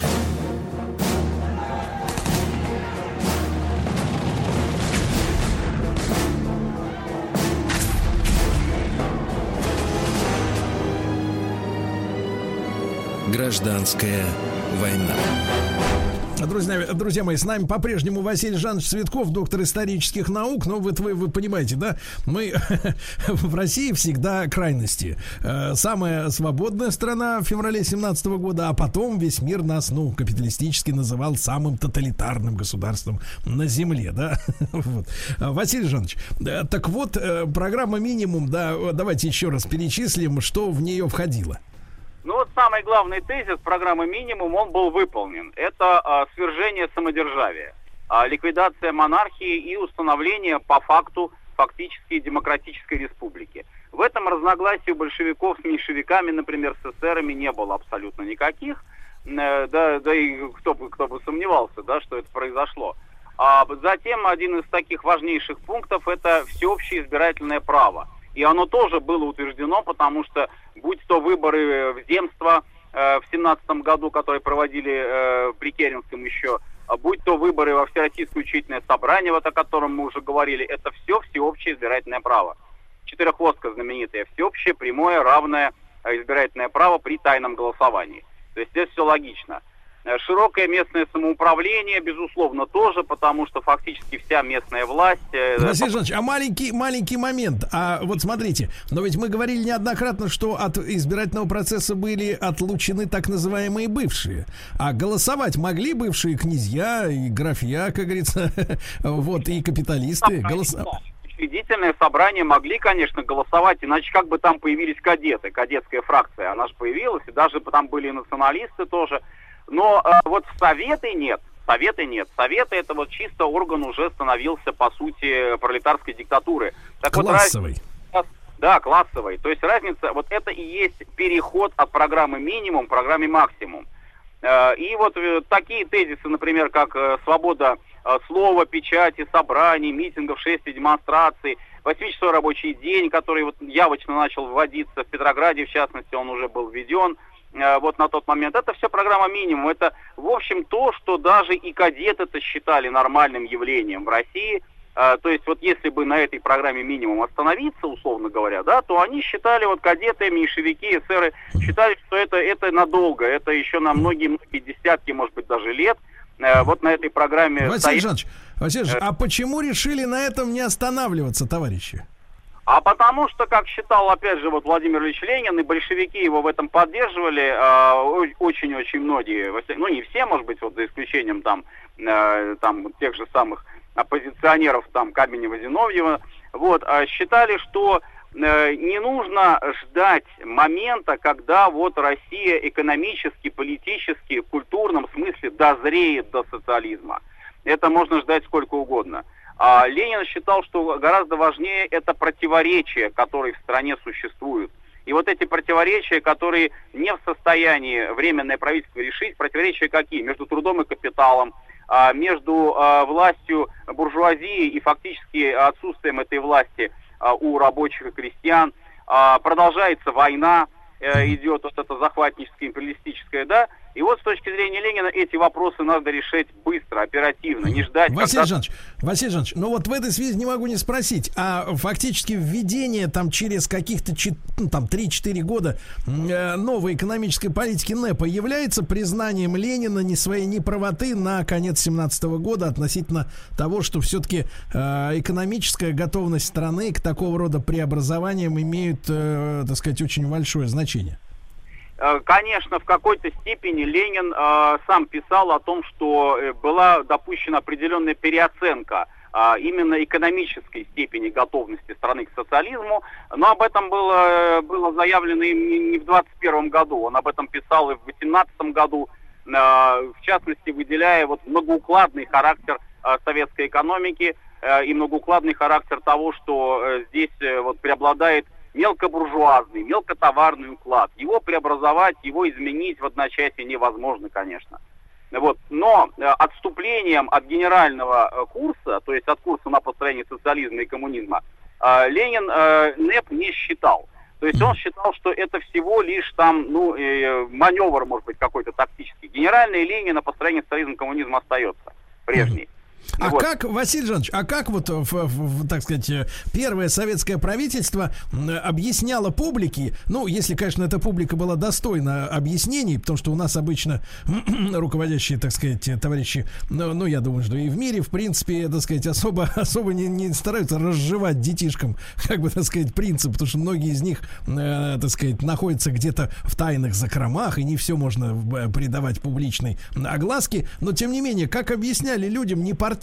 Гражданская война. Друзья, друзья мои, с нами по-прежнему Василий Жанович Цветков, доктор исторических наук. Но вы, вы, вы понимаете, да, мы в России всегда крайности. Самая свободная страна в феврале семнадцатого года, а потом весь мир нас, ну, капиталистически называл самым тоталитарным государством на земле, да. Вот. Василий Жанович, так вот, программа «Минимум», да, давайте еще раз перечислим, что в нее входило. Ну вот самый главный тезис программы «Минимум», он был выполнен. Это а, свержение самодержавия, а, ликвидация монархии и установление по факту фактически демократической республики. В этом разногласий у большевиков с меньшевиками, например, с эсерами не было абсолютно никаких. Э, да, да и кто бы, кто бы сомневался, да, что это произошло. А затем один из таких важнейших пунктов – это всеобщее избирательное право. И оно тоже было утверждено, потому что, будь то выборы в земство э, в семнадцатом году, которые проводили э, при Керенском еще, будь то выборы во Всероссийское учительное собрание, вот о котором мы уже говорили, это все всеобщее избирательное право. Четырехвостка знаменитая: всеобщее, прямое, равное избирательное право при тайном голосовании. То есть здесь все логично. Широкое местное самоуправление, безусловно, тоже, потому что фактически вся местная власть... Василий Жанович, а маленький, маленький момент. А вот смотрите, но ведь мы говорили неоднократно, что от избирательного процесса были отлучены так называемые бывшие. А голосовать могли бывшие князья и графья, как говорится, вот, и капиталисты. Голосовать. Учредительное собрание могли, конечно, голосовать, иначе как бы там появились кадеты, кадетская фракция, она же появилась, и даже там были и националисты тоже. Но э, вот в Советы нет, Советы нет. Советы это вот чисто орган уже становился, по сути, пролетарской диктатуры. Так классовый. Вот, раз... Да, классовый. То есть разница, вот это и есть переход от программы минимум к программе максимум. Э, и вот э, такие тезисы, например, как э, свобода э, слова, печати, собраний, митингов, шествий, демонстраций, восьмичасовой рабочий день, который вот явочно начал вводиться в Петрограде, в частности, он уже был введен. Вот на тот момент. Это все программа минимум. Это, в общем, то, что даже и кадеты-то считали нормальным явлением в России. То есть, вот если бы на этой программе минимум остановиться, условно говоря, да, то они считали, вот кадеты, меньшевики, эсеры, считали, что это, это надолго, это еще на многие-многие десятки, может быть, даже лет. Вот на этой программе... Василий Жанович, Василий Жанович, а почему решили на этом не останавливаться, товарищи? А потому что, как считал, опять же, вот Владимир Ильич Ленин, и большевики его в этом поддерживали, очень-очень э, многие, ну не все, может быть, вот за исключением там, э, там тех же самых оппозиционеров, там, Каменева, Зиновьева, вот, э, считали, что э, не нужно ждать момента, когда вот Россия экономически, политически, в культурном смысле дозреет до социализма. Это можно ждать сколько угодно. А Ленин считал, что гораздо важнее это противоречия, которые в стране существуют. И вот эти противоречия, которые не в состоянии временное правительство решить, противоречия какие? Между трудом и капиталом, между властью буржуазии и фактически отсутствием этой власти у рабочих и крестьян. Продолжается война, идет вот это захватническое, империалистическое, да. И вот с точки зрения Ленина эти вопросы надо решать быстро, оперативно, не ждать... Василий когда... Жанович, Василий Жанович, ну вот в этой связи не могу не спросить, а фактически введение там через каких-то ну, там три-четыре года э, новой экономической политики НЭПа является признанием Ленина не своей неправоты на конец семнадцатого года относительно того, что все-таки э, экономическая готовность страны к такого рода преобразованиям имеют, э, так сказать, очень большое значение? Конечно, в какой-то степени Ленин э, сам писал о том, что э, была допущена определенная переоценка э, именно экономической степени готовности страны к социализму, но об этом было, было заявлено им не в двадцать первом году, он об этом писал и в восемнадцатом году, э, в частности, выделяя вот многоукладный характер э, советской экономики э, и многоукладный характер того, что э, здесь э, вот преобладает мелкобуржуазный, мелкотоварный уклад. Его преобразовать, его изменить в одночасье невозможно, конечно. Вот. Но э, отступлением от генерального э, курса, то есть от курса на построение социализма и коммунизма, э, Ленин э, НЭП не считал. То есть он считал, что это всего лишь там, ну, э, маневр, может быть, какой-то тактический. Генеральная линия на построение социализма и коммунизма остается прежней. А вот. как, Василий Жанович, а как вот, в, в, в, так сказать, первое советское правительство объясняло публике, ну, если, конечно, эта публика была достойна объяснений, потому что у нас обычно руководящие, так сказать, товарищи, ну, ну, я думаю, что и в мире, в принципе, так сказать, особо, особо не, не стараются разжевать детишкам, как бы, так сказать, принцип, потому что многие из них, э, так сказать, находятся где-то в тайных закромах, и не все можно придавать публичной огласке, но, тем не менее, как объясняли людям не партийным,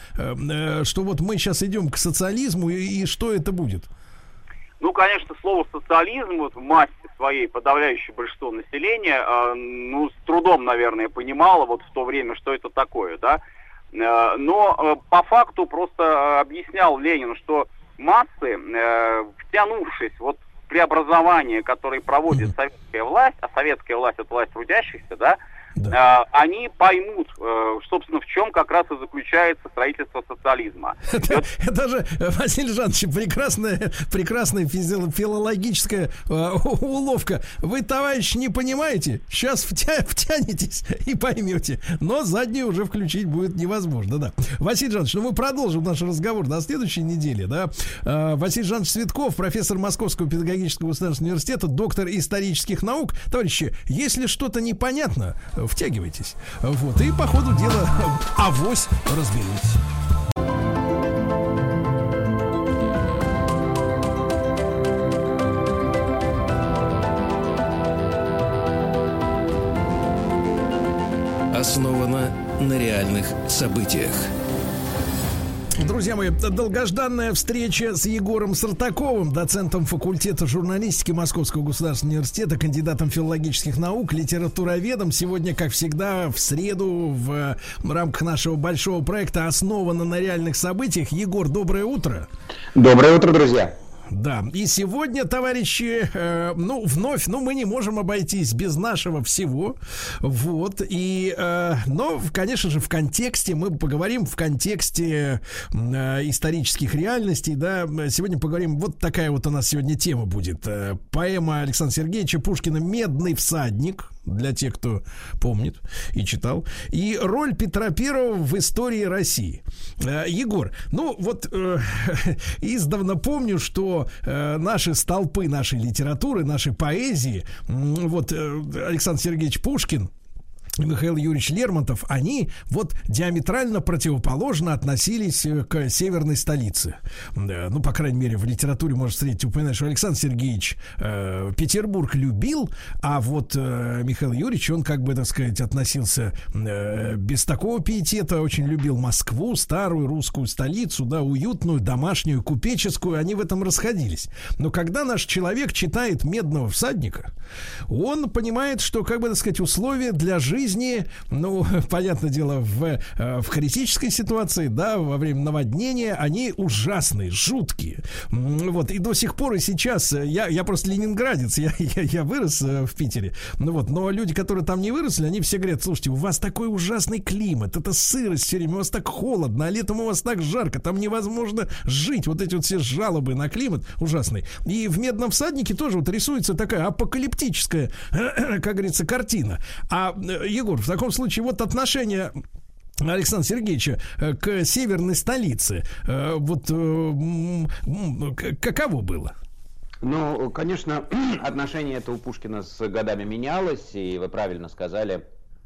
что вот мы сейчас идем к социализму, и, и что это будет? Ну, конечно, слово социализм вот в массе своей подавляющее большинство населения, э, ну, с трудом, наверное, понимало вот в то время, что это такое, да. Э, но э, по факту просто объяснял Ленин, что массы, э, втянувшись вот в преобразование, которое проводит советская власть, а советская власть — это власть трудящихся, да, да. Э, они поймут, э, собственно, в чем как раз и заключается строительство социализма. Это, вот... это же, Василий Жанович, прекрасная, прекрасная физи- филологическая э, уловка. Вы, товарищ, не понимаете, сейчас втя- втянетесь и поймете, но заднюю уже включить будет невозможно, да. Василий Жанович, ну мы продолжим наш разговор на следующей неделе, да. Э, Василий Жанович Цветков, профессор Московского педагогического государственного университета, доктор исторических наук. Товарищи, если что-то непонятно, втягивайтесь. Вот, и по ходу дела авось разберетесь. Основано на реальных событиях. Друзья мои, долгожданная встреча с Егором Сартаковым, доцентом факультета журналистики Московского государственного университета, кандидатом филологических наук, литературоведом. Сегодня, как всегда, в среду в рамках нашего большого проекта «Основано на реальных событиях». Егор, доброе утро. Доброе утро, друзья. Да, и сегодня, товарищи, э, ну, вновь, ну, мы не можем обойтись без нашего всего, вот, и, э, но, конечно же, в контексте, мы поговорим в контексте э, исторических реальностей, да, сегодня поговорим, вот такая вот у нас сегодня тема будет, э, поэма Александра Сергеевича Пушкина «Медный всадник», для тех, кто помнит и читал, и роль Петра Первого в истории России. Э, Егор, ну, вот, э, издавна помню, что э, наши столпы нашей литературы, нашей поэзии, э, вот э, Александр Сергеевич Пушкин, Михаил Юрьевич Лермонтов, они вот диаметрально противоположно относились к северной столице. Ну, по крайней мере, в литературе можно встретить упоминать, что Александр Сергеевич э, Петербург любил, а вот э, Михаил Юрьевич, он, как бы, так сказать, относился э, без такого пиетета, очень любил Москву, старую русскую столицу, да, уютную, домашнюю, купеческую, они в этом расходились. Но когда наш человек читает «Медного всадника», он понимает, что, как бы, так сказать, условия для жизни жизни, ну, понятное дело, в, в критической ситуации, да, во время наводнения, они ужасные, жуткие. Вот, и до сих пор, и сейчас, я, я просто ленинградец, я, я, я вырос в Питере, ну вот, но люди, которые там не выросли, они все говорят: слушайте, у вас такой ужасный климат, это сырость все время, у вас так холодно, а летом у вас так жарко, там невозможно жить, вот эти вот все жалобы на климат ужасный. И в «Медном всаднике» тоже вот рисуется такая апокалиптическая, как говорится, картина. А Егор, в таком случае, вот отношение Александра Сергеевича к северной столице, вот каково было? Ну, конечно, отношение это у Пушкина с годами менялось, и вы правильно сказали,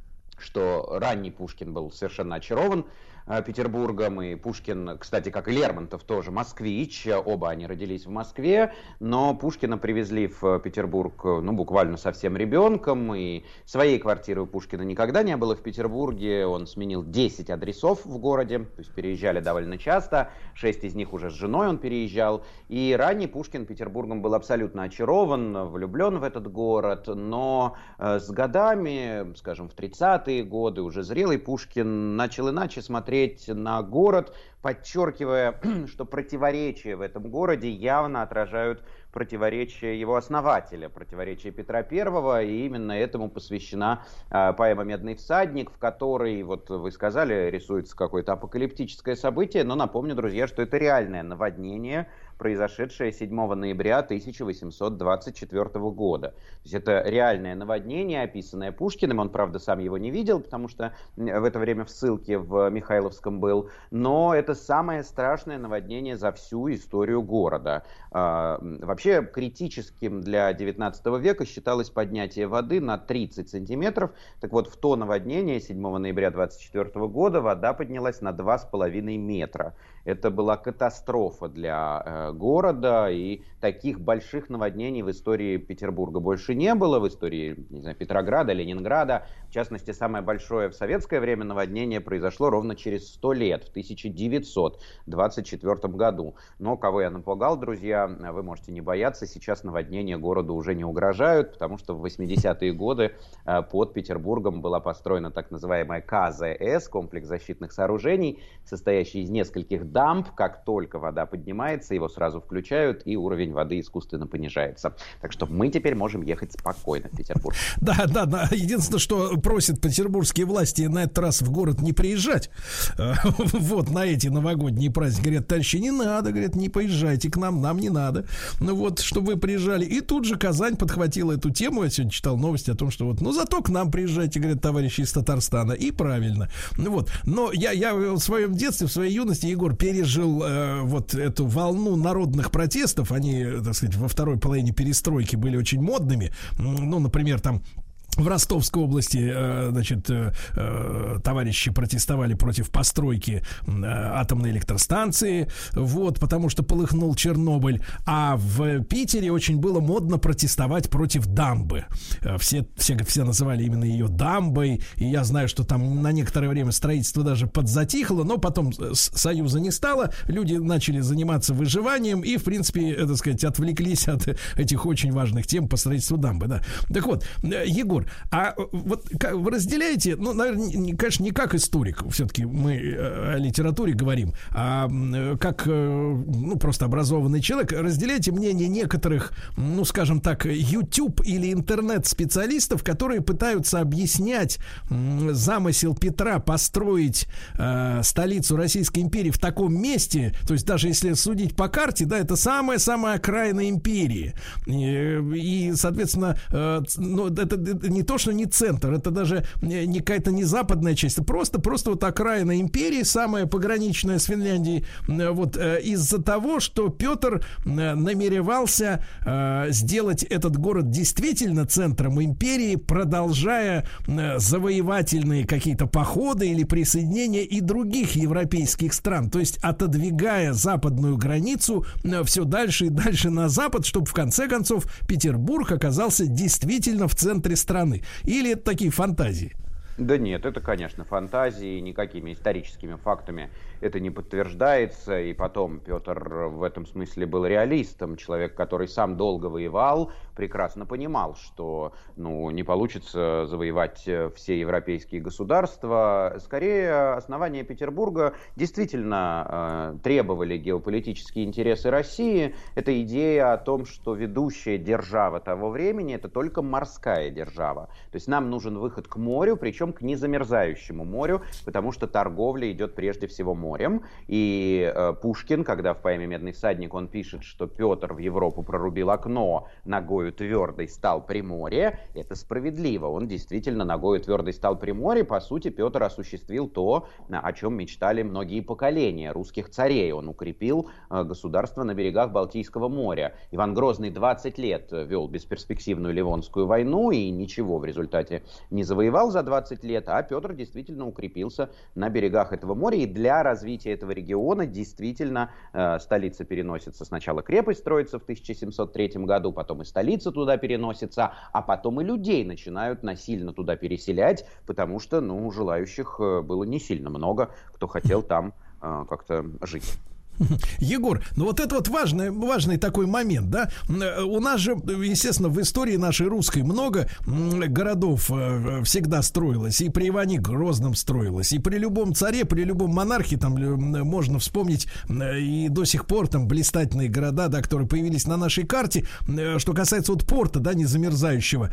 что ранний Пушкин был совершенно очарован Петербургом, и Пушкин, кстати, как и Лермонтов, тоже москвич, оба они родились в Москве, но Пушкина привезли в Петербург, ну, буквально совсем ребенком, и своей квартиры у Пушкина никогда не было в Петербурге, он сменил десять адресов в городе, то есть переезжали довольно часто, шесть из них уже с женой он переезжал, и ранний Пушкин Петербургом был абсолютно очарован, влюблен в этот город, но с годами, скажем, в тридцатые годы, уже зрелый Пушкин начал иначе смотреть на город, подчеркивая, что противоречия в этом городе явно отражают противоречия его основателя, противоречия Петра Первого, и именно этому посвящена э, поэма «Медный всадник», в которой, вот вы сказали, рисуется какое-то апокалиптическое событие, но напомню, друзья, что это реальное наводнение, произошедшее седьмого ноября тысяча восемьсот двадцать четвёртого года. То есть это реальное наводнение, описанное Пушкиным, он, правда, сам его не видел, потому что в это время в ссылке в Михайловском был, но это самое страшное наводнение за всю историю города. А, вообще критическим для девятнадцатого века считалось поднятие воды на тридцать сантиметров, так вот в то наводнение седьмого ноября двадцать четвёртого года вода поднялась на два с половиной метра. Это была катастрофа для э, города, и таких больших наводнений в истории Петербурга больше не было, в истории, не знаю, Петрограда, Ленинграда. В частности, самое большое в советское время наводнение произошло ровно через сто лет, в тысяча девятьсот двадцать четвёртом году. Но кого я напугал, друзья, вы можете не бояться, сейчас наводнения городу уже не угрожают, потому что в восьмидесятые годы э, под Петербургом была построена так называемая ка зэ эс, комплекс защитных сооружений, состоящий из нескольких дамб. Как только вода поднимается, его сразу включают, и уровень воды искусственно понижается. Так что мы теперь можем ехать спокойно в Петербург. Да, да, да. Единственное, что просят петербургские власти на этот раз в город не приезжать. Вот, на эти новогодние праздники. Говорят, товарищи, не надо, говорят, не поезжайте к нам, нам не надо. Ну вот, чтобы вы приезжали. И тут же Казань подхватила эту тему. Я сегодня читал новости о том, что вот, ну зато к нам приезжайте, говорят, товарищи из Татарстана. И правильно. Ну вот. Но я, я в своем детстве, в своей юности, Егор, пережил э, вот эту волну народных протестов. Они, так сказать, во второй половине перестройки были очень модными. Ну, например, там В Ростовской области, значит, товарищи протестовали против постройки атомной электростанции, вот, потому что полыхнул Чернобыль. А в Питере очень было модно протестовать против дамбы. Все, все, все называли именно ее дамбой, и я знаю, что там на некоторое время строительство даже подзатихло, но потом Союза не стало, люди начали заниматься выживанием и, в принципе, так сказать, отвлеклись от этих очень важных тем по строительству дамбы, да. Так вот, Егор, а вот вы разделяете, ну, наверное, конечно, не как историк, все-таки мы о литературе говорим, а как, ну, просто образованный человек, разделяете мнение некоторых, ну, скажем так, YouTube или интернет-специалистов, которые пытаются объяснять замысел Петра построить э, столицу Российской империи в таком месте, то есть даже если судить по карте, да, это самая-самая окраина империи. И, и соответственно, э, ну, это, это не то, что не центр, это даже не какая-то не западная часть, это просто, просто вот окраина империи, самая пограничная с Финляндией, вот, э, из-за того, что Петр э, намеревался э, сделать этот город действительно центром империи, продолжая э, завоевательные какие-то походы или присоединения и других европейских стран, то есть отодвигая западную границу э, все дальше и дальше на запад, чтобы в конце концов Петербург оказался действительно в центре страны. Или это такие фантазии? Да нет, это, конечно, фантазии, никакими историческими фактами это не подтверждается, и потом Петр в этом смысле был реалистом, человек, который сам долго воевал, прекрасно понимал, что, ну, не получится завоевать все европейские государства. Скорее, основания Петербурга действительно э, требовали геополитические интересы России. Это идея о том, что ведущая держава того времени — это только морская держава. То есть нам нужен выход к морю, причем к незамерзающему морю, потому что торговля идет прежде всего морем. И э, Пушкин, когда в поэме «Медный всадник» он пишет, что Петр в Европу прорубил окно, ногою твердой стал при море, это справедливо. Он действительно ногою твердой стал при море. По сути, Петр осуществил то, о чем мечтали многие поколения русских царей. Он укрепил э, государство на берегах Балтийского моря. Иван Грозный двадцать лет вел бесперспективную Ливонскую войну и ничего в результате не завоевал за двадцать лет, а Петр действительно укрепился на берегах этого моря. И для развития этого региона действительно э, столица переносится. Сначала крепость строится в тысяча семьсот третьем году, потом и столица туда переносится, а потом и людей начинают насильно туда переселять, потому что, ну, желающих было не сильно много, кто хотел там э, как-то жить. Егор, ну вот это вот важный, важный такой момент, да? У нас же, естественно, в истории нашей русской много городов всегда строилось. И при Иване Грозном строилось, и при любом царе, при любом монархе там можно вспомнить и до сих пор там блистательные города, да, которые появились на нашей карте. Что касается вот порта, да, незамерзающего,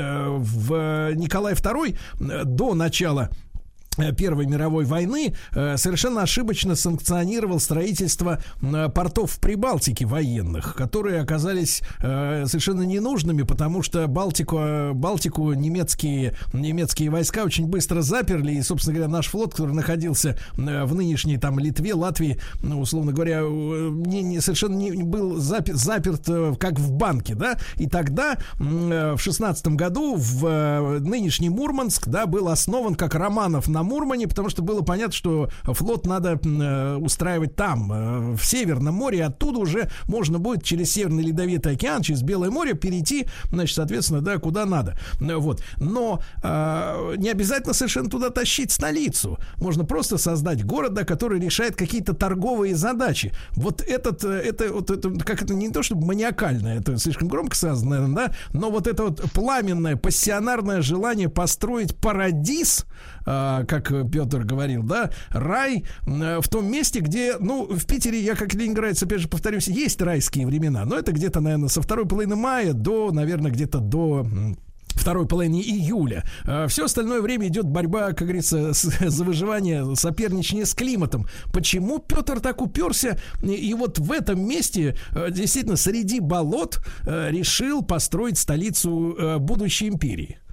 в Николай второй до начала Первой мировой войны совершенно ошибочно санкционировал строительство портов в Прибалтике военных, которые оказались совершенно ненужными, потому что Балтику, Балтику немецкие, немецкие войска очень быстро заперли, и, собственно говоря, наш флот, который находился в нынешней там Литве, Латвии, ну, условно говоря, не, не, совершенно не был заперт, заперт как в банке, да, и тогда в шестнадцатом году в нынешний Мурманск, да, был основан как Романов на Мурмане, потому что было понятно, что флот надо э, устраивать там, э, в Северном море, и оттуда уже можно будет через Северный Ледовитый океан, через Белое море перейти, значит, соответственно, да, куда надо. Вот. Но э, не обязательно совершенно туда тащить столицу. Можно просто создать город, да, который решает какие-то торговые задачи. Вот этот, это, вот это, как это, не то чтобы маниакальное, это слишком громко сказано, наверное, да, но вот это вот пламенное, пассионарное желание построить парадиз, э, как Петр говорил, да, рай в том месте, где, ну, в Питере, я как ленинградец, опять же повторюсь, есть райские времена, но это где-то, наверное, со второй половины мая до, наверное, где-то до второй половины июля. Все остальное время идет борьба, как говорится, с, за выживание, соперничание с климатом. Почему Петр так уперся и вот в этом месте, действительно, среди болот решил построить столицу будущей империи?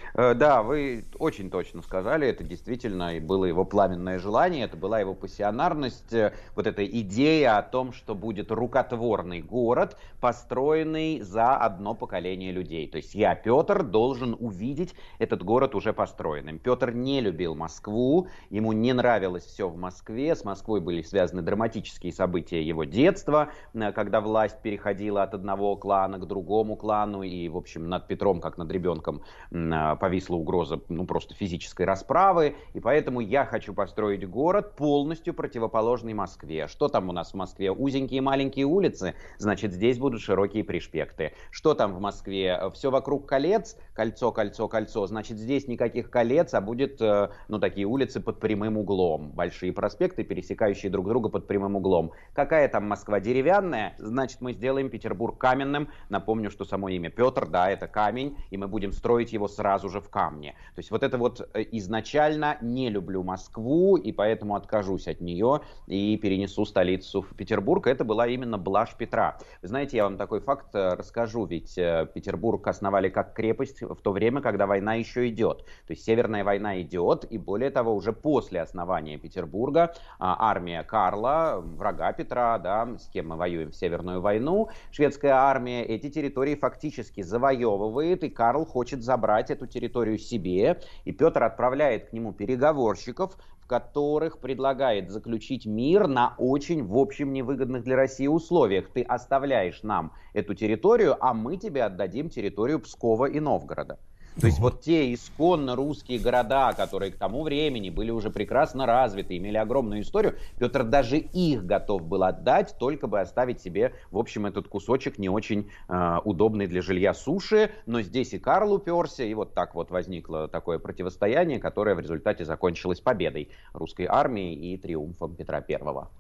Да, вы очень точно сказали, это действительно и было его пламенное желание, это была его пассионарность, вот эта идея о том, что будет рукотворный город, построенный за одно поколение людей. То есть я, Петр, должен увидеть этот город уже построенным. Петр не любил Москву, ему не нравилось все в Москве, с Москвой были связаны драматические события его детства, когда власть переходила от одного клана к другому клану, и, в общем, над Петром, как над ребенком, повисла угроза, ну, просто физической расправы, и поэтому я хочу построить город полностью противоположный Москве. Что там у нас в Москве? Узенькие маленькие улицы, значит, здесь будут широкие пришпекты. Что там в Москве? Все вокруг колец, кольцо, кольцо, кольцо, значит, здесь никаких колец, а будет, ну, такие улицы под прямым углом, большие проспекты, пересекающие друг друга под прямым углом. Какая там Москва? Деревянная? Значит, мы сделаем Петербург каменным. Напомню, что само имя Петр, да, это камень, и мы будем строить его сразу же в камне. То есть вот это вот изначально не люблю Москву, и поэтому откажусь от нее и перенесу столицу в Петербург. Это была именно блажь Петра. Вы знаете, я вам такой факт расскажу, ведь Петербург основали как крепость в то время, когда война еще идет. То есть Северная война идет, и более того, уже после основания Петербурга армия Карла, врага Петра, да, с кем мы воюем в Северную войну, шведская армия эти территории фактически завоевывает, и Карл хочет забрать эту территорию себе, и Петр отправляет к нему переговорщиков, в которых предлагает заключить мир на очень, в общем, невыгодных для России условиях. Ты оставляешь нам эту территорию, а мы тебе отдадим территорию Пскова и Новгорода. То есть вот те исконно русские города, которые к тому времени были уже прекрасно развиты, имели огромную историю, Петр даже их готов был отдать, только бы оставить себе, в общем, этот кусочек не очень э, удобный для жилья суши. Но здесь и Карл уперся, и вот так вот возникло такое противостояние, которое в результате закончилось победой русской армии и триумфом Петра Первого.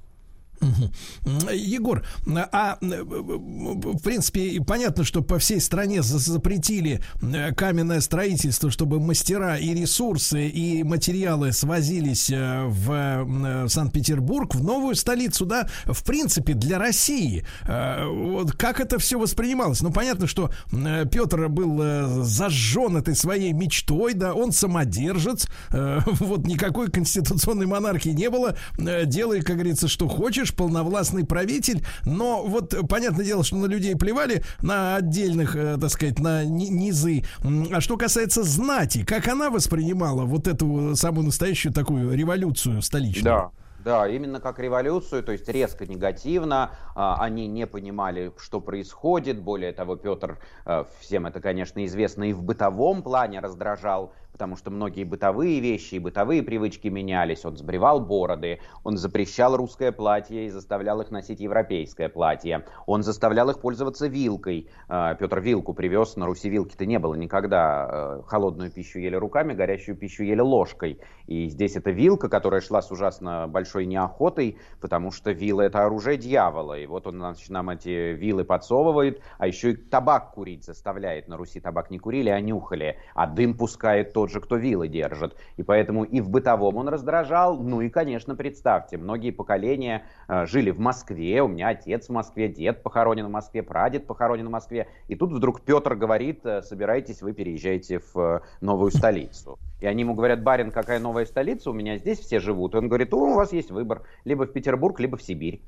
Егор, а в принципе понятно, что по всей стране запретили каменное строительство, чтобы мастера и ресурсы и материалы свозились в Санкт-Петербург, в новую столицу, да, в принципе для России. Вот как это все воспринималось? Ну, понятно, что Петр был зажжен этой своей мечтой, да, он самодержец, вот никакой конституционной монархии не было, делай, как говорится, что хочешь, полновластный правитель, но вот понятное дело, что на людей плевали, на отдельных, э, так сказать, на низы. А что касается знати, как она воспринимала вот эту самую настоящую такую революцию столичную? Да. Да, именно как революцию, то есть резко негативно, они не понимали, что происходит. Более того, Петр, всем это, конечно, известно, и в бытовом плане раздражал, потому что многие бытовые вещи и бытовые привычки менялись. Он сбривал бороды, он запрещал русское платье и заставлял их носить европейское платье. Он заставлял их пользоваться вилкой. Петр вилку привез, на Руси вилки-то не было никогда. Холодную пищу ели руками, горячую пищу ели ложкой. И здесь эта вилка, которая шла с ужасно большой неохотой, потому что вила — это оружие дьявола. И вот он, значит, нам эти вилы подсовывает, а еще и табак курить заставляет. На Руси табак не курили, а нюхали. А дым пускает тот же, кто вилы держит. И поэтому и в бытовом он раздражал. Ну и, конечно, представьте, многие поколения э, жили в Москве. У меня отец в Москве, дед похоронен в Москве, прадед похоронен в Москве. И тут вдруг Петр говорит: собирайтесь, вы переезжаете в э, новую столицу. И они ему говорят: барин, какая новая столица? У меня здесь все живут. И он говорит: у вас есть выбор. Либо в Петербург, либо в Сибирь.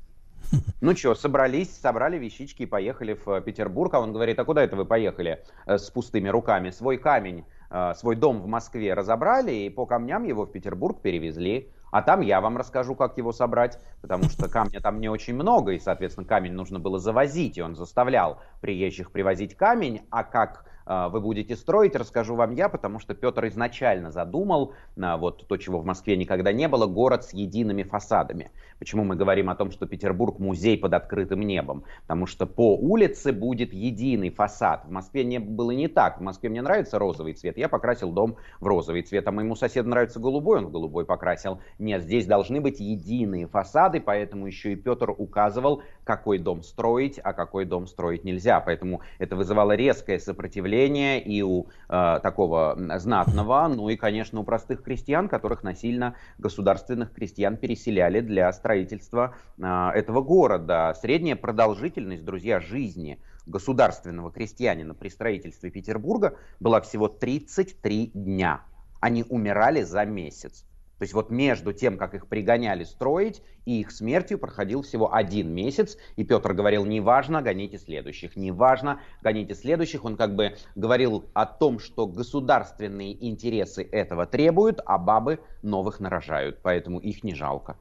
Ну что, собрались, собрали вещички и поехали в Петербург. А он говорит: а куда это вы поехали э, с пустыми руками? Свой камень, э, свой дом в Москве разобрали и по камням его в Петербург перевезли. А там я вам расскажу, как его собрать, потому что камня там не очень много, и, соответственно, камень нужно было завозить, и он заставлял приезжих привозить камень. А как э, вы будете строить, расскажу вам я, потому что Петр изначально задумал, э, вот то, чего в Москве никогда не было, город с едиными фасадами. Почему мы говорим о том, что Петербург — музей под открытым небом? Потому что по улице будет единый фасад. В Москве не, было не так. В Москве мне нравится розовый цвет, я покрасил дом в розовый цвет, а моему соседу нравится голубой, он в голубой покрасил. Нет, здесь должны быть единые фасады, поэтому еще и Петр указывал, какой дом строить, а какой дом строить нельзя. Поэтому это вызывало резкое сопротивление и у э, такого знатного, ну и, конечно, у простых крестьян, которых насильно государственных крестьян переселяли для строительства э, этого города. Средняя продолжительность, друзья, жизни государственного крестьянина при строительстве Петербурга была всего тридцать три дня. Они умирали за месяц. То есть вот между тем, как их пригоняли строить, и их смертью проходил всего один месяц. И Петр говорил: неважно, гоните следующих, неважно, гоните следующих. Он как бы говорил о том, что государственные интересы этого требуют, а бабы новых нарожают, поэтому их не жалко.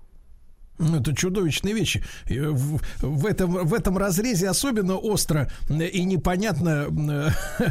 Это чудовищные вещи. В, в, этом, в этом разрезе особенно остро и непонятно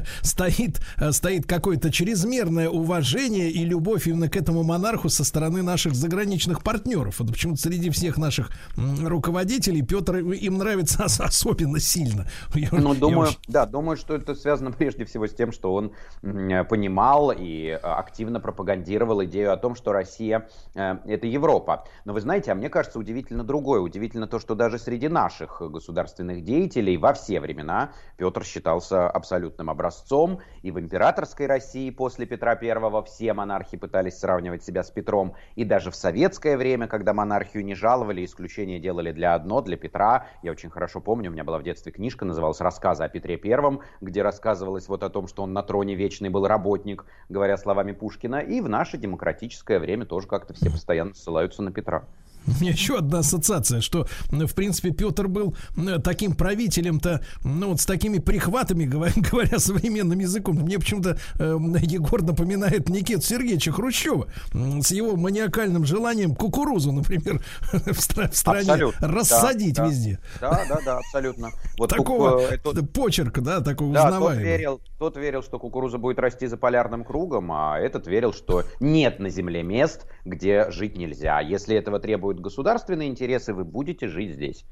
стоит, стоит какое-то чрезмерное уважение и любовь именно к этому монарху со стороны наших заграничных партнеров. Вот почему-то среди всех наших руководителей Петр им нравится особенно сильно. Ну, думаю, я... да, думаю, что это связано прежде всего с тем, что он понимал и активно пропагандировал идею о том, что Россия — это Европа. Но вы знаете, а мне кажется, удивительно другое. Удивительно то, что даже среди наших государственных деятелей во все времена Петр считался абсолютным образцом. И в императорской России после Петра Первого все монархи пытались сравнивать себя с Петром. И даже в советское время, когда монархию не жаловали, исключение делали для одно, для Петра. Я очень хорошо помню, у меня была в детстве книжка, называлась «Рассказы о Петре Первом», где рассказывалось вот о том, что он на троне вечный был работник, говоря словами Пушкина. И в наше демократическое время тоже как-то все постоянно ссылаются на Петра. У меня еще одна ассоциация, что, в принципе, Петр был таким правителем-то, ну, вот с такими прихватами, говоря, говоря современным языком. Мне почему-то э, Егор напоминает Никиту Сергеевича Хрущева с его маниакальным желанием кукурузу, например, в, стра- в стране абсолютно. рассадить да, везде. Да, да, да, абсолютно. Вот такого ку- тот, почерка, да, такого да, узнаваемого. Тот верил, тот верил, что кукуруза будет расти за полярным кругом, а этот верил, что нет на земле мест, где жить нельзя. Если этого требует государственные интересы, вы будете жить здесь.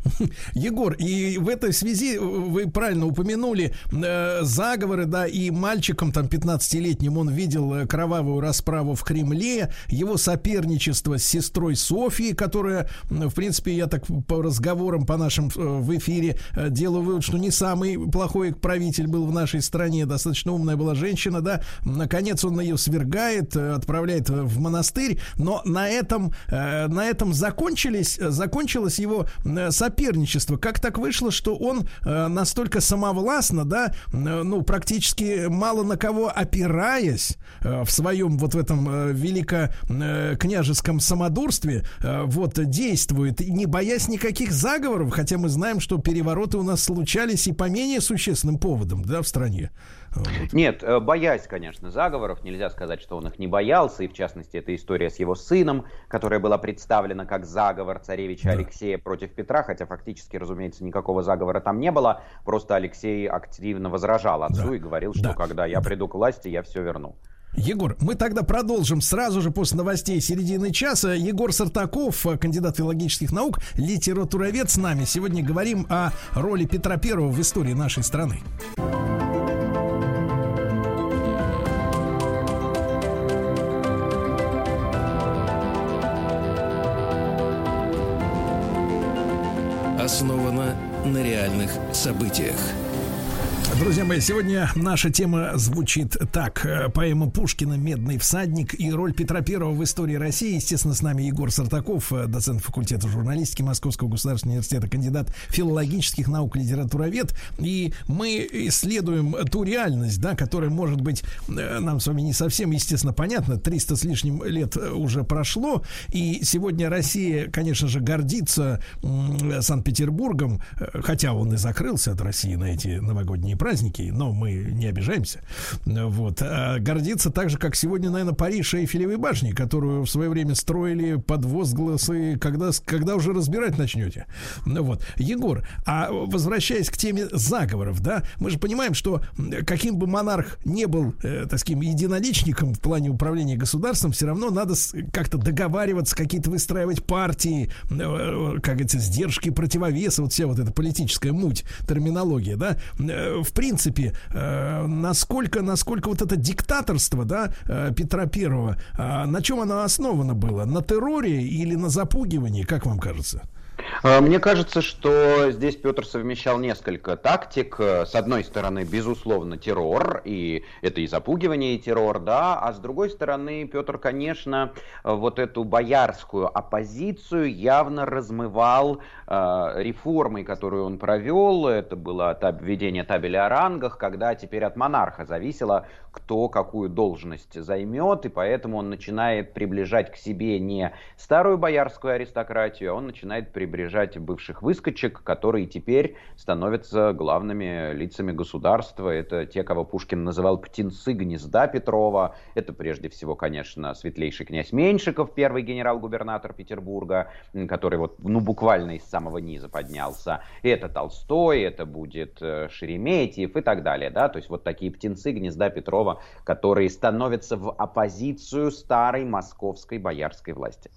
Егор, и в этой связи вы правильно упомянули э, заговоры, да, и мальчиком там пятнадцатилетним он видел кровавую расправу в Кремле, его соперничество с сестрой Софьей, которая, в принципе, я так по разговорам по нашим в эфире делаю вывод, что не самый плохой правитель был в нашей стране, достаточно умная была женщина, да, наконец он ее свергает, отправляет в монастырь, но на этом, э, на этом закончились, закончилось его соперничество. Соперничество. Как так вышло, что он э, настолько самовластно, да, э, ну, практически мало на кого опираясь э, в своем вот в этом э, великокняжеском самодурстве, э, вот, действует, не боясь никаких заговоров, хотя мы знаем, что перевороты у нас случались и по менее существенным поводам, да, в стране. Вот. Нет, боясь, конечно, заговоров, нельзя сказать, что он их не боялся, и в частности, эта история с его сыном, которая была представлена как заговор царевича да. Алексея против Петра, хотя фактически, разумеется, никакого заговора там не было, просто Алексей активно возражал отцу да. и говорил, что да. когда я приду к власти, я все верну. Егор, мы тогда продолжим сразу же после новостей середины часа. Егор Сартаков, кандидат филологических наук, литературовед с нами. Сегодня говорим о роли Петра Первого в истории нашей страны. Основана на реальных событиях. Друзья мои, сегодня наша тема звучит так. Поэма Пушкина «Медный всадник» и роль Петра Первого в истории России. Естественно, с нами Егор Сартаков, доцент факультета журналистики Московского государственного университета, кандидат филологических наук, литературовед. И мы исследуем ту реальность, да, которая, может быть, нам с вами не совсем, естественно, понятна. триста с лишним лет уже прошло. И сегодня Россия, конечно же, гордится Санкт-Петербургом, хотя он и закрылся от России на эти новогодние праздники, но мы не обижаемся. Вот. А гордится так же, как сегодня, наверное, Париж Эйфелевой башни, которую в свое время строили под возгласы, когда, когда уже разбирать начнете. Вот. Егор, а возвращаясь к теме заговоров, да, мы же понимаем, что каким бы монарх не был, э, так сказать, единоличником в плане управления государством, все равно надо как-то договариваться, какие-то выстраивать партии, э, как говорится, сдержки, противовесы, вот вся вот эта политическая муть, терминология, да. В принципе, э, насколько, насколько вот это диктаторство, да, э, Петра Первого, э, на чем оно основано было? На терроре или на запугивании, как вам кажется? Мне кажется, что здесь Петр совмещал несколько тактик. С одной стороны, безусловно, террор, и это и запугивание, и террор, да, а с другой стороны, Петр, конечно, вот эту боярскую оппозицию явно размывал э, реформой, которую он провел. Это было таб- введение табеля о рангах, когда теперь от монарха зависело, кто какую должность займет, и поэтому он начинает приближать к себе не старую боярскую аристократию, а он начинает приближать бывших выскочек, которые теперь становятся главными лицами государства. Это те, кого Пушкин называл птенцы гнезда Петрова. Это прежде всего, конечно, светлейший князь Меньшиков, первый генерал-губернатор Петербурга, который вот, ну, буквально из самого низа поднялся. Это Толстой, это будет Шереметьев и так далее, да, то есть вот такие птенцы гнезда Петрова, которые становятся в оппозицию старой московской боярской власти.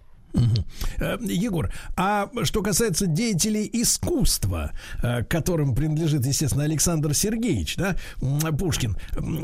Егор, а что касается деятелей искусства, к которым принадлежит, естественно, Александр Сергеевич, да, Пушкин,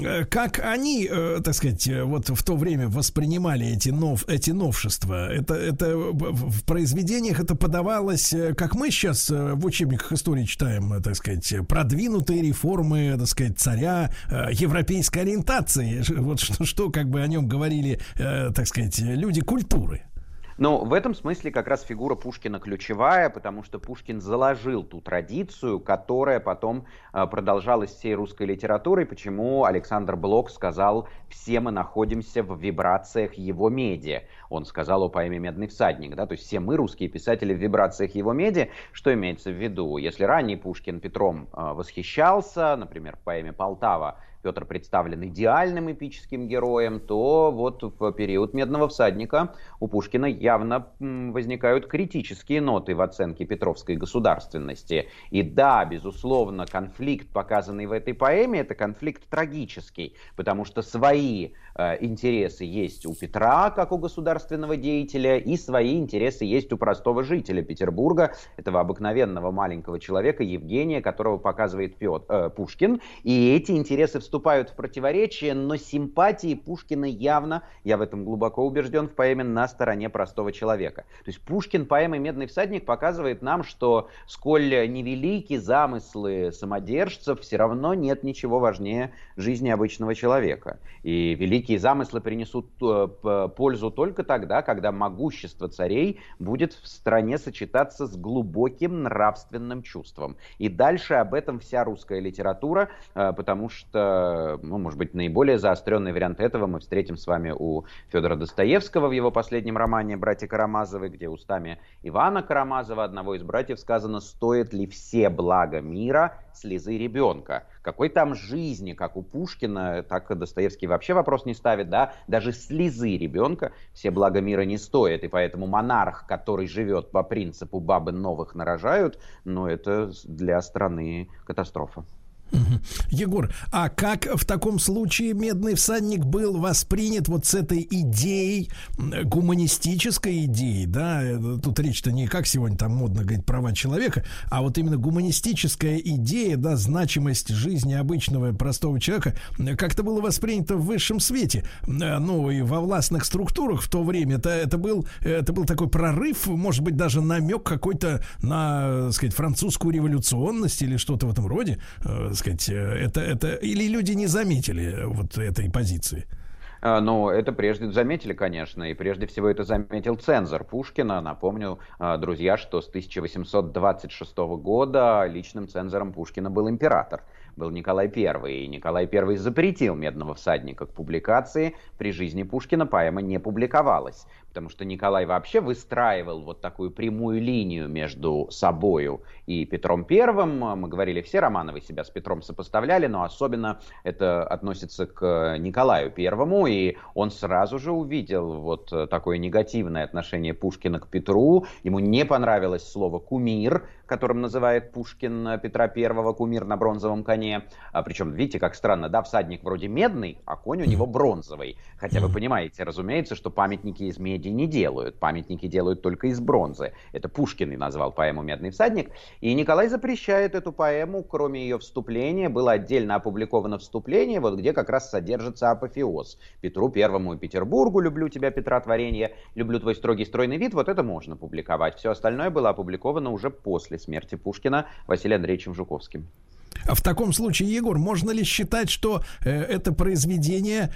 как они, так сказать, вот в то время воспринимали эти, нов, эти новшества? Это, это в произведениях это подавалось, как мы сейчас в учебниках истории читаем, так сказать, продвинутые реформы, так сказать, царя, европейской ориентации. Вот что, что как бы о нем говорили, так сказать, люди культуры. Но в этом смысле как раз фигура Пушкина ключевая, потому что Пушкин заложил ту традицию, которая потом э, продолжалась всей русской литературой, почему Александр Блок сказал: «Все мы находимся в вибрациях его меди». Он сказал о поэме «Медный всадник», да, то есть все мы, русские писатели, в вибрациях его меди. Что имеется в виду? Если ранний Пушкин Петром э, восхищался, например, в поэме «Полтава» Петр представлен идеальным эпическим героем, то вот в период «Медного всадника» у Пушкина явно возникают критические ноты в оценке петровской государственности. И да, безусловно, конфликт, показанный в этой поэме, это конфликт трагический, потому что свои э, интересы есть у Петра, как у государственного деятеля, и свои интересы есть у простого жителя Петербурга, этого обыкновенного маленького человека Евгения, которого показывает Петр, э, Пушкин. И эти интересы вступают в противоречие, но симпатии Пушкина явно, я в этом глубоко убежден, в поэме на стороне простого человека. То есть Пушкин поэмой «Медный всадник» показывает нам, что сколь невелики замыслы самодержцев, все равно нет ничего важнее жизни обычного человека. И великие замыслы принесут пользу только тогда, когда могущество царей будет в стране сочетаться с глубоким нравственным чувством. И дальше об этом вся русская литература, потому что, ну, может быть, наиболее заостренный вариант этого мы встретим с вами у Федора Достоевского в его последнем романе «Братья Карамазовы», где устами Ивана Карамазова, одного из братьев, сказано: «Стоит ли все блага мира слезы ребенка?» Какой там жизни, как у Пушкина, так и Достоевский вообще вопрос не ставит, да, даже слезы ребенка все блага мира не стоят, и поэтому монарх, который живет по принципу «бабы новых нарожают», ну, это для страны катастрофа. Егор, а как в таком случае «Медный всадник» был воспринят вот с этой идеей, гуманистической идеей, да, тут речь-то не как сегодня там модно говорить права человека, а вот именно гуманистическая идея, да, значимость жизни обычного простого человека, как-то было воспринято в высшем свете, ну и во властных структурах в то время. Это, это, был, это был такой прорыв, может быть, даже намек какой-то на, так сказать, французскую революционность или что-то в этом роде. Сказать, это, это, или люди не заметили вот этой позиции? Ну, это прежде заметили, конечно, и прежде всего это заметил цензор Пушкина. Напомню, друзья, что с тысяча восемьсот двадцать шестого года личным цензором Пушкина был император, был Николай Первый. И Николай Первый запретил «Медного всадника» к публикации. При жизни Пушкина поэма не публиковалась, потому что Николай вообще выстраивал вот такую прямую линию между собою и Петром Первым. Мы говорили, все Романовы себя с Петром сопоставляли, но особенно это относится к Николаю Первому, и он сразу же увидел вот такое негативное отношение Пушкина к Петру. Ему не понравилось слово «кумир», которым называет Пушкин Петра Первого, кумир на бронзовом коне. здание. А, причем, видите, как странно, да, всадник вроде медный, а конь у него бронзовый. Хотя вы понимаете, разумеется, что памятники из меди не делают. Памятники делают только из бронзы. Это Пушкин и назвал поэму «Медный всадник». И Николай запрещает эту поэму, кроме ее вступления. Было отдельно опубликовано вступление, вот где как раз содержится апофеоз. Петру Первому и Петербургу, люблю тебя, Петра, творенье, люблю твой строгий стройный вид. Вот это можно публиковать. Все остальное было опубликовано уже после смерти Пушкина Василием Андреевичем Жуковским. А в таком случае, Егор, можно ли считать, что э, это произведение,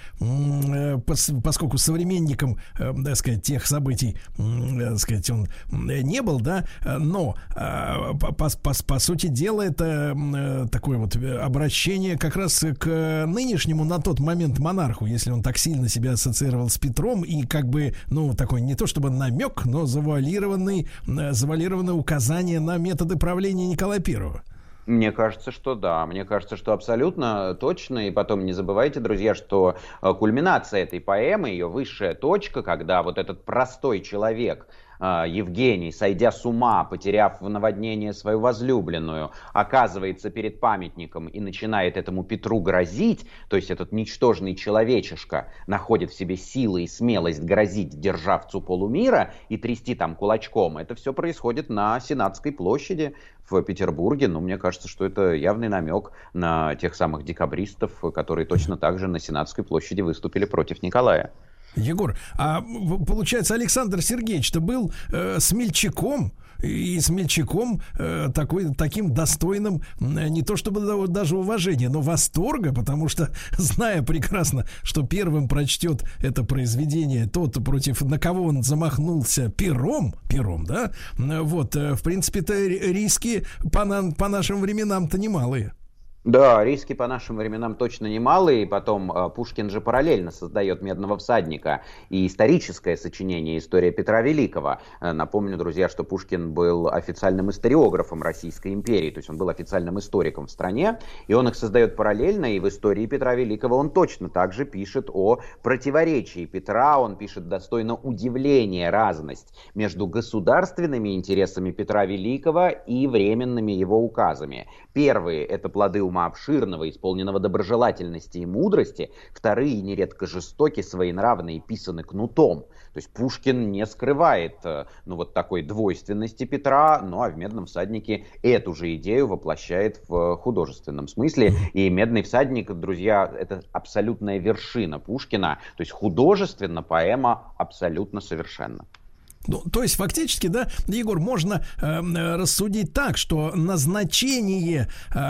э, пос, поскольку современником, э, так сказать, тех событий, э, так сказать, он не был, да, но э, по, по, по сути дела это э, такое вот обращение как раз к нынешнему на тот момент монарху, если он так сильно себя ассоциировал с Петром, и как бы, ну, такой не то чтобы намек, но завуалированный, э, завуалированное указание на методы правления Николая Первого. Мне кажется, что да. Мне кажется, что абсолютно точно. И потом не забывайте, друзья, что кульминация этой поэмы, ее высшая точка, когда вот этот простой человек, Евгений, сойдя с ума, потеряв в наводнении свою возлюбленную, оказывается перед памятником и начинает этому Петру грозить, то есть этот ничтожный человечишка находит в себе силы и смелость грозить державцу полумира и трясти там кулачком. Это все происходит на Сенатской площади в Петербурге. Но мне кажется, что это явный намек на тех самых декабристов, которые точно так же на Сенатской площади выступили против Николая. Егор, а получается, Александр Сергеевич-то был э, смельчаком, и смельчаком э, такой, таким достойным э, не то чтобы даже уважения, но восторга, потому что, зная прекрасно, что первым прочтет это произведение тот, против на кого он замахнулся пером, пером, да, вот, э, в принципе-то риски по, на, по нашим временам-то немалые. Да, риски по нашим временам точно немалые. И потом э, Пушкин же параллельно создает «Медного всадника» и историческое сочинение «История Петра Великого». Э, напомню, друзья, что Пушкин был официальным историографом Российской империи, то есть он был официальным историком в стране, и он их создает параллельно, и в «Истории Петра Великого» он точно так же пишет о противоречии Петра, он пишет достойно удивления разность между государственными интересами Петра Великого и временными его указами. Первые — это плоды ума обширного, исполненного доброжелательности и мудрости. Вторые, нередко жестокие, своенравные, писаны кнутом. То есть Пушкин не скрывает, ну, вот такой двойственности Петра, ну, а в «Медном всаднике» эту же идею воплощает в художественном смысле. И «Медный всадник», друзья, это абсолютная вершина Пушкина. То есть художественно поэма абсолютно совершенна. Ну, то есть, фактически, да, Егор, можно э, рассудить так, что назначение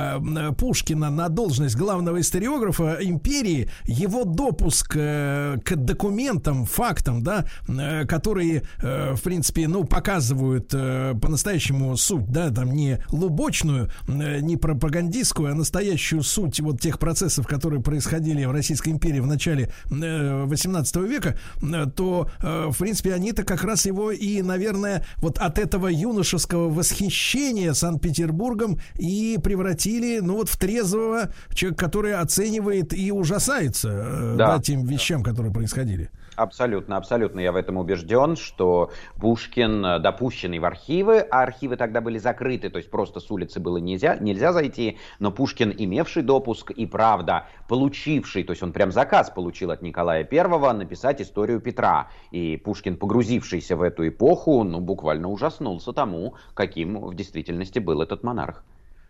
э, Пушкина на должность главного историографа империи, его допуск э, к документам, фактам, да, э, которые, э, в принципе, ну, показывают э, по-настоящему суть, да, там не лубочную, э, не пропагандистскую, а настоящую суть вот тех процессов, которые происходили в Российской империи в начале э, восемнадцатого века, э, то, э, в принципе, они-то как раз его и, наверное, вот от этого юношеского восхищения Санкт-Петербургом и превратили, ну, вот в трезвого человека, который оценивает и ужасается, да, да, тем вещам, которые происходили. Абсолютно, абсолютно я в этом убежден, что Пушкин, допущенный в архивы, а архивы тогда были закрыты, то есть просто с улицы было нельзя, нельзя зайти, но Пушкин, имевший допуск и, правда, получивший, то есть он прям заказ получил от Николая Первого написать «Историю Петра». И Пушкин, погрузившийся в эту эпоху, ну, буквально ужаснулся тому, каким в действительности был этот монарх.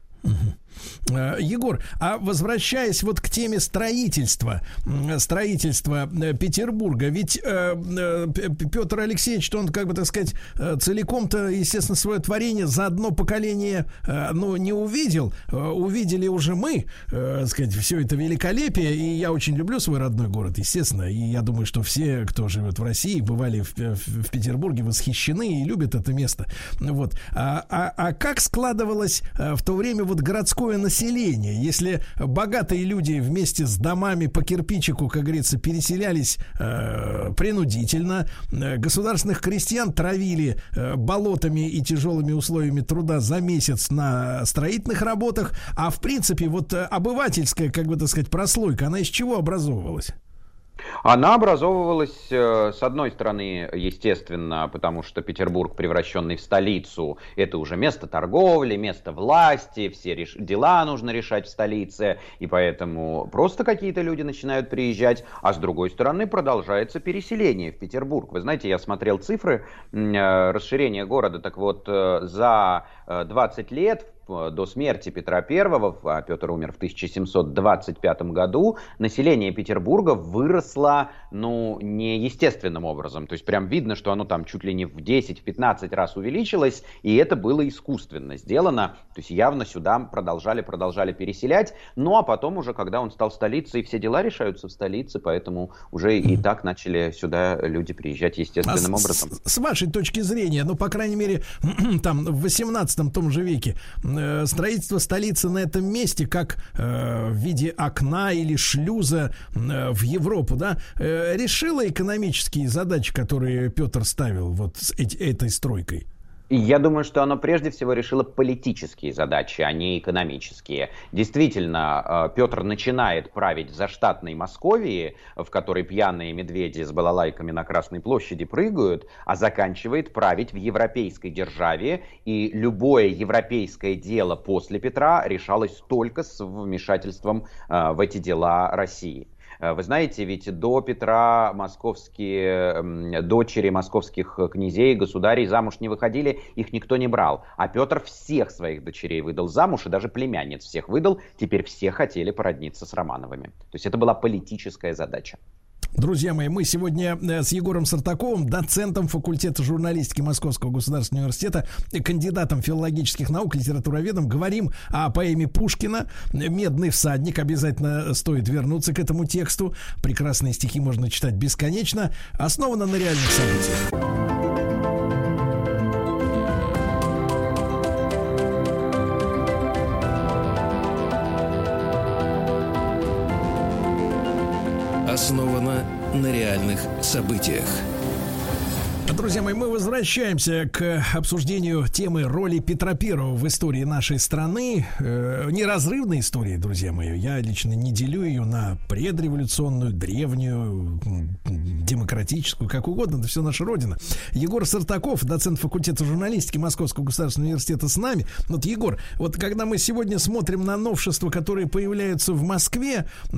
Егор, а возвращаясь вот к теме строительства, строительства Петербурга, ведь э, э, Петр Алексеевич, он, как бы, так сказать, целиком-то, естественно, свое творение за одно поколение, э, ну, не увидел. Увидели уже мы, э, сказать, все это великолепие, и я очень люблю свой родной город, естественно, и я думаю, что все, кто живет в России, бывали в, в, в Петербурге, восхищены и любят это место. Вот. А, а, а как складывалось в то время вот городское население, если богатые люди вместе с домами по кирпичику, как говорится, переселялись э, принудительно, э, государственных крестьян травили э, болотами и тяжелыми условиями труда за месяц на строительных работах, а в принципе вот э, обывательская, как бы, так сказать, прослойка, она из чего образовывалась? Она образовывалась, с одной стороны, естественно, потому что Петербург, превращенный в столицу, это уже место торговли, место власти, все реш... дела нужно решать в столице, и поэтому просто какие-то люди начинают приезжать, а с другой стороны продолжается переселение в Петербург. Вы знаете, я смотрел цифры расширения города, так вот, за двадцать лет, до смерти Петра Первого, а Петр умер в тысяча семьсот двадцать пятом году, население Петербурга выросло, ну, неестественным образом. То есть прям видно, что оно там чуть ли не в десять-пятнадцать раз увеличилось, и это было искусственно сделано. То есть явно сюда продолжали, продолжали переселять. Ну, а потом уже, когда он стал столицей, все дела решаются в столице, поэтому уже и так начали сюда люди приезжать естественным а образом. С, с вашей точки зрения, ну, по крайней мере, там в восемнадцатом том же веке, строительство столицы на этом месте, как э, в виде окна или шлюза э, в Европу, да, э, решило экономические задачи, которые Петр ставил вот с эти, этой стройкой? Я думаю, что оно прежде всего решило политические задачи, а не экономические. Действительно, Петр начинает править в заштатной Московии, в которой пьяные медведи с балалайками на Красной площади прыгают, а заканчивает править в европейской державе, и любое европейское дело после Петра решалось только с вмешательством в эти дела России. Вы знаете, ведь до Петра московские дочери московских князей, государей замуж не выходили, их никто не брал. А Петр всех своих дочерей выдал замуж, и даже племянниц всех выдал. Теперь все хотели породниться с Романовыми. То есть это была политическая задача. Друзья мои, мы сегодня с Егором Сартаковым, доцентом факультета журналистики Московского государственного университета, кандидатом филологических наук, литературоведом, говорим о поэме Пушкина «Медный всадник». Обязательно стоит вернуться к этому тексту. Прекрасные стихи можно читать бесконечно. Основано на реальных событиях. Основано на реальных событиях. Друзья мои, мы возвращаемся к обсуждению темы роли Петра Первого в истории нашей страны. Э, неразрывной истории, друзья мои. Я лично не делю ее на предреволюционную, древнюю, демократическую, как угодно. Это все наша родина. Егор Сартаков, доцент факультета журналистики Московского государственного университета, с нами. Вот, Егор, вот когда мы сегодня смотрим на новшества, которые появляются в Москве, э,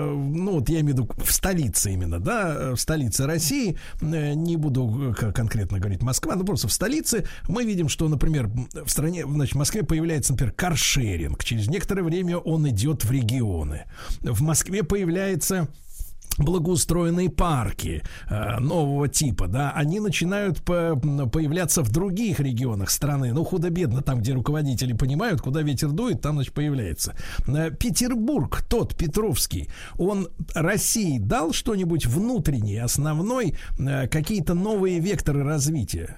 ну вот я имею в виду в столице именно, да, в столице России, э, не буду конкретно говорить Москва, но просто в столице мы видим, что, например, в стране, значит, в Москве появляется, например, каршеринг. Через некоторое время он идет в регионы. В Москве появляется благоустроенные парки э, нового типа, да, они начинают по, появляться в других регионах страны, ну, худо-бедно, там, где руководители понимают, куда ветер дует, там, значит, появляется. Э, Петербург, тот Петровский, он России дал что-нибудь внутреннее, основной, э, какие-то новые векторы развития?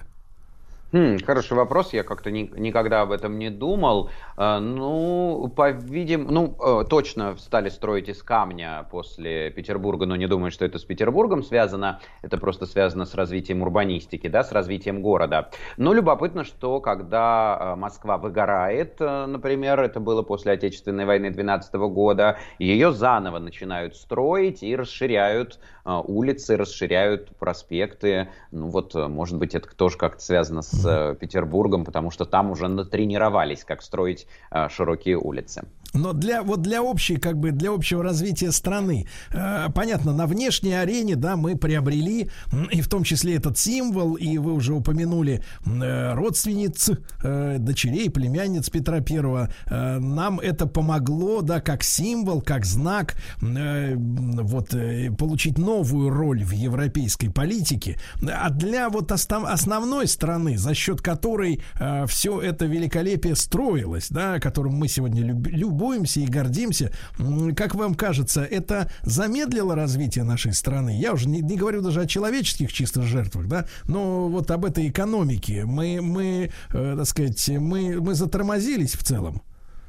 Хм, хороший вопрос, я как-то ни, никогда об этом не думал. Э, ну, по-видимому, ну, э, точно стали строить из камня после Петербурга, но не думаю, что это с Петербургом связано, это просто связано с развитием урбанистики, да, с развитием города. Но любопытно, что когда э, Москва выгорает, э, например, это было после Отечественной войны двенадцатого года, ее заново начинают строить и расширяют э, улицы, расширяют проспекты. Ну вот, может быть, это тоже как-то связано с Петербургом, потому что там уже натренировались, как строить э, широкие улицы. Но для, вот для общей, как бы, для общего развития страны, э, понятно, на внешней арене, да, мы приобрели, и в том числе этот символ, и вы уже упомянули э, родственниц, э, дочерей, племянниц Петра Первого. Э, нам это помогло, да, как символ, как знак, э, вот, э, получить новую роль в европейской политике. А для вот остав, основной страны, за счет которой э, все это великолепие строилось, да, которым мы сегодня люб, любим, и гордимся. Как вам кажется, это замедлило развитие нашей страны? Я уже не, не говорю даже о человеческих чисто жертвах, да, но вот об этой экономике. Мы, мы, э, так сказать, мы, мы затормозились в целом.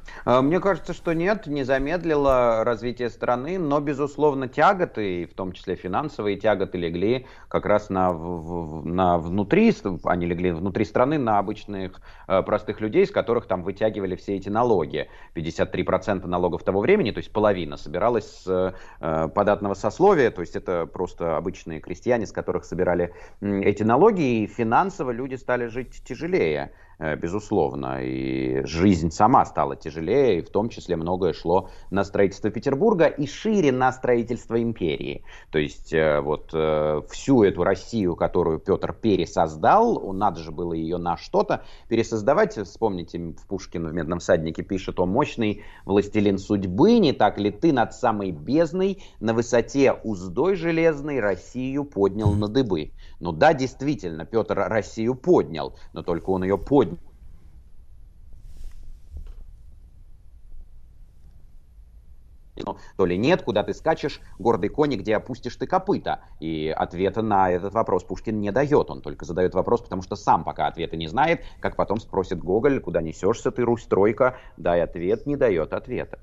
Мне кажется, что нет, не замедлило развитие страны, но, безусловно, тяготы, в том числе финансовые тяготы, легли как раз на, на внутри, они легли внутри страны на обычных простых людей, с которых там вытягивали все эти налоги. пятьдесят три процента налогов того времени, то есть половина, собиралась с податного сословия, то есть это просто обычные крестьяне, с которых собирали эти налоги, и финансово люди стали жить тяжелее. Безусловно, и жизнь сама стала тяжелее, и в том числе многое шло на строительство Петербурга и шире на строительство империи. То есть вот всю эту Россию, которую Петр пересоздал, надо же было ее на что-то пересоздавать. Вспомните, в Пушкин в «Медном всаднике» пишет: «О мощный властелин судьбы, не так ли ты над самой бездной на высоте уздой железной Россию поднял на дыбы?» Ну да, действительно, Петр Россию поднял, но только он ее поднял. Ну, то ли нет, куда ты скачешь, гордый кони, где опустишь ты копыта? И ответа на этот вопрос Пушкин не дает, он только задает вопрос, потому что сам пока ответа не знает, как потом спросит Гоголь: куда несешься ты, Русь-тройка? Дай ответ, не дает ответа.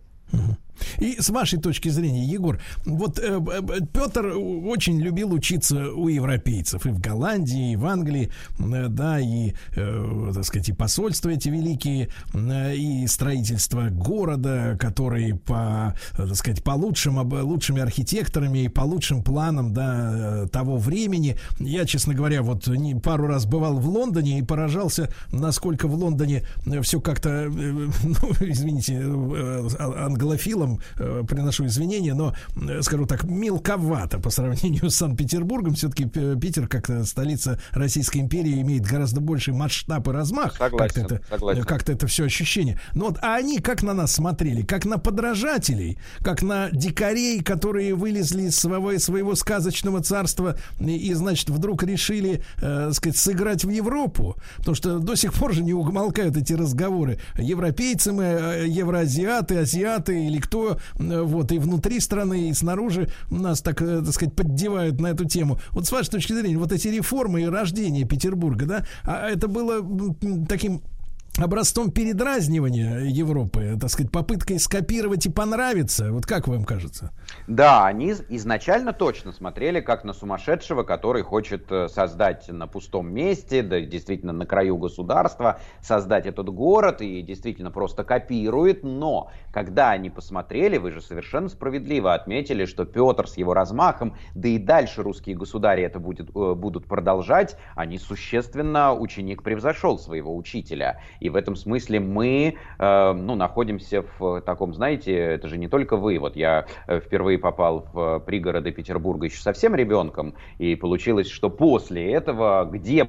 И с вашей точки зрения, Егор, вот э, Петр очень любил учиться у европейцев и в Голландии, и в Англии, э, да, и, э, так сказать, и посольства эти великие, э, и строительство города, который по, так сказать, по лучшим, лучшими архитекторами и по лучшим планам, да, того времени. Я, честно говоря, вот не, пару раз бывал в Лондоне и поражался, насколько в Лондоне все как-то, э, ну, извините, э, англофилом приношу извинения, но, скажу так, мелковато по сравнению с Санкт-Петербургом. Все-таки Питер, как столица Российской империи, имеет гораздо больший масштаб и размах. Согласен, как-то это, согласен. Как-то это все ощущение. Но вот, а они как на нас смотрели? Как на подражателей? Как на дикарей, которые вылезли из своего, своего сказочного царства и, и, значит, вдруг решили, э, сказать, сыграть в Европу? Потому что до сих пор же не умолкают эти разговоры. Европейцы мы, евроазиаты, азиаты или кто, вот, и внутри страны, и снаружи нас, так, так сказать, поддевают на эту тему. Вот с вашей точки зрения, вот эти реформы и рождение Петербурга, да, а это было таким образцом передразнивания Европы, так сказать, попыткой скопировать и понравиться. Вот как вам кажется? Да, они изначально точно смотрели как на сумасшедшего, который хочет создать на пустом месте, да, действительно на краю государства, создать этот город и действительно просто копирует. Но когда они посмотрели, вы же совершенно справедливо отметили, что Петр с его размахом, да и дальше русские государи это будет, будут продолжать, они существенно, ученик превзошел своего учителя. И в этом смысле мы э, ну, находимся в таком, знаете, это же не только вы. Вот я впервые попал в пригороды Петербурга еще совсем ребенком, и получилось, что после этого, где...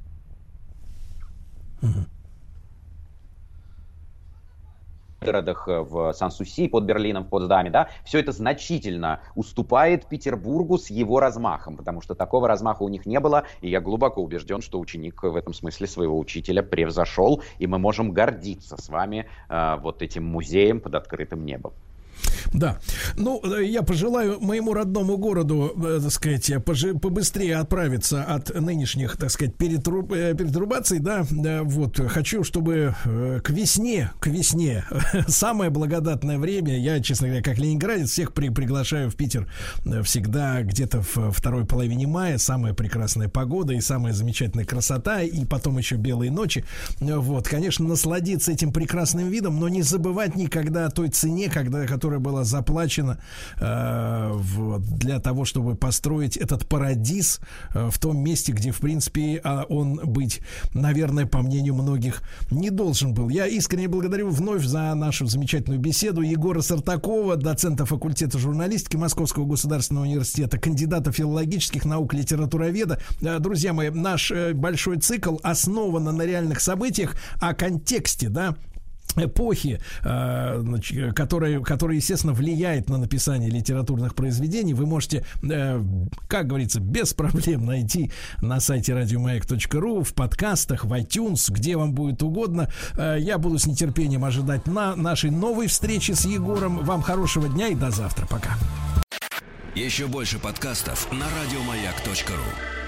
городах, в Сан-Суси, под Берлином, в Потсдаме, да, все это значительно уступает Петербургу с его размахом, потому что такого размаха у них не было, и я глубоко убежден, что ученик в этом смысле своего учителя превзошел, и мы можем гордиться с вами э, вот этим музеем под открытым небом. Да, ну, я пожелаю моему родному городу, так сказать, пожи- побыстрее отправиться от нынешних, так сказать, перетруб- перетрубаций, да, вот, хочу, чтобы к весне, к весне, самое благодатное время, я, честно говоря, как ленинградец, всех при- приглашаю в Питер всегда где-то в второй половине мая, самая прекрасная погода и самая замечательная красота, и потом еще белые ночи, вот, конечно, насладиться этим прекрасным видом, но не забывать никогда о той цене, когда, которая была заплачено э, в, для того, чтобы построить этот парадиз э, в том месте, где, в принципе, э, он быть, наверное, по мнению многих, не должен был. Я искренне благодарю вновь за нашу замечательную беседу Егора Сартакова, доцента факультета журналистики Московского государственного университета, кандидата филологических наук, литературоведа. Э, друзья мои, наш э, большой цикл основан на реальных событиях, о контексте, да, эпохи, э, которая, которая, естественно, влияет на написание литературных произведений, вы можете, э, как говорится, без проблем найти на сайте радиомаяк точка ру, в подкастах, в iTunes, где вам будет угодно. Э, я буду с нетерпением ожидать на нашей новой встречи с Егором. Вам хорошего дня и до завтра. Пока. Еще больше подкастов на радиомаяк точка ру.